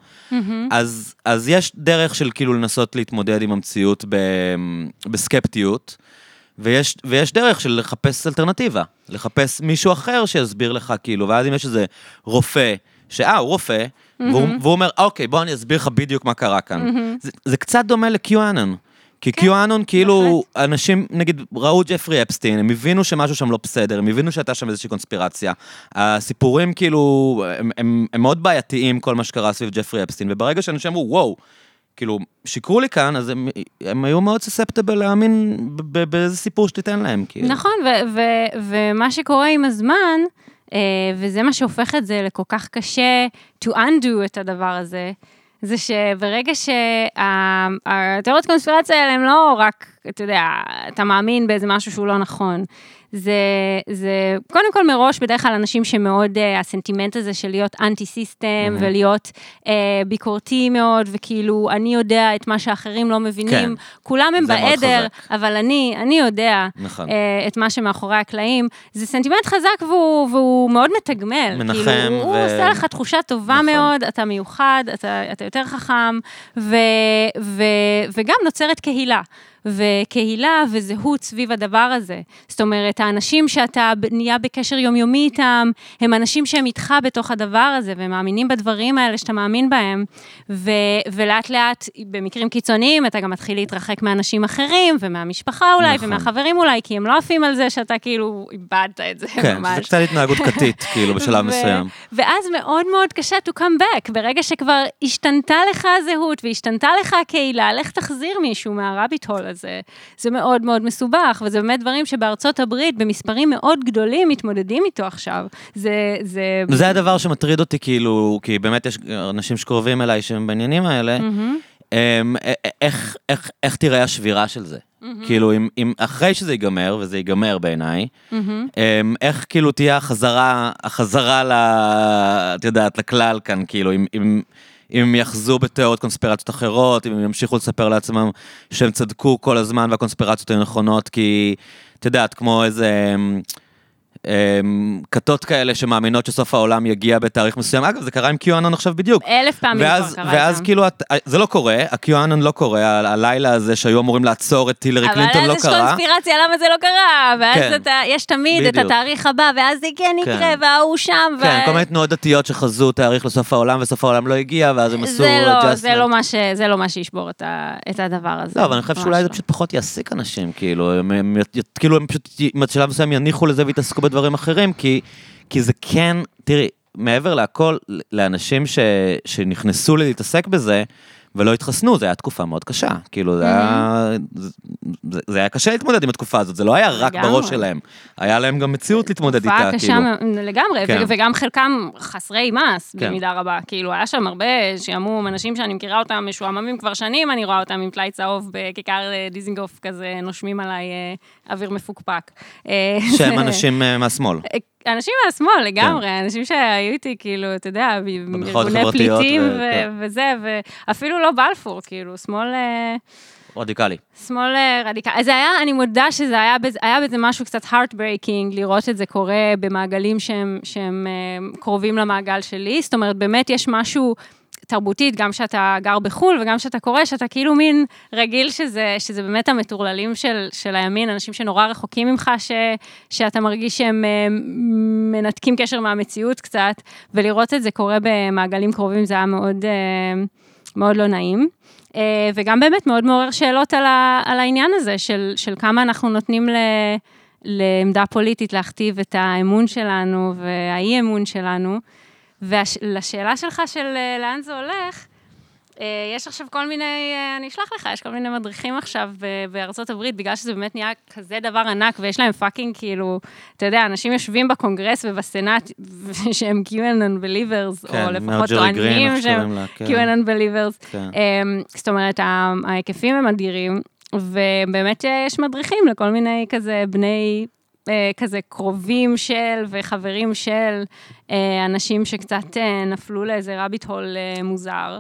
אז יש דרך של כאילו לנסות להתמודד עם המציאות בסקפטיות, ויש דרך של לחפש אלטרנטיבה, לחפש מישהו אחר שיסביר לך כאילו, ואז אם יש איזה רופא, הוא רופא, והוא אומר, אוקיי, בוא אני אסביר לך בדיוק מה קרה כאן. זה קצת דומה ל-QAnon, כי QAnon כאילו, אנשים, נגיד, ראו ג'פרי אפסטין, הם הבינו שמשהו שם לא בסדר, הם הבינו שהייתה שם איזושהי קונספירציה. הסיפורים כאילו, הם מאוד בעייתיים, כל מה שקרה סביב ג'פרי אפסטין, וברגע שאנשים אמרו, וואו, כאילו, שיקרו לי כאן, אז הם היו מאוד susceptible להאמין באיזה סיפור שתיתן להם. נכון, ומה שקורה עם הזמן, וזה מה שהופך את זה לכל כך קשה to undo את הדבר הזה, זה שברגע שהתיאוריות קונספירציה האלה הם לא רק, אתה יודע, אתה מאמין באיזה משהו שהוא לא נכון. זה קודם כל מראש בדרך כלל אנשים שמאוד, הסנטימנט הזה של להיות אנטי-סיסטם, ולהיות ביקורתי מאוד, וכאילו אני יודע את מה שאחרים לא מבינים, כולם הם בעדר, אבל אני יודע את מה שמאחורי הקלעים, זה סנטימנט חזק והוא מאוד מתגמל, כאילו הוא עושה לך תחושה טובה מאוד, אתה מיוחד, אתה יותר חכם, וגם נוצרת קהילה. וקהילה וזהות סביב הדבר הזה. זאת אומרת, האנשים שאתה נהיה בקשר יומיומי איתם, הם אנשים שהם איתך בתוך הדבר הזה, והם מאמינים בדברים האלה שאתה מאמין בהם, ולאט לאט, במקרים קיצוניים, אתה גם מתחיל להתרחק מאנשים אחרים, ומהמשפחה אולי, ומהחברים אולי, כי הם לא עפים על זה שאתה כאילו איבדת את זה כן, ממש. זה קצת התנהגות קטית, כאילו, בשלב מסוים. ואז מאוד מאוד קשה to come back, ברגע שכבר השתנתה לך הזהות, והשתנתה לך הקהילה, לך תחזיר מישהו מהרביט הול הזה. זה מאוד מאוד מסובך, וזה באמת דברים שבארצות הברית, במספרים מאוד גדולים, מתמודדים איתו עכשיו. זה הדבר שמטריד אותי, כאילו, כי באמת יש אנשים שקרובים אליי שהם בעניינים האלה, איך תראה השבירה של זה? כאילו, אחרי שזה ייגמר, וזה ייגמר בעיניי, איך כאילו תהיה החזרה את יודעת, לכלל כאן, כאילו, אם הם יחזו בתיאוריות קונספירציות אחרות, אם הם ימשיכו לספר לעצמם שהם צדקו כל הזמן, והקונספירציות היו נכונות, כי, את יודעת, כמו איזה כתות כאלה שמאמינות שסוף העולם יגיע בתאריך מסוים. אגב, זה קרה עם QAnon עכשיו בדיוק. 1000 פעמים כבר קרה. ואז כאילו, זה לא קורה, ה-QAnon לא קורה, הלילה הזה שהיו אמורים לעצור את הילרי קלינטון לא קרה. אבל אז יש קונספירציה, למה זה לא קרה? ואז יש תמיד את התאריך הבא, ואז זה כן יקרה, והוא שם. כן, כל מיני תנועות דתיות שחזו תאריך לסוף העולם, וסוף העולם לא הגיע, ואז הם עשו זה לא מה שישבור את הדבר הזה. לא, אבל אני חושב שאולי זה פשוט פחות יעסיק אנשים, כאילו, הם פשוט, בשלב מסוים יניחו לזה ויתעסקו בדברים אחרים, כי זה כן, תראי, מעבר להכל, לאנשים שנכנסו להתעסק בזה, ולא התחסנו, זה היה תקופה מאוד קשה, כאילו זה היה קשה להתמודד עם התקופה הזאת, זה לא היה רק בראש שלהם, היה להם גם מציאות להתמודד איתה, תקופה קשה לגמרי, וגם חלקם חסרי מס, במידה רבה, כאילו היה שם הרבה שיאמו אנשים שאני מכירה אותם, משועממים כבר שנים, אני רואה אותם עם טלאי צהוב בכיכר דיזינגוף כזה, נושמים עליי אוויר מפוקפק. שהם אנשים מהשמאל. אנשים מהשמאל לגמרי, אנשים שהיו איתי, כאילו, אתה יודע, ארגוני פליטים וזה, ואפילו לא בלפור, כאילו, שמאל רדיקלי. שמאל רדיקלי. אז אני מודה שזה היה בזה משהו קצת heartbreaking, לראות את זה קורה במעגלים שהם קרובים למעגל שלי, זאת אומרת, באמת יש משהו תרבותית, גם שאתה גר בחול וגם שאתה קורא, שאתה כאילו מין רגיל שזה באמת המטורללים של הימין, אנשים שנורא רחוקים ממך, שאתה מרגיש שהם מנתקים קשר מהמציאות קצת, ולראות את זה קורה במעגלים קרובים, זה היה מאוד, מאוד לא נעים. וגם באמת מאוד מעורר שאלות על העניין הזה, של כמה אנחנו נותנים לעמדה פוליטית להכתיב את האמון שלנו, והאי אמון שלנו, ולשאלה שלך של לאן זה הולך, יש עכשיו כל מיני, אני אשלח לך, יש כל מיני מדריכים עכשיו בארצות הברית, בגלל שזה באמת נהיה כזה דבר ענק, ויש להם פאקינג, כאילו, אתה יודע, אנשים יושבים בקונגרס ובסנאט, שהם QAnon believers, או לפחות טוענים שהם QAnon believers. זאת אומרת, ההיקפים הם אדירים, ובאמת יש מדריכים לכל מיני כזה בני כזה קרובים של וחברים של אנשים שקצת נפלו לאיזה רביט הול מוזר,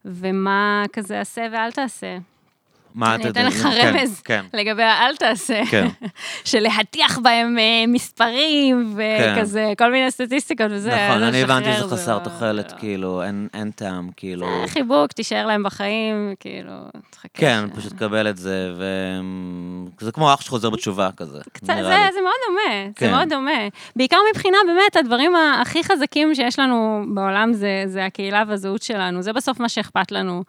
ומה כזה עשה ואל תעשה. אני אתן לך רמז לגבי האל תעשה, של להטיח בהם מספרים וכזה, כל מיני סטטיסטיקות וזה. נכון, אני הבנתי שזה חסר תוחלת, כאילו, אין טעם, כאילו. חיבוק, תישאר להם בחיים, כאילו, תחכה. כן, פשוט קבל את זה, וזה כמו אח שחוזר בתשובה כזה. זה מאוד דומה, זה מאוד דומה. בעיקר מבחינה, באמת, הדברים הכי חזקים שיש לנו בעולם, זה הקהילה והזהות שלנו, זה בסוף מה שאכפת לנו.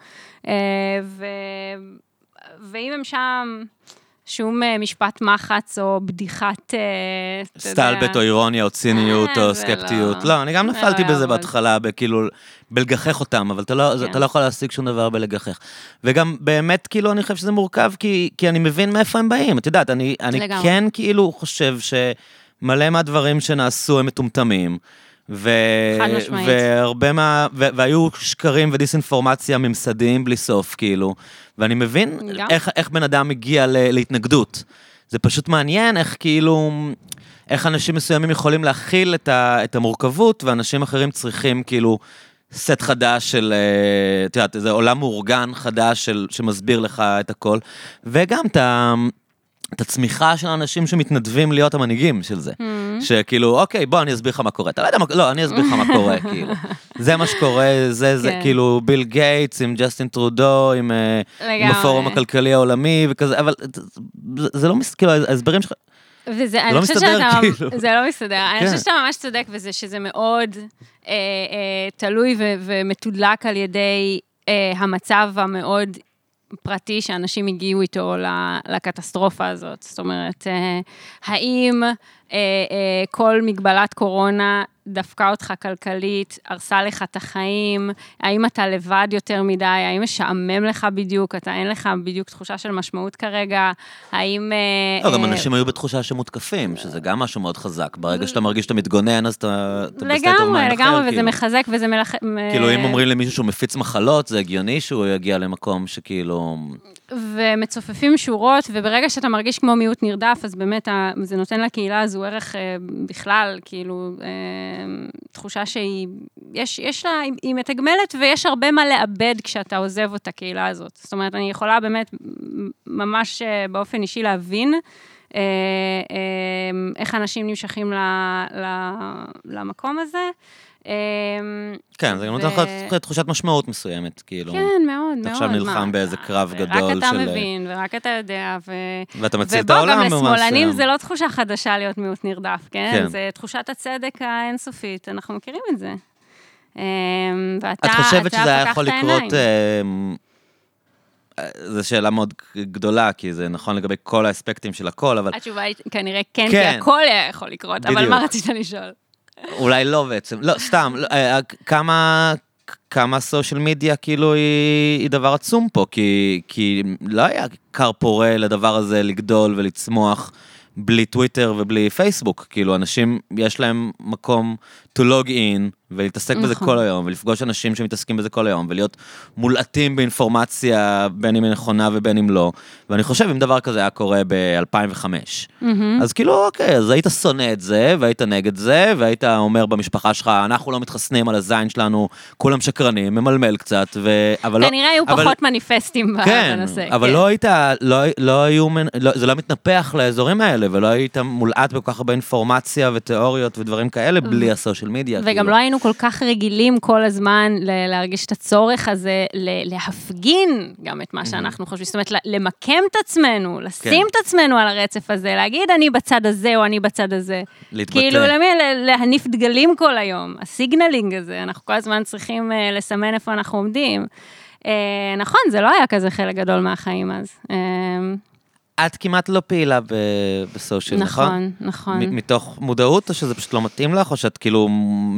ואם הם שם שום משפט מחץ או בדיחת... סטלבט או אירוניה או ציניות או סקפטיות. לא, אני גם נפלתי בזה בהתחלה, כאילו, בלגחך אותם, אבל אתה לא יכול להשיג שום דבר בלגחך. וגם באמת, כאילו, אני חושב שזה מורכב, כי אני מבין מאיפה הם באים. את יודעת, אני כן כאילו חושב שמלא מהדברים שנעשו הם מטומטמים. והרבה והיו שקרים ודיסאינפורמציה ממסדיים בלי סוף, כאילו. ואני מבין איך בן אדם מגיע להתנגדות. זה פשוט מעניין איך כאילו, איך אנשים מסוימים יכולים להכיל את המורכבות, ואנשים אחרים צריכים כאילו סט חדש של, את יודעת, איזה עולם מאורגן חדש שמסביר לך את הכל. וגם את הצמיחה של האנשים שמתנדבים להיות המנהיגים של זה. שכאילו, אוקיי, בוא, אני אסביר לך מה קורה. אתה לא יודע מה, לא, אני אסביר לך מה קורה, כאילו. זה מה שקורה, זה כאילו ביל גייטס עם ג'סטין טרודו, עם הפורום הכלכלי העולמי וכזה, אבל זה לא, כאילו, ההסברים שלך... וזה, אני חושבת זה לא מסתדר. אני חושבת שאתה ממש צודק בזה, שזה מאוד תלוי ומתודלק על ידי המצב המאוד פרטי שאנשים הגיעו איתו לקטסטרופה הזאת. זאת אומרת, האם כל מגבלת קורונה דפקה אותך כלכלית, הרסה לך את החיים, האם אתה לבד יותר מדי, האם משעמם לך בדיוק, אין לך בדיוק תחושה של משמעות כרגע, האם... לא, גם אנשים היו בתחושה שמותקפים, שזה גם משהו מאוד חזק. ברגע שאתה מרגיש שאתה מתגונן, אז אתה בסטייט אוף מיינד אחר. לגמרי, וזה מחזק וזה כאילו, אם אומרים למישהו שהוא מפיץ מחלות, זה הגיוני שהוא יגיע למקום שכאילו... ומצופפים שורות, וברגע שאתה מרגיש כמו מיעוט נרדף, אז באמת זה נותן לקהילה הזו ערך בכלל, כאילו, תחושה שהיא, יש לה, היא מתגמלת, ויש הרבה מה לאבד כשאתה עוזב אותה הקהילה הזאת. זאת אומרת, אני יכולה באמת ממש באופן אישי להבין, איך אנשים נמשכים למקום הזה, כן, זה גם נותן לך תחושת משמעות מסוימת, כאילו. כן, מאוד, מאוד. אתה עכשיו נלחם באיזה קרב גדול של... רק אתה מבין, ורק אתה יודע, ואתה מציל את העולם ממש. ובוא, גם לשמאלנים זה לא תחושה חדשה להיות מיעוט נרדף, כן? זה תחושת הצדק האינסופית, אנחנו מכירים את זה. את חושבת שזה היה יכול לקרות... זו שאלה מאוד גדולה, כי זה נכון לגבי כל האספקטים של הכל, אבל... התשובה היא כנראה כן, כי הכל היה יכול לקרות, אבל מה רצית לשאול? אולי לא בעצם, לא, סתם, כמה סושיאל מדיה כאילו היא דבר עצום פה, כי לא היה קר פורה לדבר הזה לגדול ולצמוח בלי טוויטר ובלי פייסבוק, כאילו אנשים יש להם מקום to log in ולהתעסק בזה כל היום, ולפגוש אנשים שמתעסקים בזה כל היום, ולהיות מולעטים באינפורמציה בין אם היא נכונה ובין אם לא, ואני חושב אם דבר כזה היה קורה ב-2005, אז כאילו אוקיי, אז היית שונא את זה, והיית נגד זה, והיית אומר במשפחה שלך, אנחנו לא מתחסנים על הזין שלנו, כולם שקרנים, ממלמל קצת, כנראה היו פחות מניפסטים בנושא. כן, אבל לא היית, לא היו, זה לא מתנפח לאזורים האלה, ולא היית מולעט בכל כך הרבה אינפורמציה ותיאוריות ודברים כאלה, בלי הסושיאל מדיה. וגם לא היינו כל כך רגילים כל הזמן להרגיש את הצורך הזה, להפגין גם את מה שאנחנו חושבים, זאת אומרת, למקם את עצמנו, לשים את עצמנו על הרצף הזה, להגיד אני בצד הזה או אני בצד הזה. להתבטא. כאילו, להניף דגלים כל היום, הסיגנלינג הזה, אנחנו כל הזמן צריכים לסמן איפה אנחנו עומדים. נכון, זה לא היה כזה חלק גדול מהחיים אז. את כמעט לא פעילה בסושיאל, נכון? נכון, נכון. מתוך מודעות, או שזה פשוט לא מתאים לך, או שאת כאילו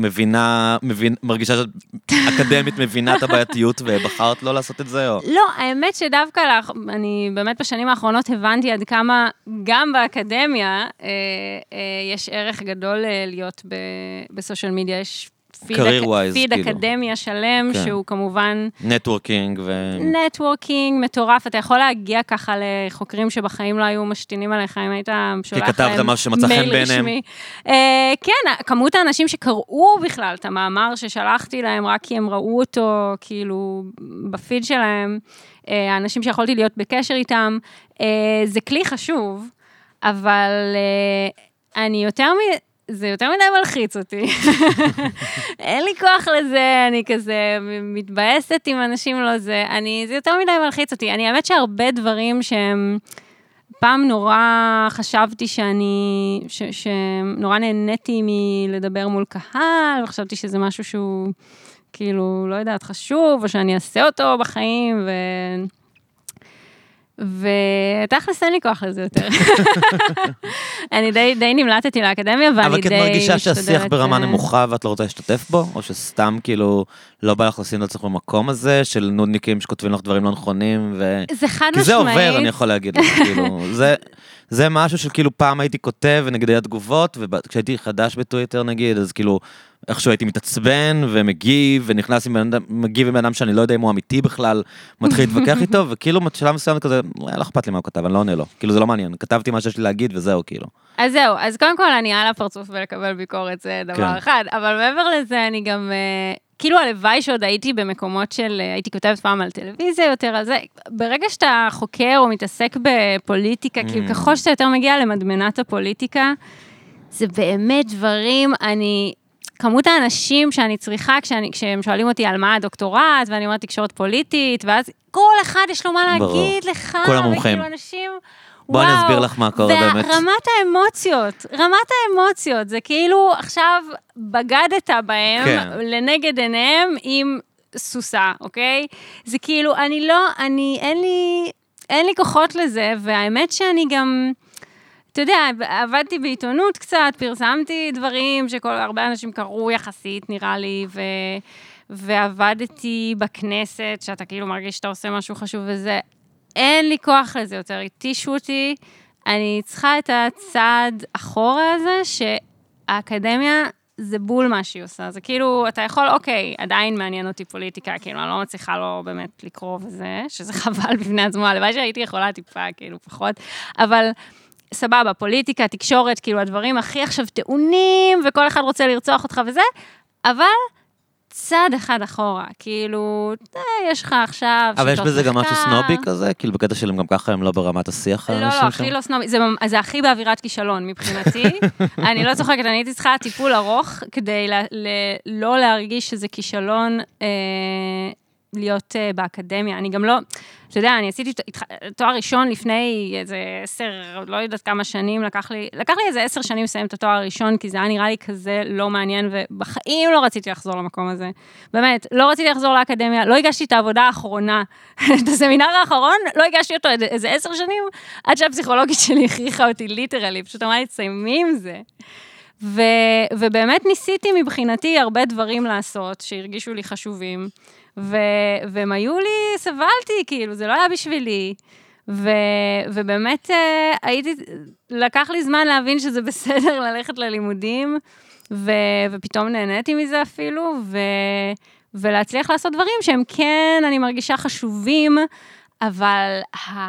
מרגישה שאת אקדמית מבינה את הבעייתיות, ובחרת לא לעשות את זה, או? לא, האמת שדווקא אני באמת בשנים האחרונות הבנתי עד כמה, גם באקדמיה, יש ערך גדול להיות בסושיאל מדיה, יש פיד אקדמיה שלם, שהוא כמובן... נטוורקינג נטוורקינג, מטורף, אתה יכול להגיע ככה לחוקרים שבחיים לא היו משתינים עליך, אם היית שולח להם מייל רשמי. כן, כמות האנשים שקראו בכלל את המאמר ששלחתי להם, רק כי הם ראו אותו, כאילו, בפיד שלהם, האנשים שיכולתי להיות בקשר איתם, זה כלי חשוב, אבל אני זה יותר מדי מלחיץ אותי. אין לי כוח לזה, אני כזה מתבאסת עם אנשים לא זה, זה יותר מדי מלחיץ אותי. אני האמת שהרבה דברים שהם, פעם נורא חשבתי שנורא נהניתי מלדבר מול קהל, וחשבתי שזה משהו שהוא כאילו, לא יודעת, חשוב, או שאני אעשה אותו בחיים, ותכלס אין לי כוח לזה יותר. אני די נמלטתי לאקדמיה, ואני די... אבל כי את מרגישה שהשיח ברמה נמוכה, ואת לא רוצה להשתתף בו? או שסתם כאילו לא בא לך לשים לעצמך במקום הזה, של נודניקים שכותבים לך דברים לא נכונים, זה חד משמעית. כי זה עובר, אני יכול להגיד לך, כאילו, זה משהו שכאילו פעם הייתי כותב, ונגיד היה תגובות, וכשהייתי חדש בטוויטר נגיד, אז כאילו, איכשהו הייתי מתעצבן ומגיב, ונכנס מגיב עם אדם שאני לא יודע אם הוא אמיתי בכלל, מתחיל להתווכח איתו, וכאילו בשלב מסוים כזה, לא אכפת לי מה הוא כתב, אני לא עונה לו. כאילו זה לא מעניין, כתבתי מה שיש לי להגיד וזהו כאילו. אז זהו, אז קודם כל אני על הפרצוף ולקבל ביקורת, זה דבר אחד, אבל מעבר לזה אני גם, כאילו הלוואי שעוד הייתי במקומות של, הייתי כותבת פעם על טלוויזיה יותר, על זה, ברגע שאתה חוקר או מתעסק בפוליטיקה, כאילו ככל שאתה יותר מגיע למדמנת הפוליטיקה, זה באמת דברים, כמות האנשים שאני צריכה, כשהם שואלים אותי על מה הדוקטורט, ואני אומרת תקשורת פוליטית, ואז כל אחד יש לו מה להגיד לך, כל המומחים. וכאילו אנשים, בואי נסביר לך מה קורה באמת. רמת האמוציות, זה כאילו עכשיו בגדת בהם, לנגד עיניהם עם סוסה, אוקיי? זה כאילו, אין לי כוחות לזה, והאמת שאני גם, אתה יודע, עבדתי בעיתונות קצת, פרסמתי דברים הרבה אנשים קראו יחסית, נראה לי, ועבדתי בכנסת, שאתה כאילו מרגיש שאתה עושה משהו חשוב וזה, אין לי כוח לזה יותר, התישו אותי, אני צריכה את הצעד אחורה הזה, שהאקדמיה זה בול מה שהיא עושה, זה כאילו, אתה יכול, אוקיי, עדיין מעניין אותי פוליטיקה, כאילו, אני לא מצליחה לו באמת לקרוא וזה, שזה חבל בפני עצמו, הלוואי שהייתי יכולה טיפה, כאילו, פחות, אבל סבבה, פוליטיקה, תקשורת, כאילו, הדברים הכי עכשיו טעונים, וכל אחד רוצה לרצוח אותך וזה, אבל צעד אחד אחורה, כאילו, יש לך עכשיו... אבל יש בזה גם משהו סנובי כזה? כאילו בקטע שלהם גם ככה הם לא ברמת השיח? לא, הכי לא סנובי, זה הכי באווירת כישלון מבחינתי. אני לא צוחקת, אני הייתי צריכה טיפול ארוך, כדי לא להרגיש שזה כישלון להיות באקדמיה. אני גם לא... אתה יודע, אני עשיתי תואר ראשון לפני איזה 10, לא יודעת כמה שנים, לקח לי איזה 10 שנים לסיים את התואר הראשון, כי זה היה נראה לי כזה לא מעניין, ובחיים לא רציתי לחזור למקום הזה. באמת, לא רציתי לחזור לאקדמיה, לא הגשתי את העבודה האחרונה, את הסמינר האחרון, לא הגשתי אותו איזה 10 שנים, עד שהפסיכולוגית שלי הכריחה אותי ליטרלי, פשוט אמרה לי, תסיימי עם זה. ובאמת ניסיתי מבחינתי הרבה דברים לעשות, שהרגישו לי חשובים, והם היו לי, סבלתי, כאילו, זה לא היה בשבילי, ובאמת לקח לי זמן להבין שזה בסדר ללכת ללימודים, ופתאום נהניתי מזה אפילו, ולהצליח לעשות דברים שהם כן, אני מרגישה חשובים, אבל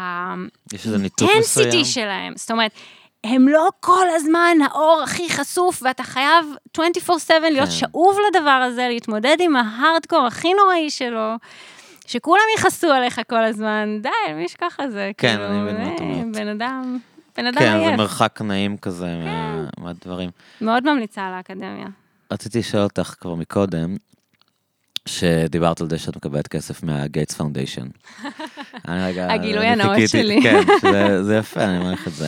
האינטנסיטי שלהם, זאת אומרת, הם לא כל הזמן האור הכי חשוף, ואתה חייב 24/7 להיות שאוב לדבר הזה, להתמודד עם ההארדקור הכי נוראי שלו, שכולם יחסו עליך כל הזמן, די, מי ישכח את זה. כן, אני מבין מה את אומרת. בן אדם עייף. כן, זה מרחק נעים כזה מהדברים. מאוד ממליצה על האקדמיה. רציתי לשאול אותך כבר מקודם, שדיברת על זה שאת מקבלת כסף מהגייטס פאונדיישן. הגילוי הנאות שלי. כן, זה יפה, אני אומר לך את זה.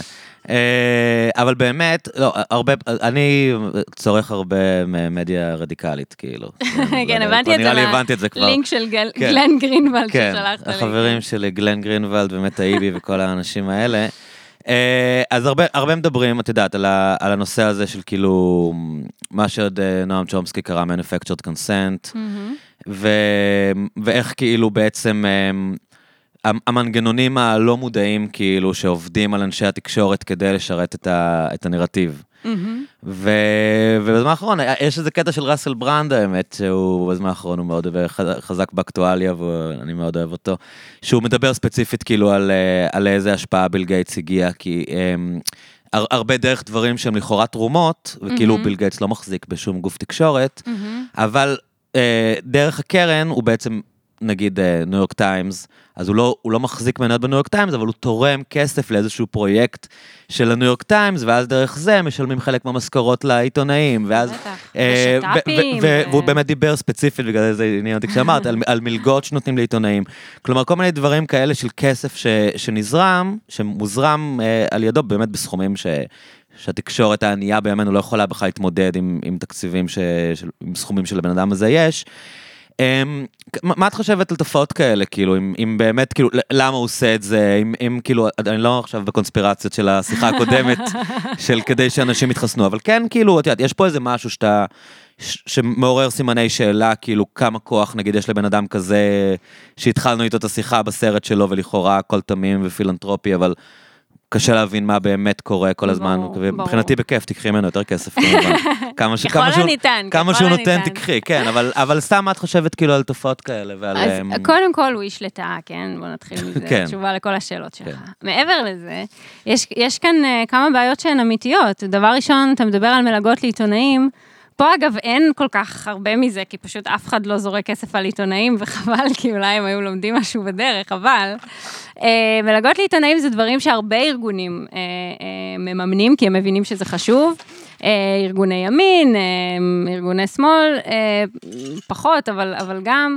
אבל באמת, לא, אני צורך הרבה מדיה רדיקלית, כאילו. כן, הבנתי את זה מהלינק של גלן גרינוולד ששלחת לי. החברים שלי, גלן גרינוולד ומטה איבי וכל האנשים האלה. אז הרבה מדברים, את יודעת, על הנושא הזה של כאילו, מה שעוד נועם צ'ומסקי קרא manufactured consent, ואיך כאילו בעצם המנגנונים הלא מודעים כאילו שעובדים על אנשי התקשורת כדי לשרת את הנרטיב. ובזמן האחרון, יש איזה קטע של ראסל ברנד, האמת, שהוא בזמן האחרון הוא מאוד חזק באקטואליה, ואני מאוד אוהב אותו, שהוא מדבר ספציפית כאילו על איזה השפעה ביל גייטס הגיע, כי הרבה דרך דברים שהם לכאורה תרומות, וכאילו ביל גייטס לא מחזיק בשום גוף תקשורת, אבל דרך הקרן הוא בעצם, נגיד ניו יורק טיימס, אז הוא לא מחזיק מניות בניו יורק טיימס, אבל הוא תורם כסף לאיזשהו פרויקט של הניו יורק טיימס, ואז דרך זה משלמים חלק מהמשכורות לעיתונאים, ואז... והוא באמת דיבר ספציפית, בגלל זה עניין אותי כשאמרת, על מלגות שנותנים לעיתונאים. כלומר, כל מיני דברים כאלה של כסף שנזרם, שמוזרם על ידו, באמת בסכומים שהתקשורת הענייה בימינו לא יכולה בכלל להתמודד עם תקציבים, עם סכומים של הבן אדם הזה יש. מה את חושבת על תופעות כאלה, כאילו, אם באמת, כאילו, למה הוא עושה את זה, אם כאילו, אני לא עכשיו בקונספירציות של השיחה הקודמת, של כדי שאנשים יתחסנו, אבל כן, כאילו, את יודעת, יש פה איזה משהו שמעורר סימני שאלה, כאילו, כמה כוח, נגיד, יש לבן אדם כזה, שהתחלנו איתו את השיחה בסרט שלו, ולכאורה הכל תמים ופילנטרופי, אבל קשה להבין מה באמת קורה כל הזמן, ומבחינתי בכיף, תקחי ממנו יותר כסף, כמובן. כמה שהוא נותן, תקחי, כן, אבל סתם את חושבת כאילו על תופעות כאלה, ועל... אז קודם כל הוא איש לטעה, כן? בוא נתחיל מזה, תשובה לכל השאלות שלך. מעבר לזה, יש כאן כמה בעיות שהן אמיתיות. דבר ראשון, אתה מדבר על מלגות לעיתונאים, פה אגב אין כל כך הרבה מזה, כי פשוט אף אחד לא זורק כסף על עיתונאים, וחבל, כי אולי הם היו לומדים משהו בדרך, אבל מלגות לעיתונאים זה דברים שהרבה ארגונים מממנים, כי הם מבינים שזה חשוב, ארגוני ימין, ארגוני שמאל, פחות, אבל גם,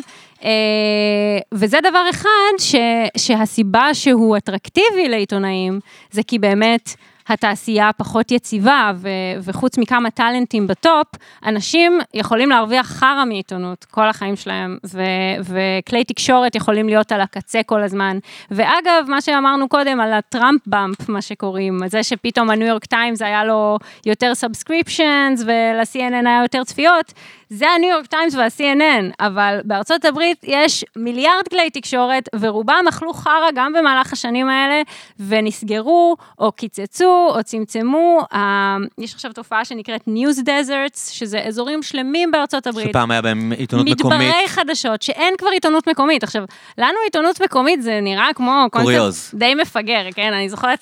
וזה דבר אחד שהסיבה שהוא אטרקטיבי לעיתונאים, זה כי באמת התעשייה פחות יציבה, וחוץ מכמה טלנטים בטופ, אנשים יכולים להרוויח חרא מעיתונות כל החיים שלהם, וכלי תקשורת יכולים להיות על הקצה כל הזמן. ואגב, מה שאמרנו קודם על הטראמפ באמפ, מה שקוראים, זה שפתאום הניו יורק טיימס היה לו יותר סאבסקריפשנס, ול-CNN היה יותר צפיות, זה הניו יורק טיימס וה-CNN, אבל בארצות הברית יש מיליארד כלי תקשורת, ורובם אכלו חרא גם במהלך השנים האלה, ונסגרו, או קיצצו, או צמצמו. יש עכשיו תופעה שנקראת News Deserts, שזה אזורים שלמים בארצות הברית. שפעם היה בהם עיתונות מקומית. מדברי חדשות, שאין כבר עיתונות מקומית. עכשיו, לנו עיתונות מקומית זה נראה כמו קוריוז. די מפגר, כן? אני זוכרת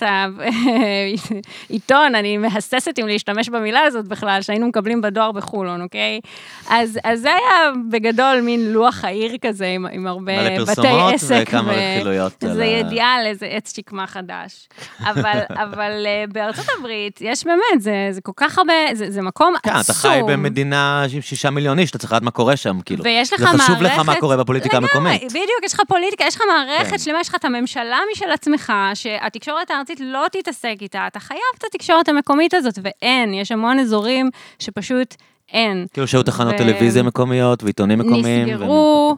העיתון, אני מהססת אם להשתמש במילה הזאת בכלל, שהיינו מקבלים בדואר בחולון, אוקיי? אז זה היה בגדול מין לוח העיר כזה, עם הרבה בתי עסק. וכמה רכילויות. זה ידיעה על איזה עץ שקמה חדש. אבל בארצות הברית, יש באמת, זה כל כך הרבה, זה מקום עצום. כן, אתה חי במדינה 6 מיליון איש, אתה צריך לדעת מה קורה שם, כאילו. ויש לך מערכת... זה חשוב לך מה קורה בפוליטיקה המקומית. בדיוק, יש לך פוליטיקה, יש לך מערכת שלמה, יש לך את הממשלה משל עצמך, שהתקשורת הארצית לא תתעסק איתה, אתה חייב את התקשורת המקומית הזאת, ואין, יש המון אזורים שפשוט אין. כאילו שהיו תחנות טלוויזיה מקומיות ועיתונים מקומיים. נסגרו,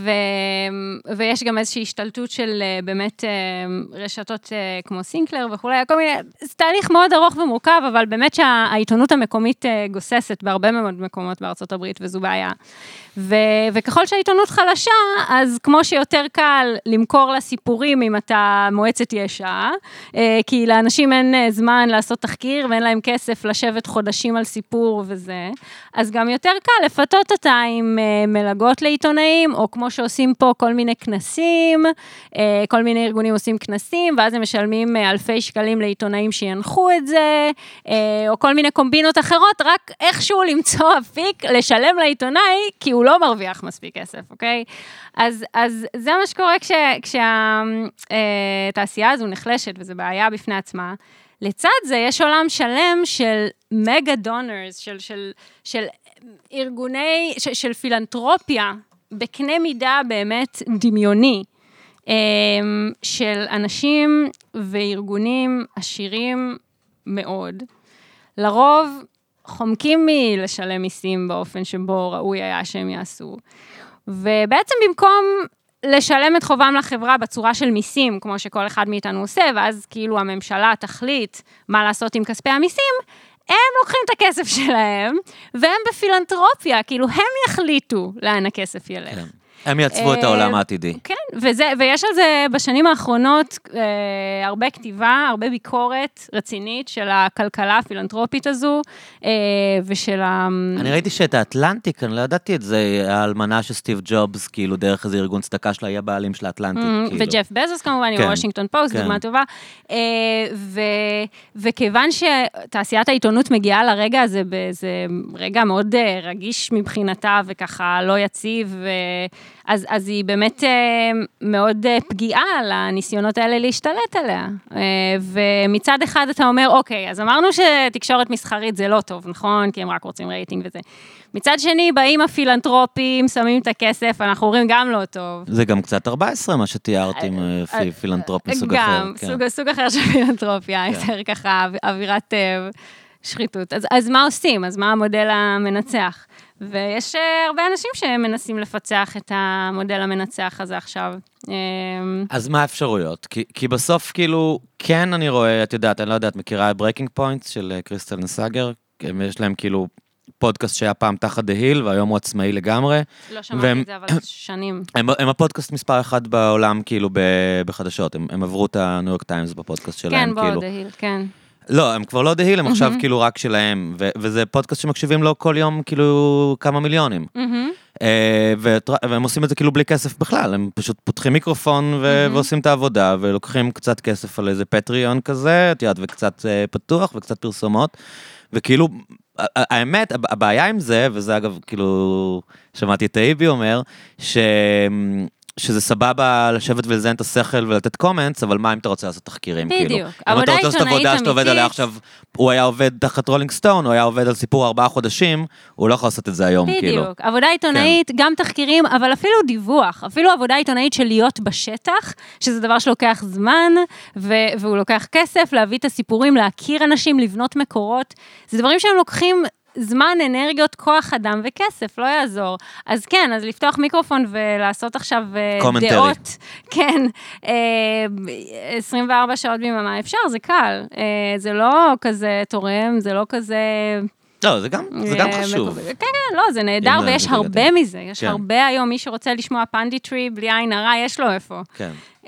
ויש גם איזושהי השתלטות של באמת רשתות כמו סינקלר וכולי, כל מיני, זה תהליך מאוד ארוך ומורכב, אבל באמת שהעיתונות המקומית גוססת בהרבה מאוד מקומות בארצות הברית, וזו בעיה. וככל שהעיתונות חלשה, אז כמו שיותר קל למכור לה סיפורים אם אתה מועצת ישע, כי לאנשים אין זמן לעשות תחקיר, ואין להם כסף לשבת חודשים על סיפור וזה, אז גם יותר קל לפתות אותה עם מלגות לעיתונאים, או כמו שעושים פה כל מיני כנסים, כל מיני ארגונים עושים כנסים, ואז הם משלמים אלפי שקלים לעיתונאים שינחו את זה, או כל מיני קומבינות אחרות, רק איכשהו למצוא אפיק, לשלם לעיתונאי, כי הוא לא מרוויח מספיק כסף, אוקיי? אז זה מה שקורה כשהתעשייה הזו נחלשת, וזו בעיה בפני עצמה. לצד זה יש עולם שלם של מגה דונרס, של ארגוני, של פילנטרופיה, בקנה מידה באמת דמיוני, של אנשים וארגונים עשירים מאוד. לרוב חומקים מלשלם מיסים באופן שבו ראוי היה שהם יעשו. ובעצם במקום לשלם את חובם לחברה בצורה של מיסים, כמו שכל אחד מאיתנו עושה, ואז כאילו הממשלה תחליט מה לעשות עם כספי המיסים, הם לוקחים את הכסף שלהם, והם בפילנטרופיה, כאילו הם יחליטו לאן הכסף ילך. כן. הם יעצבו את העולם העתידי. כן, ויש על זה בשנים האחרונות הרבה כתיבה, הרבה ביקורת רצינית של הכלכלה הפילנטרופית הזו, ושל אני ראיתי שאת האטלנטיק, אני לא ידעתי את זה, האלמנה של סטיב ג'ובס, כאילו דרך איזה ארגון צדקה שלה, היה בעלים של האטלנטיק. וג'ף בזוס כמובן, עם וושינגטון פוסט, דוגמה טובה. וכיוון שתעשיית העיתונות מגיעה לרגע הזה, באיזה רגע מאוד רגיש מבחינתה, וככה לא יציב, אז היא באמת מאוד פגיעה על הניסיונות האלה להשתלט עליה. ומצד אחד אתה אומר, אוקיי, אז אמרנו שתקשורת מסחרית זה לא טוב, נכון? כי הם רק רוצים רייטינג וזה. מצד שני, באים הפילנטרופים, שמים את הכסף, אנחנו אומרים גם לא טוב. זה גם קצת 14, מה שתיארת עם פילנטרופ מסוג אחר. גם, סוג אחר של פילנטרופיה, יותר ככה, אווירת שחיתות. אז מה עושים? אז מה המודל המנצח? ויש הרבה אנשים שמנסים לפצח את המודל המנצח הזה עכשיו. אז מה האפשרויות? כי בסוף כאילו, כן אני רואה, את יודעת, אני לא יודעת, מכירה ברייקינג פוינטס של קריסטל נסאגר, יש להם כאילו פודקאסט שהיה פעם תחת דה היל, והיום הוא עצמאי לגמרי. לא שמעתי את זה, אבל שנים. הם הפודקאסט מספר אחד בעולם, כאילו, בחדשות. הם עברו את הניו יורק טיימס בפודקאסט שלהם, כן, בוא, דה היל, כן. לא, הם כבר לא דה היל, הם עכשיו כאילו רק שלהם, וזה פודקאסט שמקשיבים לו כל יום כאילו כמה מיליונים. והם עושים את זה כאילו בלי כסף בכלל, הם פשוט פותחים מיקרופון ועושים את העבודה, ולוקחים קצת כסף על איזה פטריון כזה, וקצת פתוח וקצת פרסומות, וכאילו האמת, הבעיה עם זה, וזה אגב, כאילו, שמעתי את טייבי אומר, שזה סבבה לשבת ולזיין את השכל ולתת קומנטס, אבל מה אם אתה רוצה לעשות תחקירים, כאילו? בדיוק. אם אתה רוצה לעשות עבודה שאתה עובד עליה עכשיו, הוא היה עובד תחת רולינג סטון, הוא היה עובד על סיפור 4 חודשים, הוא לא יכול לעשות את זה היום, כאילו. בדיוק. עבודה עיתונאית, גם תחקירים, אבל אפילו דיווח, אפילו עבודה עיתונאית של להיות בשטח, שזה דבר שלוקח זמן, והוא לוקח כסף, להביא את הסיפורים, להכיר אנשים, לבנות מקורות. זה דברים שהם לוקחים זמן, אנרגיות, כוח אדם וכסף, לא יעזור. אז כן, אז לפתוח מיקרופון ולעשות עכשיו דעות. כן, 24 שעות ביממה אפשר, זה קל. זה לא כזה תורם, זה לא כזה... לא, זה גם חשוב. כן, כן, לא, זה נהדר, ויש הרבה מזה. יש הרבה היום, מי שרוצה לשמוע פנדיטרי בלי עין הרע, יש לו איפה. כן.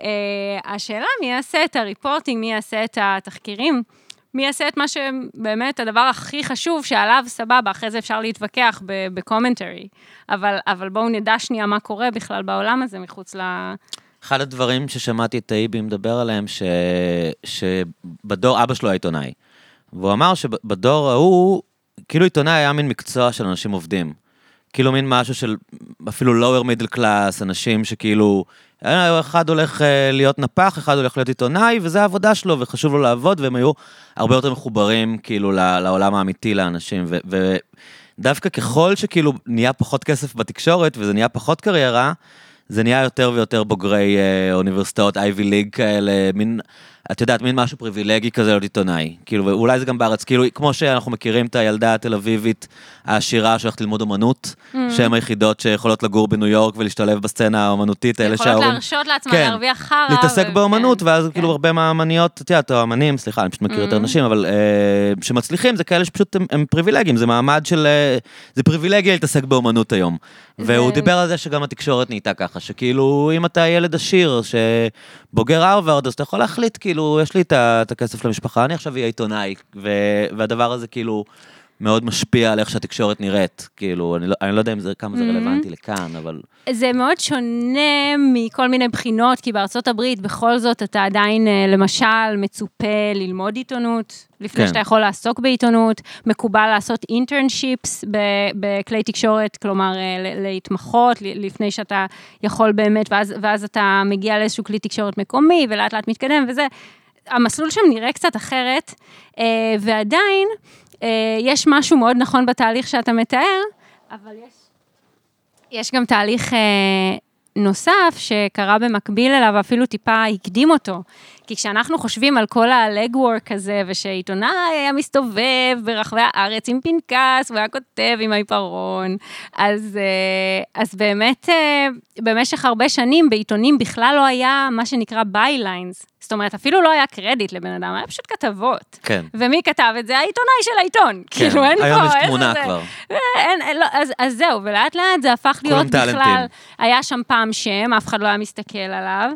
השאלה, מי יעשה את הריפורטינג, מי יעשה את התחקירים? מי יעשה את מה שבאמת הדבר הכי חשוב, שעליו סבבה, אחרי זה אפשר להתווכח בקומנטרי. אבל בואו נדע שנייה מה קורה בכלל בעולם הזה מחוץ ל... אחד הדברים ששמעתי את טייבי מדבר עליהם, שבדור אבא שלו העיתונאי. והוא אמר שבדור ההוא, כאילו עיתונאי היה מין מקצוע של אנשים עובדים. כאילו מין משהו של אפילו lower middle class, אנשים שכאילו, אחד הולך להיות נפח, אחד הולך להיות עיתונאי, וזה העבודה שלו, וחשוב לו לעבוד, והם היו הרבה יותר מחוברים כאילו לעולם האמיתי לאנשים, ודווקא ככל שכאילו נהיה פחות כסף בתקשורת, וזה נהיה פחות קריירה, זה נהיה יותר ויותר בוגרי אוניברסיטאות, אייבי ליג כאלה, מין... את יודעת, מין משהו פריבילגי כזה להיות עיתונאי. כאילו, ואולי זה גם בארץ, כאילו, כמו שאנחנו מכירים את הילדה התל אביבית העשירה שהולכת ללמוד אומנות, שהן היחידות שיכולות לגור בניו יורק ולהשתלב בסצנה האומנותית, אלה יכולות להרשות לעצמה להרוויח חרה. להתעסק באומנות, ואז כאילו הרבה מהאמניות, את יודעת, האמנים, סליחה, אני פשוט מכיר יותר נשים, אבל שמצליחים, זה כאלה שפשוט הם פריבילגיים, זה מעמד של, זה פריבילגיה להתעסק באומנות היום. והוא דיבר על זה שגם התקשורת נהייתה ככה, שכאילו, אם אתה ילד עשיר, שבוגר הרווארד, אז אתה יכול להחליט, כאילו, יש לי את הכסף למשפחה, אני עכשיו אהיה עיתונאי, והדבר הזה כאילו מאוד משפיע על איך שהתקשורת נראית, כאילו, אני לא יודע כמה זה רלוונטי לכאן, אבל... זה מאוד שונה מכל מיני בחינות, כי בארצות הברית, בכל זאת, אתה עדיין, למשל, מצופה ללמוד עיתונות, לפני שאתה יכול לעסוק בעיתונות, מקובל לעשות אינטרנשיפס בכלי תקשורת, כלומר, להתמחות, לפני שאתה יכול באמת, ואז אתה מגיע לאיזשהו כלי תקשורת מקומי, ולאט לאט מתקדם, וזה, המסלול שם נראה קצת אחרת, ועדיין, יש משהו מאוד נכון בתהליך שאתה מתאר, אבל יש גם תהליך נוסף שקרה במקביל אליו, ואפילו טיפה הקדים אותו. כי כשאנחנו חושבים על כל הלגוורק הזה, ושעיתונאי היה מסתובב ברחבי הארץ עם פנקס, והוא היה כותב עם העיפרון, אז באמת, במשך הרבה שנים, בעיתונים בכלל לא היה מה שנקרא bylines. זאת אומרת, אפילו לא היה קרדיט לבן אדם, היה פשוט כתבות. כן. ומי כתב את זה? העיתונאי של העיתון. כן, כאילו, אין היום פה, יש אין תמונה זה. כבר. אז זהו, ולאט לאט זה הפך להיות בכלל, טלנטים. היה שם פעם שם, אף אחד לא היה מסתכל עליו,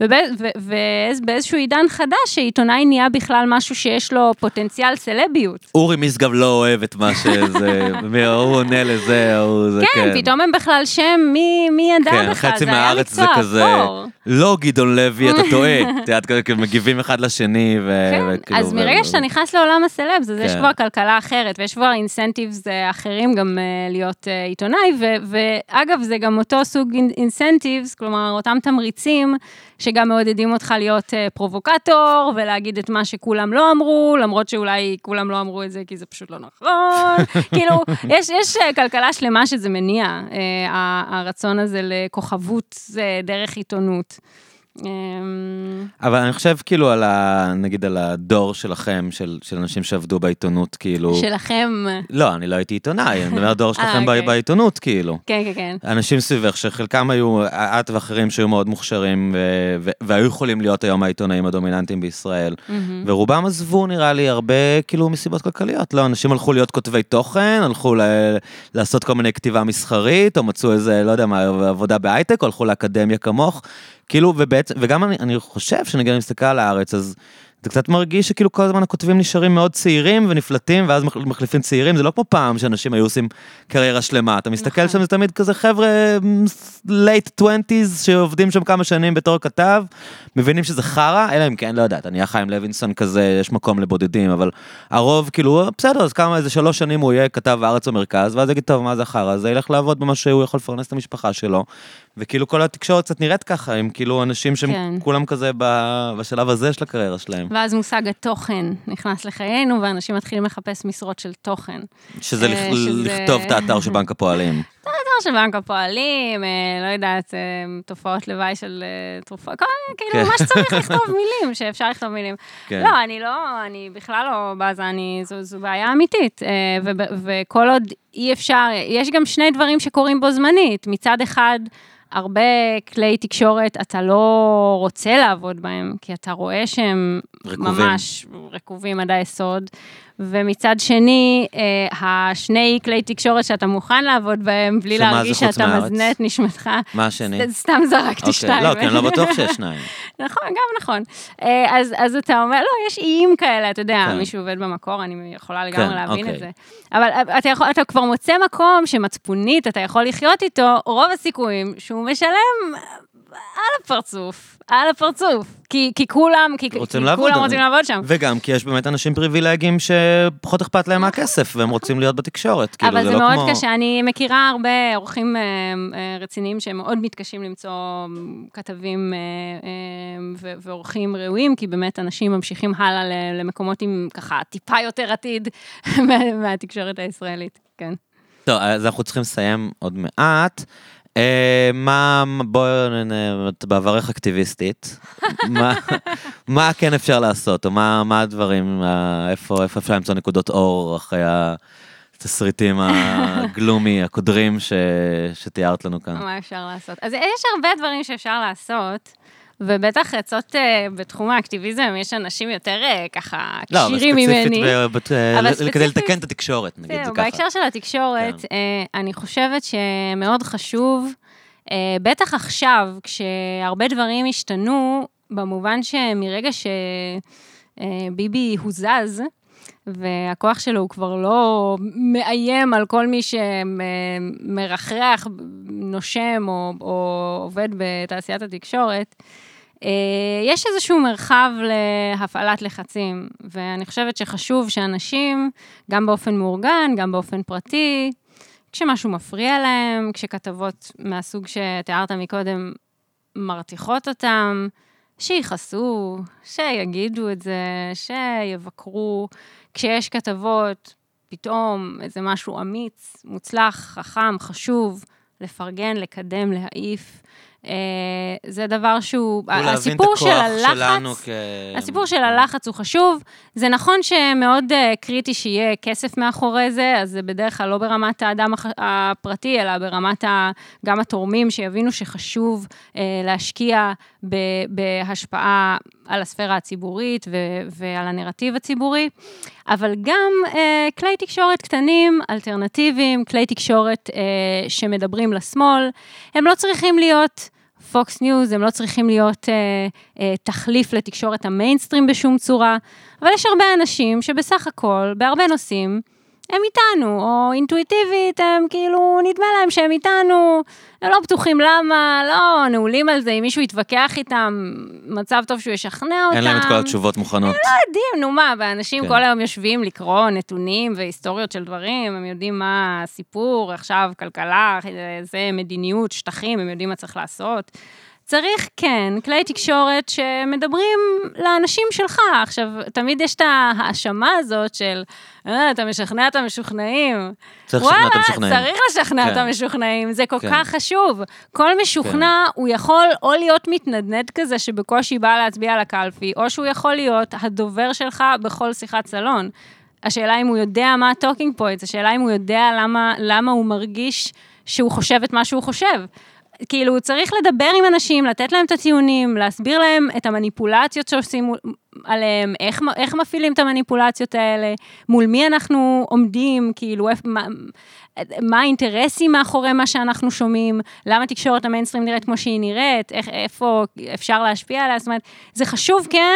ובאיזשהו עידן חדש, שעיתונאי נהיה בכלל משהו שיש לו פוטנציאל סלביות. אורי משגב לא אוהב את מה שזה, הוא עונה לזה, הוא זה, כן. כן, פתאום הם בכלל שם, מי ידע כן, בכלל, חצי זה היה מהארץ זה מקצוע כזה, אפור. לא גדעון לוי, אתה טועה, את יודעת, כאילו מגיבים אחד לשני, אז מרגע שאתה נכנס לעולם הסלבס, אז יש כן. כבר כלכלה אחרת, ויש כבר אינסנטיבס אחרים גם להיות עיתונאי, ואגב, זה גם אותו סוג אינסנטיבס, כלומר, אותם תמריצים, שגם מעודדים אותך להיות פרובוקטור, ולהגיד את מה שכולם לא אמרו, למרות שאולי כולם לא אמרו את זה, כי זה פשוט לא נכון. כאילו, יש כלכלה שלמה שזה מניע, הרצון הזה לכוכבות דרך עיתונות. אבל אני חושב כאילו נגיד על הדור שלכם, של אנשים שעבדו בעיתונות, כאילו... שלכם. לא, אני לא הייתי עיתונאי, אני מדבר הדור שלכם בעיתונות, כאילו. כן, כן, כן. אנשים סביבך, שחלקם היו, את ואחרים שהיו מאוד מוכשרים, והיו יכולים להיות היום העיתונאים הדומיננטיים בישראל, ורובם עזבו, נראה לי, הרבה כאילו מסיבות כלכליות, לא, אנשים הלכו להיות כותבי תוכן, הלכו לעשות כל מיני כתיבה מסחרית, או מצאו איזה, לא יודע מה, עבודה בהייטק, או הלכו לאקדמיה כמוך, כאילו, וגם אני חושב שנגיד אני מסתכל על הארץ, אז זה קצת מרגיש שכאילו כל הזמן הכותבים נשארים מאוד צעירים ונפלטים, ואז מחליפים צעירים, זה לא כמו פעם שאנשים היו עושים קריירה שלמה, אתה מסתכל שם, זה תמיד כזה חבר'ה late 20s שעובדים שם כמה שנים בתור כתב, מבינים שזה חרה, אלא אם כן, לא יודעת, אני חיים לוינסון כזה, יש מקום לבודדים, אבל הרוב כאילו, בסדר, אז כמה, איזה 3 שנים הוא יהיה כתב הארץ במרכז, ואז יגיד, טוב, מה זה חרה? אז זה ילך לעבוד במה שהוא יכול לפרנס את המשפחה שלו, וכאילו כל התקשורת קצת נראית ככה, עם כאילו אנשים שהם כולם כזה בשלב הזה של הקריירה שלהם. ואז מושג התוכן נכנס לחיינו, ואנשים מתחילים לחפש משרות של תוכן. שזה לכתוב את האתר של בנק הפועלים. את האתר של בנק הפועלים, לא יודעת, תופעות לוואי של תרופות, כאילו מה שצריך לכתוב מילים, שאפשר לכתוב מילים. לא, אני בכלל לא בזה, זו בעיה אמיתית, וכל עוד אי אפשר, יש גם שני דברים שקורים בו זמנית, מצד אחד, הרבה כלי תקשורת אתה לא רוצה לעבוד בהם, כי אתה רואה שהם ממש רקובים עד היסוד, ומצד שני, השני כלי תקשורת שאתה מוכן לעבוד בהם, בלי להרגיש שאתה מזנה את נשמתך. מה השני? סתם זרקתי 2. לא, כי אני לא בטוח שיש 2. נכון, גם נכון. אז אתה אומר, לא, יש איים כאלה, אתה יודע, מישהו עובד במקור, אני יכולה לגמרי להבין את זה. אבל אתה כבר מוצא מקום שמצפונית, אתה יכול לחיות איתו, רוב הסיכויים שהוא משלם על הפרצוף. כי כולם רוצים לעבוד שם. וגם כי יש באמת אנשים פריבילגיים שפחות אכפת להם מהכסף, והם רוצים להיות בתקשורת. אבל זה מאוד קשה, אני מכירה הרבה עורכים רציניים שהם מאוד מתקשים למצוא כתבים ועורכים ראויים, כי באמת אנשים ממשיכים הלאה למקומות עם ככה טיפה יותר עתיד מהתקשורת הישראלית, כן. טוב, אז אנחנו צריכים לסיים עוד מעט. בואי, בעברך אקטיביסטית, מה כן אפשר לעשות, או מה הדברים, איפה אפשר למצוא נקודות אור אחרי התסריטים הגלומי, הקודרים שתיארת לנו כאן? מה אפשר לעשות? אז יש הרבה דברים שאפשר לעשות, ובטח רצות בתחום האקטיביזם, יש אנשים יותר ככה קשירים ממני. לא, ספציפית כדי לתקן את התקשורת, נגיד זה ככה. בהקשר של התקשורת, אני חושבת שמאוד חשוב, בטח עכשיו, כשהרבה דברים השתנו, במובן שמרגע שביבי הוזז, והכוח שלו הוא כבר לא מאיים על כל מי שמרחרח, נושם או עובד בתעשיית התקשורת, יש איזשהו מרחב להפעלת לחצים, ואני חושבת שחשוב שאנשים, גם באופן מאורגן, גם באופן פרטי, כשמשהו מפריע להם, כשכתבות מהסוג שתיארת מקודם מרתיחות אותם, שיחסו, שיגידו את זה, שיבקרו, כשיש כתבות, פתאום איזה משהו אמיץ, מוצלח, חכם, חשוב, לפרגן, לקדם, להעיף. זה דבר שהוא, הסיפור של הלחץ הוא חשוב, זה נכון שמאוד קריטי שיהיה כסף מאחורי זה, אז זה בדרך כלל לא ברמת האדם הפרטי, אלא ברמת גם התורמים שיבינו שחשוב להשקיע בהשפעה על הספירה הציבורית ועל הנרטיב הציבורי, אבל גם כלי תקשורת קטנים, אלטרנטיביים, כלי תקשורת שמדברים לשמאל, הם לא צריכים להיות פוקס ניוז, הם לא צריכים להיות תחליף לתקשורת המיינסטרים בשום צורה, אבל יש הרבה אנשים שבסך הכל, בהרבה נושאים, הם איתנו, או אינטואיטיבית, הם כאילו, נדמה להם שהם איתנו, הם לא בטוחים למה, לא נעולים על זה, אם מישהו יתווכח איתם, מצב טוב שהוא ישכנע אותם. אין להם את כל התשובות מוכנות. הם לא יודעים, נו מה, ואנשים כל היום יושבים לקרוא נתונים והיסטוריות של דברים, הם יודעים מה הסיפור, עכשיו כלכלה, זה מדיניות, שטחים, הם יודעים מה צריך לעשות. צריך, כן, כלי תקשורת שמדברים לאנשים שלך. עכשיו, תמיד יש את ההאשמה הזאת של, אתה משכנע את המשוכנעים. צריך לשכנע את המשוכנעים. צריך לשכנע את המשוכנעים, זה כל כך חשוב. כל משוכנע, הוא יכול או להיות מתנדנד כזה, שבקושי בא להצביע על הקלפי, או שהוא יכול להיות הדובר שלך בכל שיחת סלון. השאלה אם הוא יודע מה ה-talking points, השאלה אם הוא יודע למה הוא מרגיש שהוא חושב את מה שהוא חושב. כאילו, הוא צריך לדבר עם אנשים, לתת להם את הטיעונים, להסביר להם את המניפולציות שעושים עליהם, איך מפעילים את המניפולציות האלה, מול מי אנחנו עומדים, כאילו, מה האינטרסים מאחורי מה שאנחנו שומעים, למה תקשורת המיינסטרים נראית כמו שהיא נראית, איפה אפשר להשפיע עליה, זאת אומרת, זה חשוב, כן,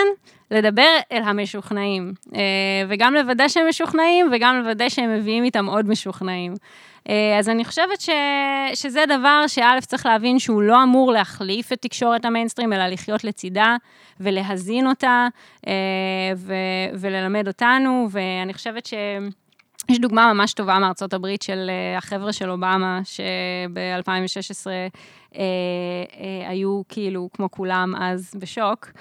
לדבר אל המשוכנעים, וגם לוודא שהם משוכנעים, וגם לוודא שהם מביאים איתם עוד משוכנעים. אז אני חושבת שזה דבר שא' צריך להבין שהוא לא אמור להחליף את תקשורת המיינסטרים, אלא לחיות לצידה ולהזין אותה וללמד אותנו, ואני חושבת יש דוגמה ממש טובה מארצות הברית של החבר'ה של אובמה, שב-2016 היו כאילו כמו כולם אז בשוק,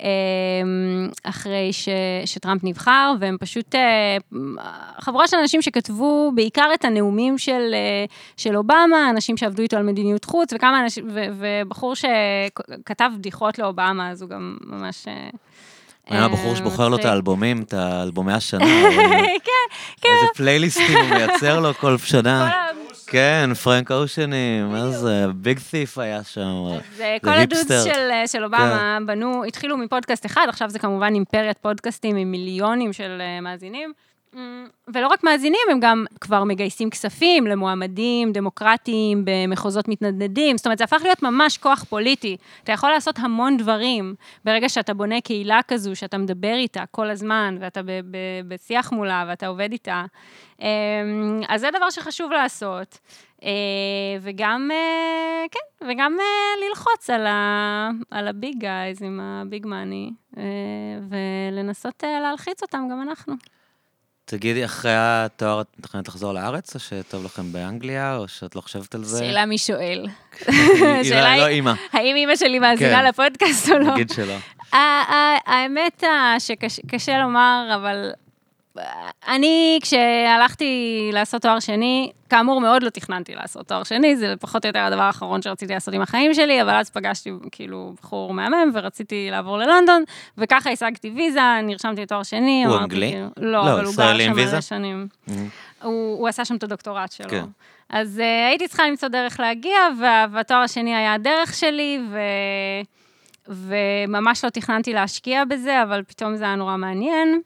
אחרי שטראמפ נבחר, והם פשוט חבורה של אנשים שכתבו בעיקר את הנאומים של אובמה, אנשים שעבדו איתו על מדיניות חוץ, וכמה אנשים, ובחור שכתב בדיחות לאובמה, אז הוא גם ממש... היה בחור שבוחר לו את האלבומים, את האלבומי השנה. כן. איזה פלייליסטים הוא מייצר לו כל שנה. כן, פרנק אושני, מה זה, ביג ת'יף היה שם. כל הדודס של אובמה בנו, התחילו מפודקאסט אחד, עכשיו זה כמובן אימפריית פודקאסטים עם מיליונים של מאזינים, ולא רק מאזינים, הם גם כבר מגייסים כספים למועמדים דמוקרטיים במחוזות מתנדנדים, זאת אומרת, זה הפך להיות ממש כוח פוליטי. אתה יכול לעשות המון דברים ברגע שאתה בונה קהילה כזו, שאתה מדבר איתה כל הזמן, ואתה בשיח מולה, ואתה עובד איתה. אז זה דבר שחשוב לעשות. וגם, כן, וגם ללחוץ על הביג גייז עם הביג מאני, ולנסות להלחיץ אותם, גם אנחנו. תגידי, אחרי התואר את מתכננת לחזור לארץ, או שטוב לכם באנגליה, או שאת לא חושבת על זה? שאלה מי שואל. שאלה לא אימא. האם אמא שלי מאזינה לפודקאסט או לא? נגיד שלא. האמת שקשה לומר, אבל אני, כשהלכתי לעשות תואר שני, כאמור מאוד לא תכננתי לעשות תואר שני, זה פחות או יותר הדבר האחרון שרציתי לעשות עם החיים שלי, אבל אז פגשתי כאילו בחור מהמם, ורציתי לעבור ללונדון, וככה השגתי ויזה, נרשמתי לתואר שני. הוא אנגלי? לא, אבל הוא גר שם ויזה? מלא שנים. הוא עשה שם את הדוקטורט שלו. אז הייתי צריכה למצוא דרך להגיע, והתואר השני היה הדרך שלי, וממש לא תכננתי להשקיע בזה, אבל פתאום זה היה נורא מעניין.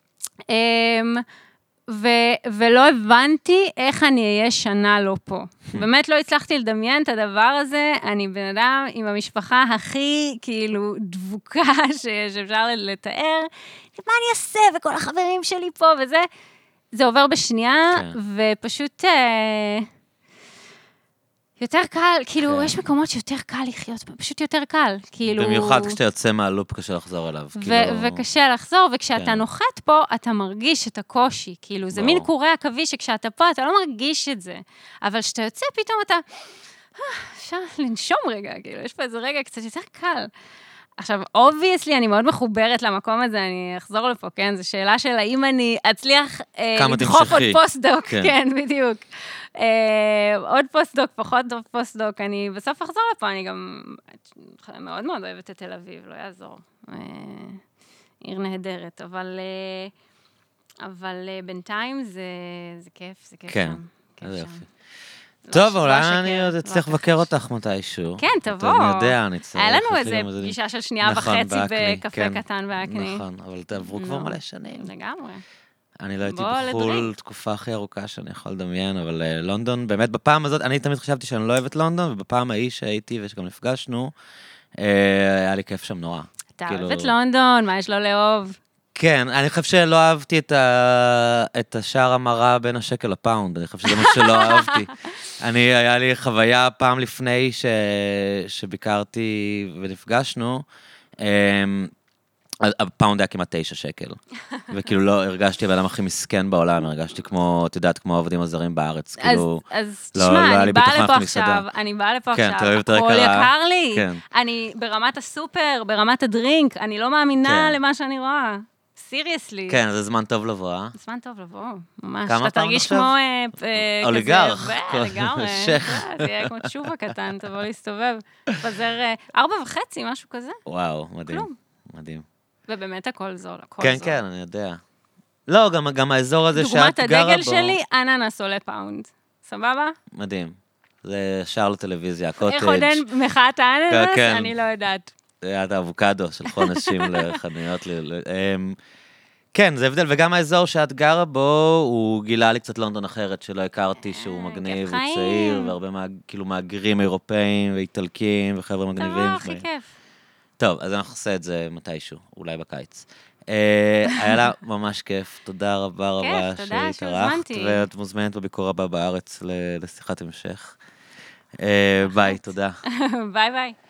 ולא הבנתי איך אני אהיה שנה לא פה. באמת לא הצלחתי לדמיין את הדבר הזה, אני בן אדם עם המשפחה הכי כאילו דבוקה שאפשר לתאר, מה אני אעשה וכל החברים שלי פה וזה, זה עובר בשנייה, ופשוט יותר קל, כאילו יש מקומות שיותר קל לחיות, פשוט יותר קל, כאילו... במיוחד כשאתה יוצא מהלופ קשה לחזור אליו. וקשה לחזור, וכשאתה נוחת פה, אתה מרגיש את הקושי, כאילו זה מין קורי עכביש שכשאתה פה, אתה לא מרגיש את זה, אבל כשאתה יוצא, פתאום אתה, אפשר לנשום רגע, כאילו, יש פה איזה רגע קצת יותר קל. עכשיו, obviously, אני מאוד מחוברת למקום הזה, אני אחזור לפה, כן? זו שאלה של האם אני אצליח לדחוף עוד פוסט-דוק, כן, בדיוק. עוד פוסט-דוק, פחות פוסט-דוק, אני בסוף אחזור לפה, אני גם מאוד מאוד אוהבת את תל אביב, לא יעזור. עיר נהדרת, אבל בינתיים זה כיף, זה כיף שם. כן, זה יופי. טוב, אולי אני עוד אצליח לבקר אותך מתישהו. כן, תבוא. אני יודע, אני צריך. היה לנו איזה פגישה של שנייה וחצי בקפה קטן באקני. נכון, אבל תעברו כבר מלא שנים. לגמרי. אני לא הייתי בחול תקופה הכי ארוכה שאני יכול לדמיין, אבל לונדון, באמת בפעם הזאת, אני תמיד חשבתי שאני לא אוהב את לונדון, ובפעם ההיא שהייתי ושגם נפגשנו, היה לי כיף שם נורא. אתה אוהב את לונדון, מה יש לו לאהוב? כן, אני חושב שלא אהבתי את השער המרה בין השקל לפאונד, אני חושב שזה מה שלא אהבתי. היה לי חוויה פעם לפני שביקרתי ונפגשנו, הפאונד היה כמעט 9 שקל, וכאילו לא הרגשתי הבן אדם הכי מסכן בעולם, הרגשתי כמו, את יודעת, כמו העובדים הזרים בארץ, כאילו, אז תשמע, אני באה לפה עכשיו, הכל יקר לי, אני ברמת הסופר, ברמת הדרינק, אני לא מאמינה למה שאני רואה. סיריוסלי. כן, זה זמן טוב לבוא, אה? זמן טוב לבוא, ממש. כמה אתה תרגיש כמו אוליגרך. לגמרי. זה יהיה כמו תשובה קטן, תבוא להסתובב. פזר 4.5, משהו כזה. וואו, מדהים. מדהים. ובאמת הכל זול, הכל כן, זול. כן, אני יודע. לא, גם האזור הזה שאת גרה בו. דוגמת הדגל שלי, אננס עולה פאונד. סבבה? מדהים. זה שער לטלוויזיה, הקוטג'. איך עוד אין מחאת האננס? אני לא יודעת. זה היה את האבוקדו שלחו אנשים לחנויות. כן, זה הבדל, וגם האזור שאת גרה בו, הוא גילה לי קצת לונדון אחרת, שלא הכרתי שהוא מגניב, הוא צעיר, והרבה כאילו מהגרים אירופאים ואיטלקים וחבר'ה מגניבים. דבר הכי כיף. טוב, אז אנחנו נעשה את זה מתישהו, אולי בקיץ. היה לה ממש כיף, תודה רבה רבה תודה שהתארחת, שהוזמנתי. ואת מוזמנת בביקור הבא בארץ לשיחת המשך. ביי, תודה. ביי ביי.